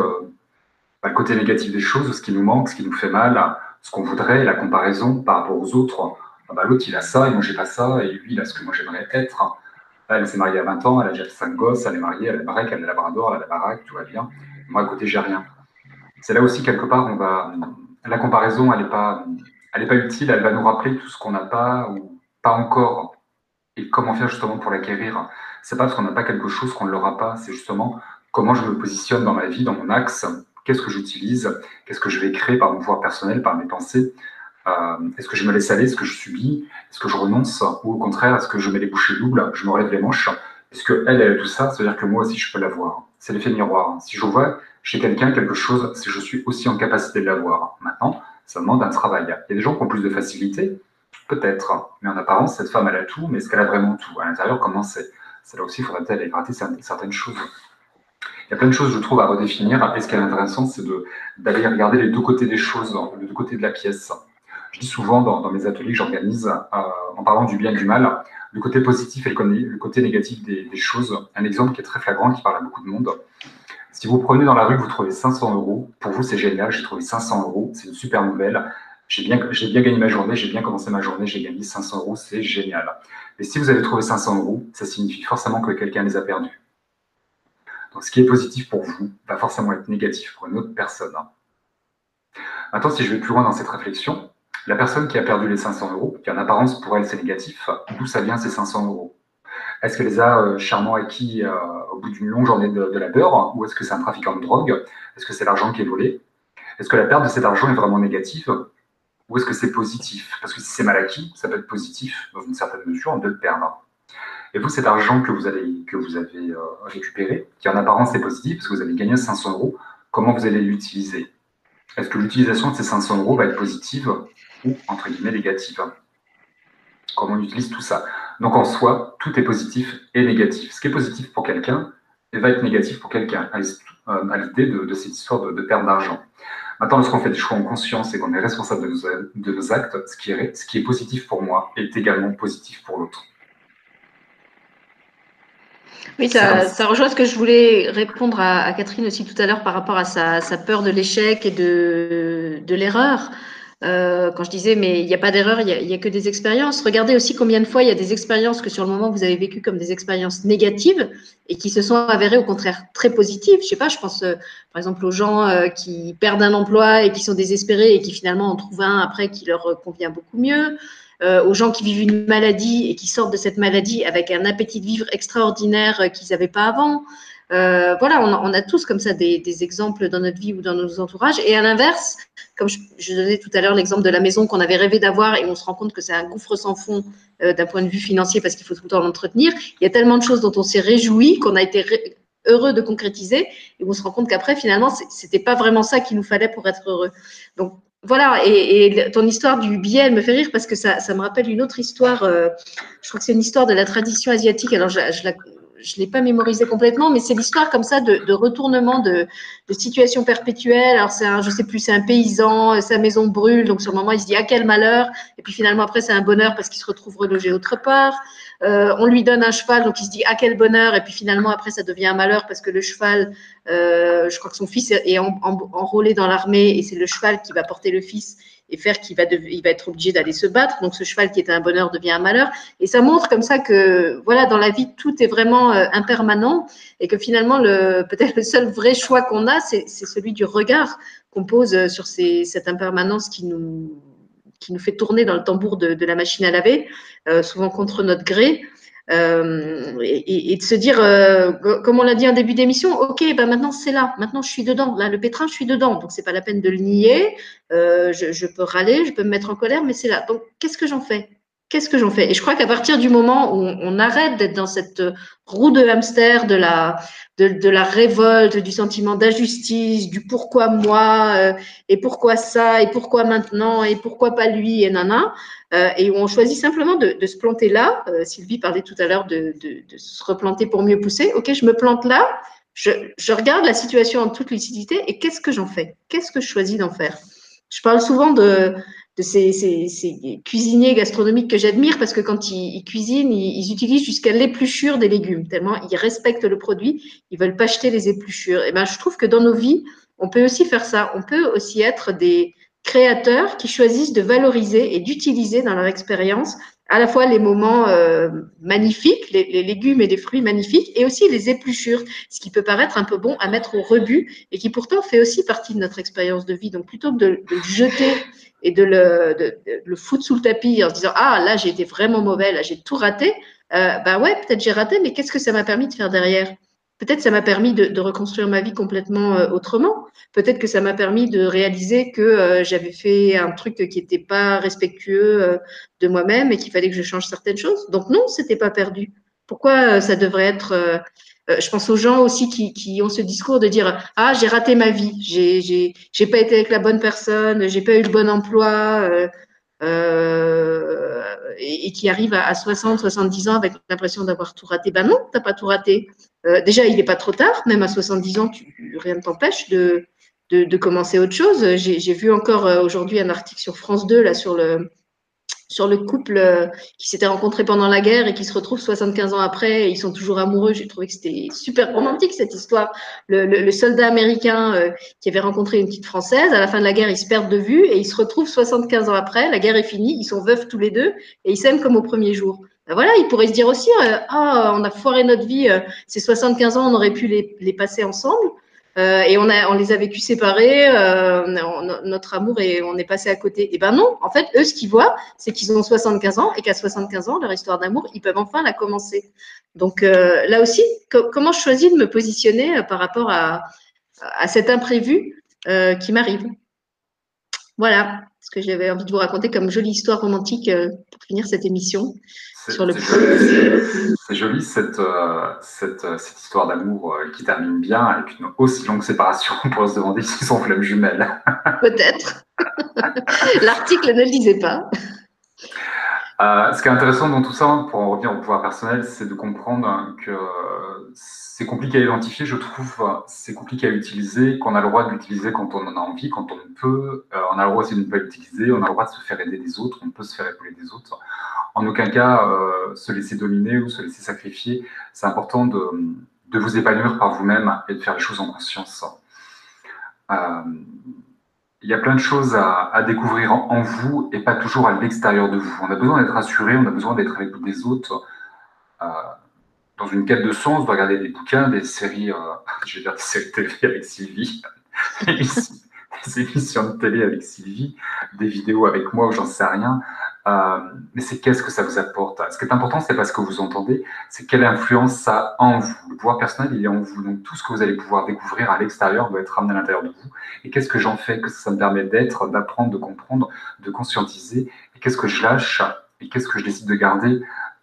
le côté négatif des choses, ce qui nous manque, ce qui nous fait mal, ce qu'on voudrait, la comparaison par rapport aux autres. L'autre, il a ça et moi, j'ai pas ça, et lui, il a ce que moi, j'aimerais être. Elle s'est mariée à 20 ans, elle a déjà 5 gosses, elle est mariée, elle a la baraque, elle a la labrador, elle a la baraque, tout va bien. Moi, à côté, j'ai rien. C'est là aussi, quelque part, la comparaison, elle est pas utile, elle va nous rappeler tout ce qu'on n'a pas ou pas encore. Et comment faire justement pour l'acquérir. C'est pas parce qu'on n'a pas quelque chose qu'on ne l'aura pas, c'est justement comment je me positionne dans ma vie, dans mon axe, qu'est-ce que j'utilise, qu'est-ce que je vais créer par mon pouvoir personnel, par mes pensées. Est-ce que je me laisse aller, est-ce que je subis, est-ce que je renonce, ou au contraire, est-ce que je mets les bouchées doubles, je me relève les manches, est-ce qu'elle a tout ça, ça veut dire que moi aussi je peux l'avoir. C'est l'effet miroir. Si je vois chez quelqu'un quelque chose, c'est que je suis aussi en capacité de l'avoir. Maintenant, ça demande un travail. Il y a des gens qui ont plus de facilité, peut-être, mais en apparence, cette femme, elle a tout, mais est-ce qu'elle a vraiment tout? À l'intérieur, comment c'est? C'est là aussi, il faudrait aller gratter certaines choses. Il y a plein de choses, je trouve, à redéfinir. Et ce qui est intéressant, c'est d'aller regarder les deux côtés des choses, les deux côtés de la pièce. Je dis souvent dans mes ateliers que j'organise, en parlant du bien et du mal, le côté positif et le côté négatif des choses. Un exemple qui est très flagrant, qui parle à beaucoup de monde. Si vous prenez dans la rue, vous trouvez 500 euros, pour vous, c'est génial, j'ai trouvé 500 euros, c'est une super nouvelle. J'ai bien gagné ma journée, j'ai bien commencé ma journée, j'ai gagné 500 euros, c'est génial. Mais si vous avez trouvé 500 euros, ça signifie forcément que quelqu'un les a perdus. Donc, ce qui est positif pour vous va forcément être négatif pour une autre personne. Maintenant, si je vais plus loin dans cette réflexion, la personne qui a perdu les 500 euros, qui en apparence pour elle c'est négatif, d'où ça vient ces 500 euros? Est-ce qu'elle les a charmant acquis au bout d'une longue journée de labeur, ou est-ce que c'est un trafiquant de drogue? Est-ce que c'est l'argent qui est volé? Est-ce que la perte de cet argent est vraiment négative, ou est-ce que c'est positif? Parce que si c'est mal acquis, ça peut être positif dans une certaine mesure de le perdre. Et vous, cet argent que vous avez récupéré, qui en apparence est positif, parce que vous avez gagné 500 euros, comment vous allez l'utiliser? Est-ce que l'utilisation de ces 500 euros va être positive ou, entre guillemets, négative? Comment on utilise tout ça? Donc en soi, tout est positif et négatif. Ce qui est positif pour quelqu'un va être négatif pour quelqu'un, à l'idée de cette histoire de perte d'argent. Maintenant, lorsqu'on fait des choix en conscience et qu'on est responsable de nos actes, ce qui est positif pour moi est également positif pour l'autre. Oui, ça rejoint ce que je voulais répondre à Catherine aussi tout à l'heure par rapport à sa peur de l'échec et de l'erreur. Quand je disais, mais il n'y a pas d'erreur, il y a que des expériences. Regardez aussi combien de fois il y a des expériences que sur le moment vous avez vécues comme des expériences négatives et qui se sont avérées au contraire très positives. Je sais pas, je pense par exemple aux gens qui perdent un emploi et qui sont désespérés et qui finalement en trouvent un après qui leur convient beaucoup mieux. Aux gens qui vivent une maladie et qui sortent de cette maladie avec un appétit de vivre extraordinaire qu'ils n'avaient pas avant. Voilà, on a tous comme ça des exemples dans notre vie ou dans nos entourages. Et à l'inverse, comme je donnais tout à l'heure l'exemple de la maison qu'on avait rêvé d'avoir et on se rend compte que c'est un gouffre sans fond d'un point de vue financier parce qu'il faut tout le temps l'entretenir. Il y a tellement de choses dont on s'est réjoui, qu'on a été heureux de concrétiser et on se rend compte qu'après, finalement, c'était pas vraiment ça qu'il nous fallait pour être heureux. Donc, voilà, et ton histoire du billet, elle me fait rire parce que ça me rappelle une autre histoire. Je crois que c'est une histoire de la tradition asiatique. Alors, je ne l'ai pas mémorisé complètement, mais c'est l'histoire comme ça de retournement de situation perpétuelle. Alors, je sais plus, c'est un paysan, sa maison brûle, donc sur le moment, il se dit, ah, quel malheur. Et puis finalement, après, c'est un bonheur parce qu'il se retrouve relogé autre part. On lui donne un cheval, donc il se dit, ah, quel bonheur. Et puis finalement, après, ça devient un malheur parce que le cheval, je crois que son fils est enrôlé dans l'armée et c'est le cheval qui va porter le fils et faire qu'il va être obligé d'aller se battre. Donc, ce cheval qui était un bonheur devient un malheur. Et ça montre comme ça que, voilà, dans la vie, tout est vraiment impermanent et que finalement, peut-être le seul vrai choix qu'on a, c'est celui du regard qu'on pose sur cette impermanence qui nous fait tourner dans le tambour de la machine à laver, souvent contre notre gré. Et de se dire, comme on l'a dit en début d'émission, ok, ben maintenant c'est là, maintenant je suis dedans, là le pétrin, je suis dedans, donc c'est pas la peine de le nier, je peux râler, je peux me mettre en colère, mais c'est là. Donc qu'est-ce que j'en fais? Qu'est-ce que j'en fais? Et je crois qu'à partir du moment où on arrête d'être dans cette roue de hamster de la révolte, du sentiment d'injustice, du pourquoi moi, et pourquoi ça, et pourquoi maintenant, et pourquoi pas lui, et nana, et où on choisit simplement de se planter là. Sylvie parlait tout à l'heure de se replanter pour mieux pousser. Ok, je me plante là, je regarde la situation en toute lucidité et qu'est-ce que j'en fais? Qu'est-ce que je choisis d'en faire? Je parle souvent de ces cuisiniers gastronomiques que j'admire parce que quand ils cuisinent, ils utilisent jusqu'à l'épluchure des légumes, tellement ils respectent le produit, ils ne veulent pas jeter les épluchures. Et ben, je trouve que dans nos vies, on peut aussi faire ça. On peut aussi être des créateurs qui choisissent de valoriser et d'utiliser dans leur expérience à la fois les moments magnifiques, les légumes et les fruits magnifiques, et aussi les épluchures, ce qui peut paraître un peu bon à mettre au rebut et qui pourtant fait aussi partie de notre expérience de vie. Donc plutôt que de le jeter et de le foutre sous le tapis en se disant ah là j'ai été vraiment mauvais, là j'ai tout raté, bah ouais peut-être j'ai raté, mais qu'est-ce que ça m'a permis de faire derrière? Peut-être ça m'a permis de reconstruire ma vie complètement autrement. Peut-être que ça m'a permis de réaliser que j'avais fait un truc qui n'était pas respectueux de moi-même et qu'il fallait que je change certaines choses. Donc non, c'était pas perdu. Pourquoi ça devrait être je pense aux gens aussi qui ont ce discours de dire ah j'ai raté ma vie, j'ai pas été avec la bonne personne, j'ai pas eu le bon emploi et qui arrivent à 60, 70 ans avec l'impression d'avoir tout raté. Ben non, t'as pas tout raté. Déjà il n'est pas trop tard, même à 70 ans rien ne t'empêche de commencer autre chose. J'ai vu encore aujourd'hui un article sur France 2 là sur le couple qui s'était rencontré pendant la guerre et qui se retrouve 75 ans après et ils sont toujours amoureux. J'ai trouvé que c'était super romantique cette histoire. Le soldat américain qui avait rencontré une petite Française, à la fin de la guerre, ils se perdent de vue et ils se retrouvent 75 ans après, la guerre est finie, ils sont veufs tous les deux et ils s'aiment comme au premier jour. Ben voilà, ils pourraient se dire aussi, on a foiré notre vie, ces 75 ans, on aurait pu les passer ensemble. Et on les a vécus séparés, notre amour et on est passé à côté. Et ben non, en fait, eux, ce qu'ils voient, c'est qu'ils ont 75 ans et qu'à 75 ans, leur histoire d'amour, ils peuvent enfin la commencer. Donc là aussi, comment je choisis de me positionner par rapport à cet imprévu qui m'arrive. Voilà ce que j'avais envie de vous raconter comme jolie histoire romantique pour finir cette émission. Sur le c'est joli cette histoire d'amour qui termine bien avec une aussi longue séparation. On pourrait se demander s'ils sont flammes jumelles. Peut-être. L'article ne le disait pas. Ce qui est intéressant dans tout ça, pour en revenir au pouvoir personnel, c'est de comprendre que c'est compliqué à identifier, je trouve, c'est compliqué à utiliser, qu'on a le droit de l'utiliser quand on en a envie, quand on peut, on a le droit aussi de ne pas l'utiliser, on a le droit de se faire aider des autres, on peut se faire épauler des autres. En aucun cas, se laisser dominer ou se laisser sacrifier. C'est important de vous épanouir par vous-même et de faire les choses en conscience. il y a plein de choses à découvrir en vous et pas toujours à l'extérieur de vous. On a besoin d'être rassuré, on a besoin d'être avec des autres dans une quête de sens, de regarder des bouquins, des séries, je vais dire des séries télé avec Sylvie, des émissions de télé avec Sylvie, des vidéos avec moi ou j'en sais rien. Mais c'est qu'est-ce que ça vous apporte. Ce qui est important, c'est pas ce que vous entendez, c'est quelle influence ça a en vous. Le pouvoir personnel, il est en vous. Donc tout ce que vous allez pouvoir découvrir à l'extérieur doit être ramené à l'intérieur de vous. Et qu'est-ce que j'en fais, que ça me permet d'être, d'apprendre, de comprendre, de conscientiser. Et qu'est-ce que je lâche et qu'est-ce que je décide de garder.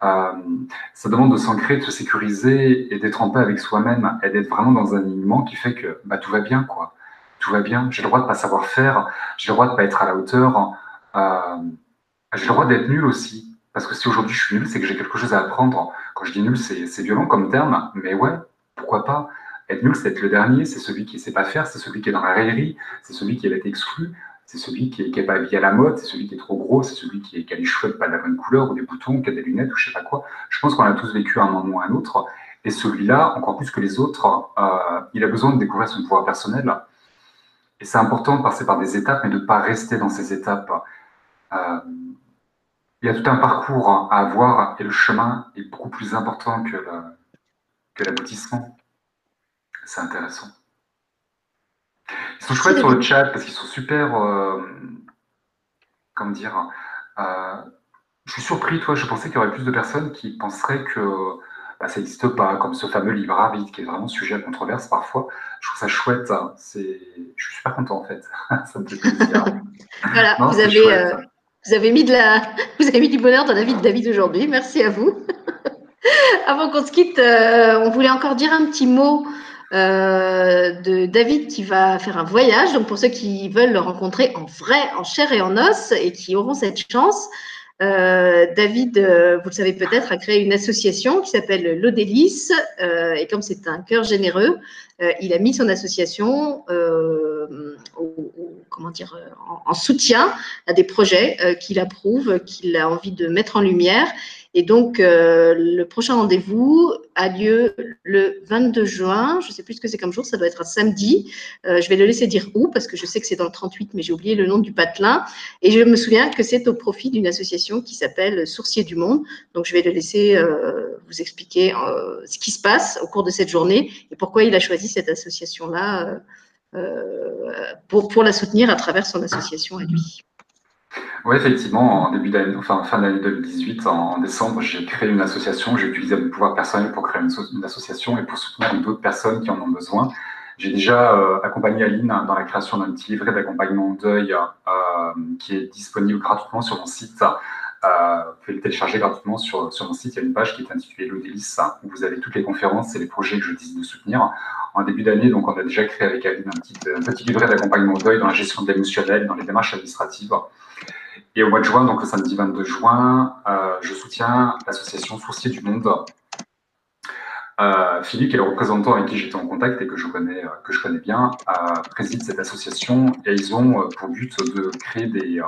Ça demande de s'ancrer, de se sécuriser et d'être en paix avec soi-même et d'être vraiment dans un alignement qui fait que bah, tout va bien, quoi. Tout va bien. J'ai le droit de pas savoir faire, j'ai le droit de pas être à la hauteur. J'ai le droit d'être nul aussi. Parce que si aujourd'hui je suis nul, c'est que j'ai quelque chose à apprendre. Quand je dis nul, c'est violent comme terme, mais ouais, pourquoi pas. Être nul, c'est être le dernier, c'est celui qui ne sait pas faire, c'est celui qui est dans la raillerie, c'est celui qui va être exclu, c'est celui qui n'est pas habillé à la mode, c'est celui qui est trop gros, c'est celui qui a les cheveux pas de la bonne couleur, ou des boutons, qui a des lunettes, ou je sais pas quoi. Je pense qu'on a tous vécu à un moment ou à un autre. Et celui-là, encore plus que les autres, il a besoin de découvrir son pouvoir personnel. Et c'est important de passer par des étapes, mais de ne pas rester dans ces étapes. Euh, il y a tout un parcours à avoir et le chemin est beaucoup plus important que l'aboutissement. C'est intéressant. Ils sont chouettes sur le chat parce qu'ils sont super. Comment dire je suis surpris, toi, je pensais qu'il y aurait plus de personnes qui penseraient que bah, ça n'existe pas, comme ce fameux livre Aride qui est vraiment sujet à controverse parfois. Je trouve ça chouette. Hein. Je suis super content en fait. Ça me fait plaisir. Voilà, Non, vous avez mis vous avez mis du bonheur dans la vie de David aujourd'hui. Merci à vous. Avant qu'on se quitte, on voulait encore dire un petit mot de David qui va faire un voyage. Donc pour ceux qui veulent le rencontrer en vrai, en chair et en os, et qui auront cette chance, David, vous le savez peut-être, a créé une association qui s'appelle l'Odélice. Et comme c'est un cœur généreux, il a mis son association comment dire, en soutien à des projets qu'il approuve, qu'il a envie de mettre en lumière. Et donc, le prochain rendez-vous a lieu le 22 juin. Je ne sais plus ce que c'est comme jour, ça doit être un samedi. Je vais le laisser dire où, parce que je sais que c'est dans le 38, mais j'ai oublié le nom du patelin. Et je me souviens que c'est au profit d'une association qui s'appelle Sourcier du Monde. Donc, je vais le laisser vous expliquer ce qui se passe au cours de cette journée et pourquoi il a choisi cette association-là pour la soutenir à travers son association à lui. Oui, effectivement, en début d'année, enfin fin d'année 2018, en décembre, j'ai créé une association. J'ai utilisé mon pouvoir personnel pour créer une association et pour soutenir d'autres personnes qui en ont besoin. J'ai déjà accompagné Aline dans la création d'un petit livret d'accompagnement au deuil qui est disponible gratuitement sur mon site. Vous pouvez le télécharger gratuitement sur mon site. Il y a une page qui est intitulée l'Odélice où vous avez toutes les conférences et les projets que je décide de soutenir. En début d'année, donc, on a déjà créé avec Aline un petit livret d'accompagnement au deuil dans la gestion de l'émotionnel, dans les démarches administratives. Et au mois de juin, donc le samedi 22 juin, je soutiens l'association Sourcier du Monde. Philippe, qui est le représentant avec qui j'étais en contact et que je connais bien, préside cette association et ils ont pour but de créer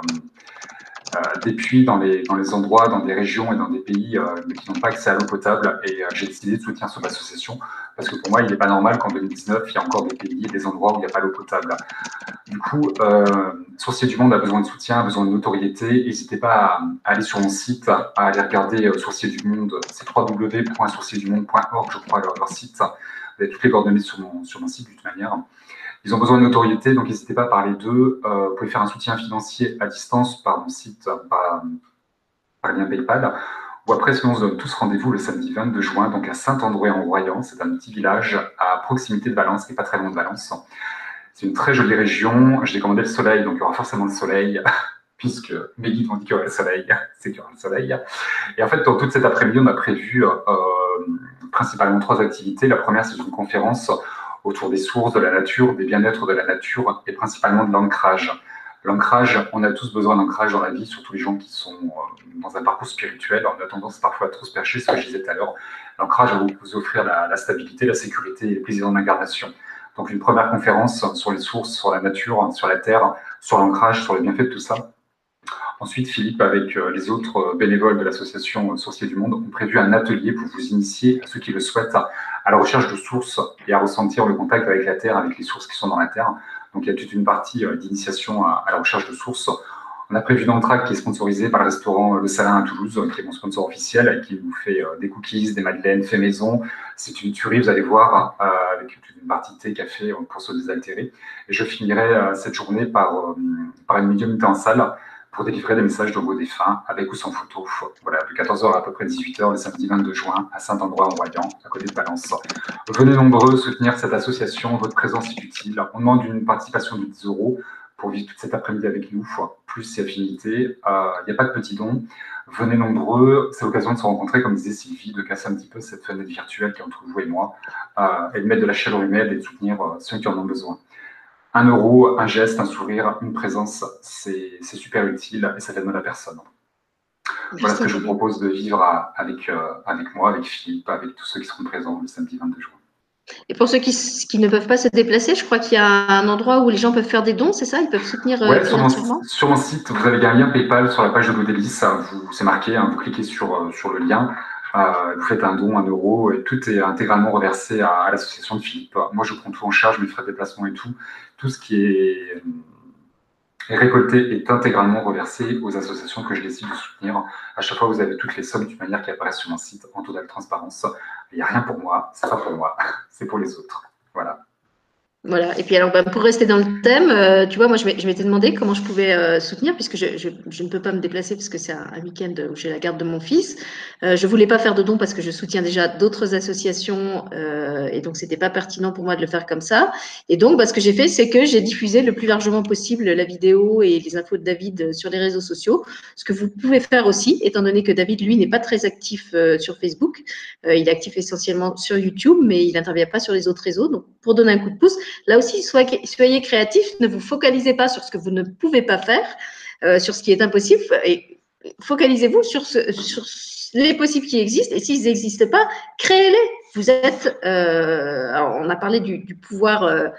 des puits dans les endroits, dans des régions et dans des pays qui n'ont pas accès à l'eau potable. Et j'ai décidé de soutenir cette association parce que pour moi, il n'est pas normal qu'en 2019, il y a encore des pays et des endroits où il n'y a pas l'eau potable. Du coup, Sourcier du Monde a besoin de soutien, a besoin de notoriété. N'hésitez pas à aller sur mon site, à aller regarder Sourcier du Monde. C'est www.sourcierdumonde.org, je crois, leur site. Vous avez toutes les coordonnées sur mon site, de toute manière. Ils ont besoin de notoriété, donc n'hésitez pas à parler d'eux. Vous pouvez faire un soutien financier à distance par mon site, par lien PayPal. Ou après, sinon, on se donne tous rendez-vous le samedi 22 juin, donc à Saint-André-en-Royan. C'est un petit village à proximité de Valence, qui n'est pas très loin de Valence. C'est une très jolie région. J'ai commandé le soleil, donc il y aura forcément le soleil, puisque mes guides m'ont dit qu'il y aurait le soleil, c'est qu'il y aura le soleil. Et en fait, dans toute cet après-midi, on a prévu principalement 3 activités. La première, c'est une conférence autour des sources de la nature, des bien-être de la nature et principalement de l'ancrage. L'ancrage, on a tous besoin d'ancrage dans la vie, surtout les gens qui sont dans un parcours spirituel. On a tendance parfois à trop se percher, ce que je disais tout à l'heure. L'ancrage va vous offrir la stabilité, la sécurité et le plaisir de l'incarnation. Donc une première conférence sur les sources, sur la nature, sur la terre, sur l'ancrage, sur les bienfaits de tout ça. Ensuite, Philippe, avec les autres bénévoles de l'association Sourcier du Monde, ont prévu un atelier pour vous initier, à ceux qui le souhaitent, à la recherche de sources et à ressentir le contact avec la Terre, avec les sources qui sont dans la Terre. Donc, il y a toute une partie d'initiation à la recherche de sources. On a prévu dans le track qui est sponsorisé par le restaurant Le Salin à Toulouse, qui est mon sponsor officiel, qui nous fait des cookies, des madeleines fait maison. C'est une tuerie, vous allez voir, avec toute une partie thé, café pour se désaltérer. Et je finirai cette journée par une médiumnité en salle pour délivrer des messages de vos défunts, avec ou sans photo. Voilà, de 14h à peu près 18h, le samedi 22 juin, à Saint-Androix-en-Royan, à côté de Valence. Venez nombreux soutenir cette association, votre présence est utile. On demande une participation de 10 € pour vivre toute cet après-midi avec nous, plus ses affinités. Il n'y a pas de petits dons. Venez nombreux. C'est l'occasion de se rencontrer, comme disait Sylvie, de casser un petit peu cette fenêtre virtuelle qui est entre vous et moi, et de mettre de la chaleur humaine et de soutenir ceux qui en ont besoin. 1 euro, un geste, un sourire, une présence, c'est super utile et ça fait de mal à personne. Voilà ce que je vous propose de vivre avec moi, avec Philippe, avec tous ceux qui seront présents le samedi 22 juin. Et pour ceux qui ne peuvent pas se déplacer, je crois qu'il y a un endroit où les gens peuvent faire des dons, c'est ça? Ils peuvent soutenir financièrement? Sur mon site, vous avez un lien PayPal sur la page de Godélis. C'est marqué, vous cliquez sur le lien, vous faites un don, 1 euro, et tout est intégralement reversé à l'association de Philippe. Moi, je prends tout en charge, mes frais de déplacement et tout. Tout ce qui est récolté est intégralement reversé aux associations que je décide de soutenir. À chaque fois, vous avez toutes les sommes d'une manière qui apparaissent sur mon site en totale transparence. Il n'y a rien pour moi, c'est pas pour moi, c'est pour les autres. Voilà. Voilà. Et puis alors, pour rester dans le thème, tu vois, moi, je m'étais demandé comment je pouvais soutenir, puisque je ne peux pas me déplacer parce que c'est un week-end où j'ai la garde de mon fils. Je voulais pas faire de dons parce que je soutiens déjà d'autres associations et donc c'était pas pertinent pour moi de le faire comme ça. Et donc, ce que j'ai fait, c'est que j'ai diffusé le plus largement possible la vidéo et les infos de David sur les réseaux sociaux. Ce que vous pouvez faire aussi, étant donné que David, lui, n'est pas très actif sur Facebook. Il est actif essentiellement sur YouTube, mais il n'intervient pas sur les autres réseaux. Donc, pour donner un coup de pouce, là aussi, soyez créatifs, ne vous focalisez pas sur ce que vous ne pouvez pas faire, sur ce qui est impossible, et focalisez-vous sur les possibles qui existent, et s'ils n'existent pas, créez-les. Vous êtes, on a parlé du pouvoir,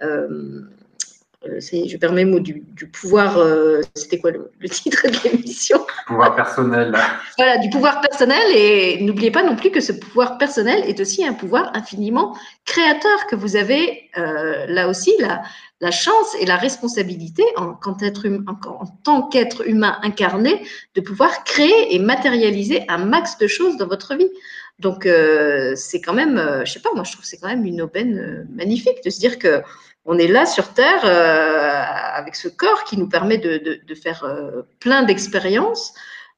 je perds mes mots, du pouvoir, c'était quoi le titre de l'émission? Pouvoir personnel. Voilà, du pouvoir personnel, et n'oubliez pas non plus que ce pouvoir personnel est aussi un pouvoir infiniment créateur, que vous avez là aussi la chance et la responsabilité en tant qu'être humain incarné de pouvoir créer et matérialiser un max de choses dans votre vie. Donc, c'est quand même, je sais pas, moi je trouve que c'est quand même une aubaine magnifique de se dire que on est là sur Terre avec ce corps qui nous permet de faire plein d'expériences.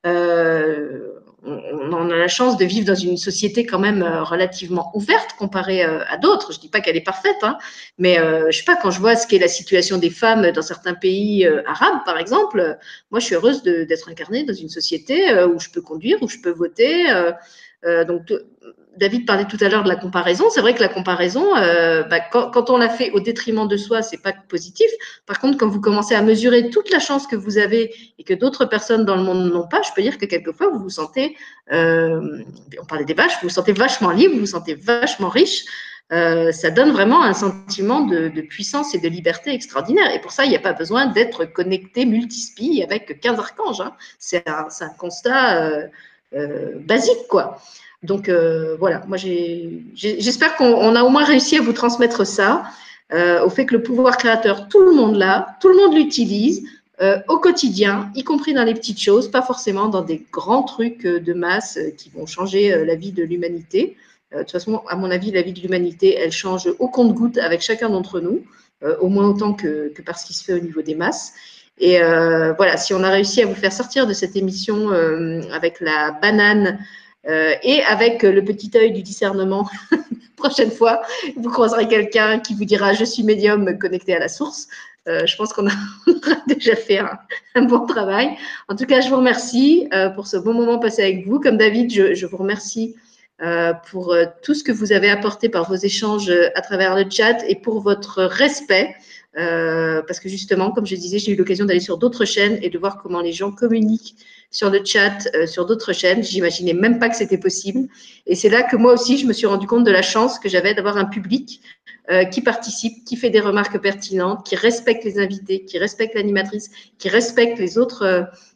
On a la chance de vivre dans une société quand même relativement ouverte comparée à d'autres. Je dis pas qu'elle est parfaite, hein, mais je sais pas, quand je vois ce qu'est la situation des femmes dans certains pays arabes, par exemple, moi je suis heureuse d'être incarnée dans une société où je peux conduire, où je peux voter. Donc, David parlait tout à l'heure de la comparaison. C'est vrai que la comparaison, quand on la fait au détriment de soi, c'est pas positif. Par contre, quand vous commencez à mesurer toute la chance que vous avez et que d'autres personnes dans le monde n'ont pas, je peux dire que quelquefois vous vous sentez, on parlait des vaches, vous vous sentez vachement libre, vous vous sentez vachement riche. Ça donne vraiment un sentiment de puissance et de liberté extraordinaire. Et pour ça, il n'y a pas besoin d'être connecté multispi avec 15 archanges, hein. C'est un constat basique, quoi. Donc, voilà, moi, j'espère qu'on a au moins réussi à vous transmettre ça, au fait que le pouvoir créateur, tout le monde l'a, tout le monde l'utilise au quotidien, y compris dans les petites choses, pas forcément dans des grands trucs de masse qui vont changer la vie de l'humanité. De toute façon, à mon avis, la vie de l'humanité, elle change au compte-gouttes avec chacun d'entre nous, au moins autant que par ce qui se fait au niveau des masses. Et voilà, si on a réussi à vous faire sortir de cette émission avec la banane et avec le petit œil du discernement, prochaine fois, vous croiserez quelqu'un qui vous dira « Je suis médium connecté à la source ». Je pense qu'on aura déjà fait un bon travail. En tout cas, je vous remercie pour ce bon moment passé avec vous. Comme David, je vous remercie pour tout ce que vous avez apporté par vos échanges à travers le chat et pour votre respect. Parce que justement, comme je disais, j'ai eu l'occasion d'aller sur d'autres chaînes et de voir comment les gens communiquent sur le chat, sur d'autres chaînes. J'imaginais même pas que c'était possible. Et c'est là que moi aussi, je me suis rendu compte de la chance que j'avais d'avoir un public qui participe, qui fait des remarques pertinentes, qui respecte les invités, qui respecte l'animatrice, qui respecte les autres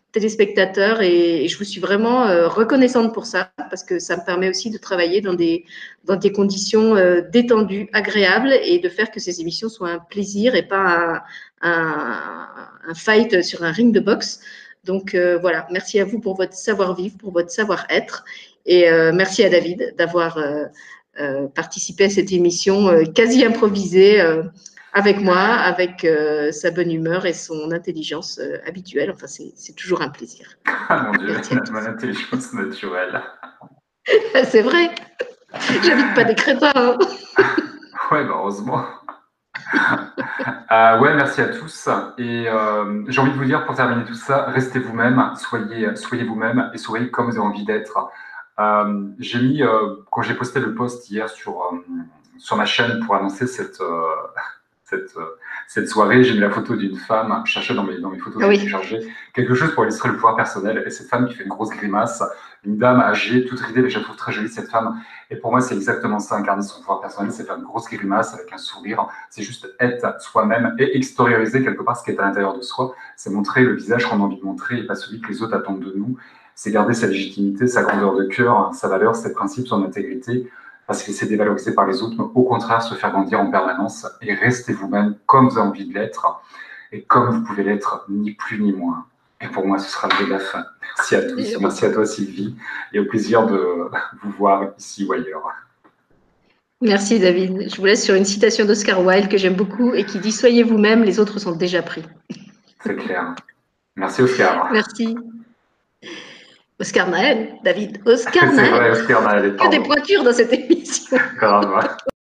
téléspectateurs et je vous suis vraiment reconnaissante pour ça parce que ça me permet aussi de travailler dans des conditions détendues, agréables et de faire que ces émissions soient un plaisir et pas un fight sur un ring de boxe. Donc voilà, merci à vous pour votre savoir-vivre, pour votre savoir-être et merci à David d'avoir participé à cette émission quasi improvisée avec moi, avec sa bonne humeur et son intelligence habituelle. Enfin, c'est toujours un plaisir. Ah mon Dieu, mon intelligence naturelle. C'est vrai, j'habite pas des crétins. Hein. Ouais, bah heureusement. Ouais, merci à tous. Et j'ai envie de vous dire, pour terminer tout ça, restez vous-même, soyez vous-même et soyez comme vous avez envie d'être. J'ai mis, quand j'ai posté le post hier sur ma chaîne pour annoncer cette, cette soirée, j'ai mis la photo d'une femme, je cherchais dans mes photos que j'ai téléchargées, quelque chose pour illustrer le pouvoir personnel. Et cette femme qui fait une grosse grimace, une dame âgée, toute ridée, mais je la trouve très jolie, cette femme. Et pour moi, c'est exactement ça, incarner son pouvoir personnel, c'est faire une grosse grimace avec un sourire. C'est juste être soi-même et extérioriser quelque part ce qui est à l'intérieur de soi. C'est montrer le visage qu'on a envie de montrer et pas celui que les autres attendent de nous. C'est garder sa légitimité, sa grandeur de cœur, sa valeur, ses principes, son intégrité. Pas se laisser dévaloriser par les autres, mais au contraire se faire grandir en permanence et rester vous-même comme vous avez envie de l'être et comme vous pouvez l'être, ni plus ni moins. Et pour moi, ce sera le mot de la fin. Merci à tous. Merci à toi, Sylvie, et au plaisir de vous voir ici ou ailleurs. Merci, David. Je vous laisse sur une citation d'Oscar Wilde que j'aime beaucoup et qui dit « Soyez vous-même, les autres sont déjà pris ». C'est clair. Merci, Oscar. Merci. Oscar Naël, David. Oscar Naël. C'est vrai, Oscar Naël. Que des pointures dans cette émission. Grave.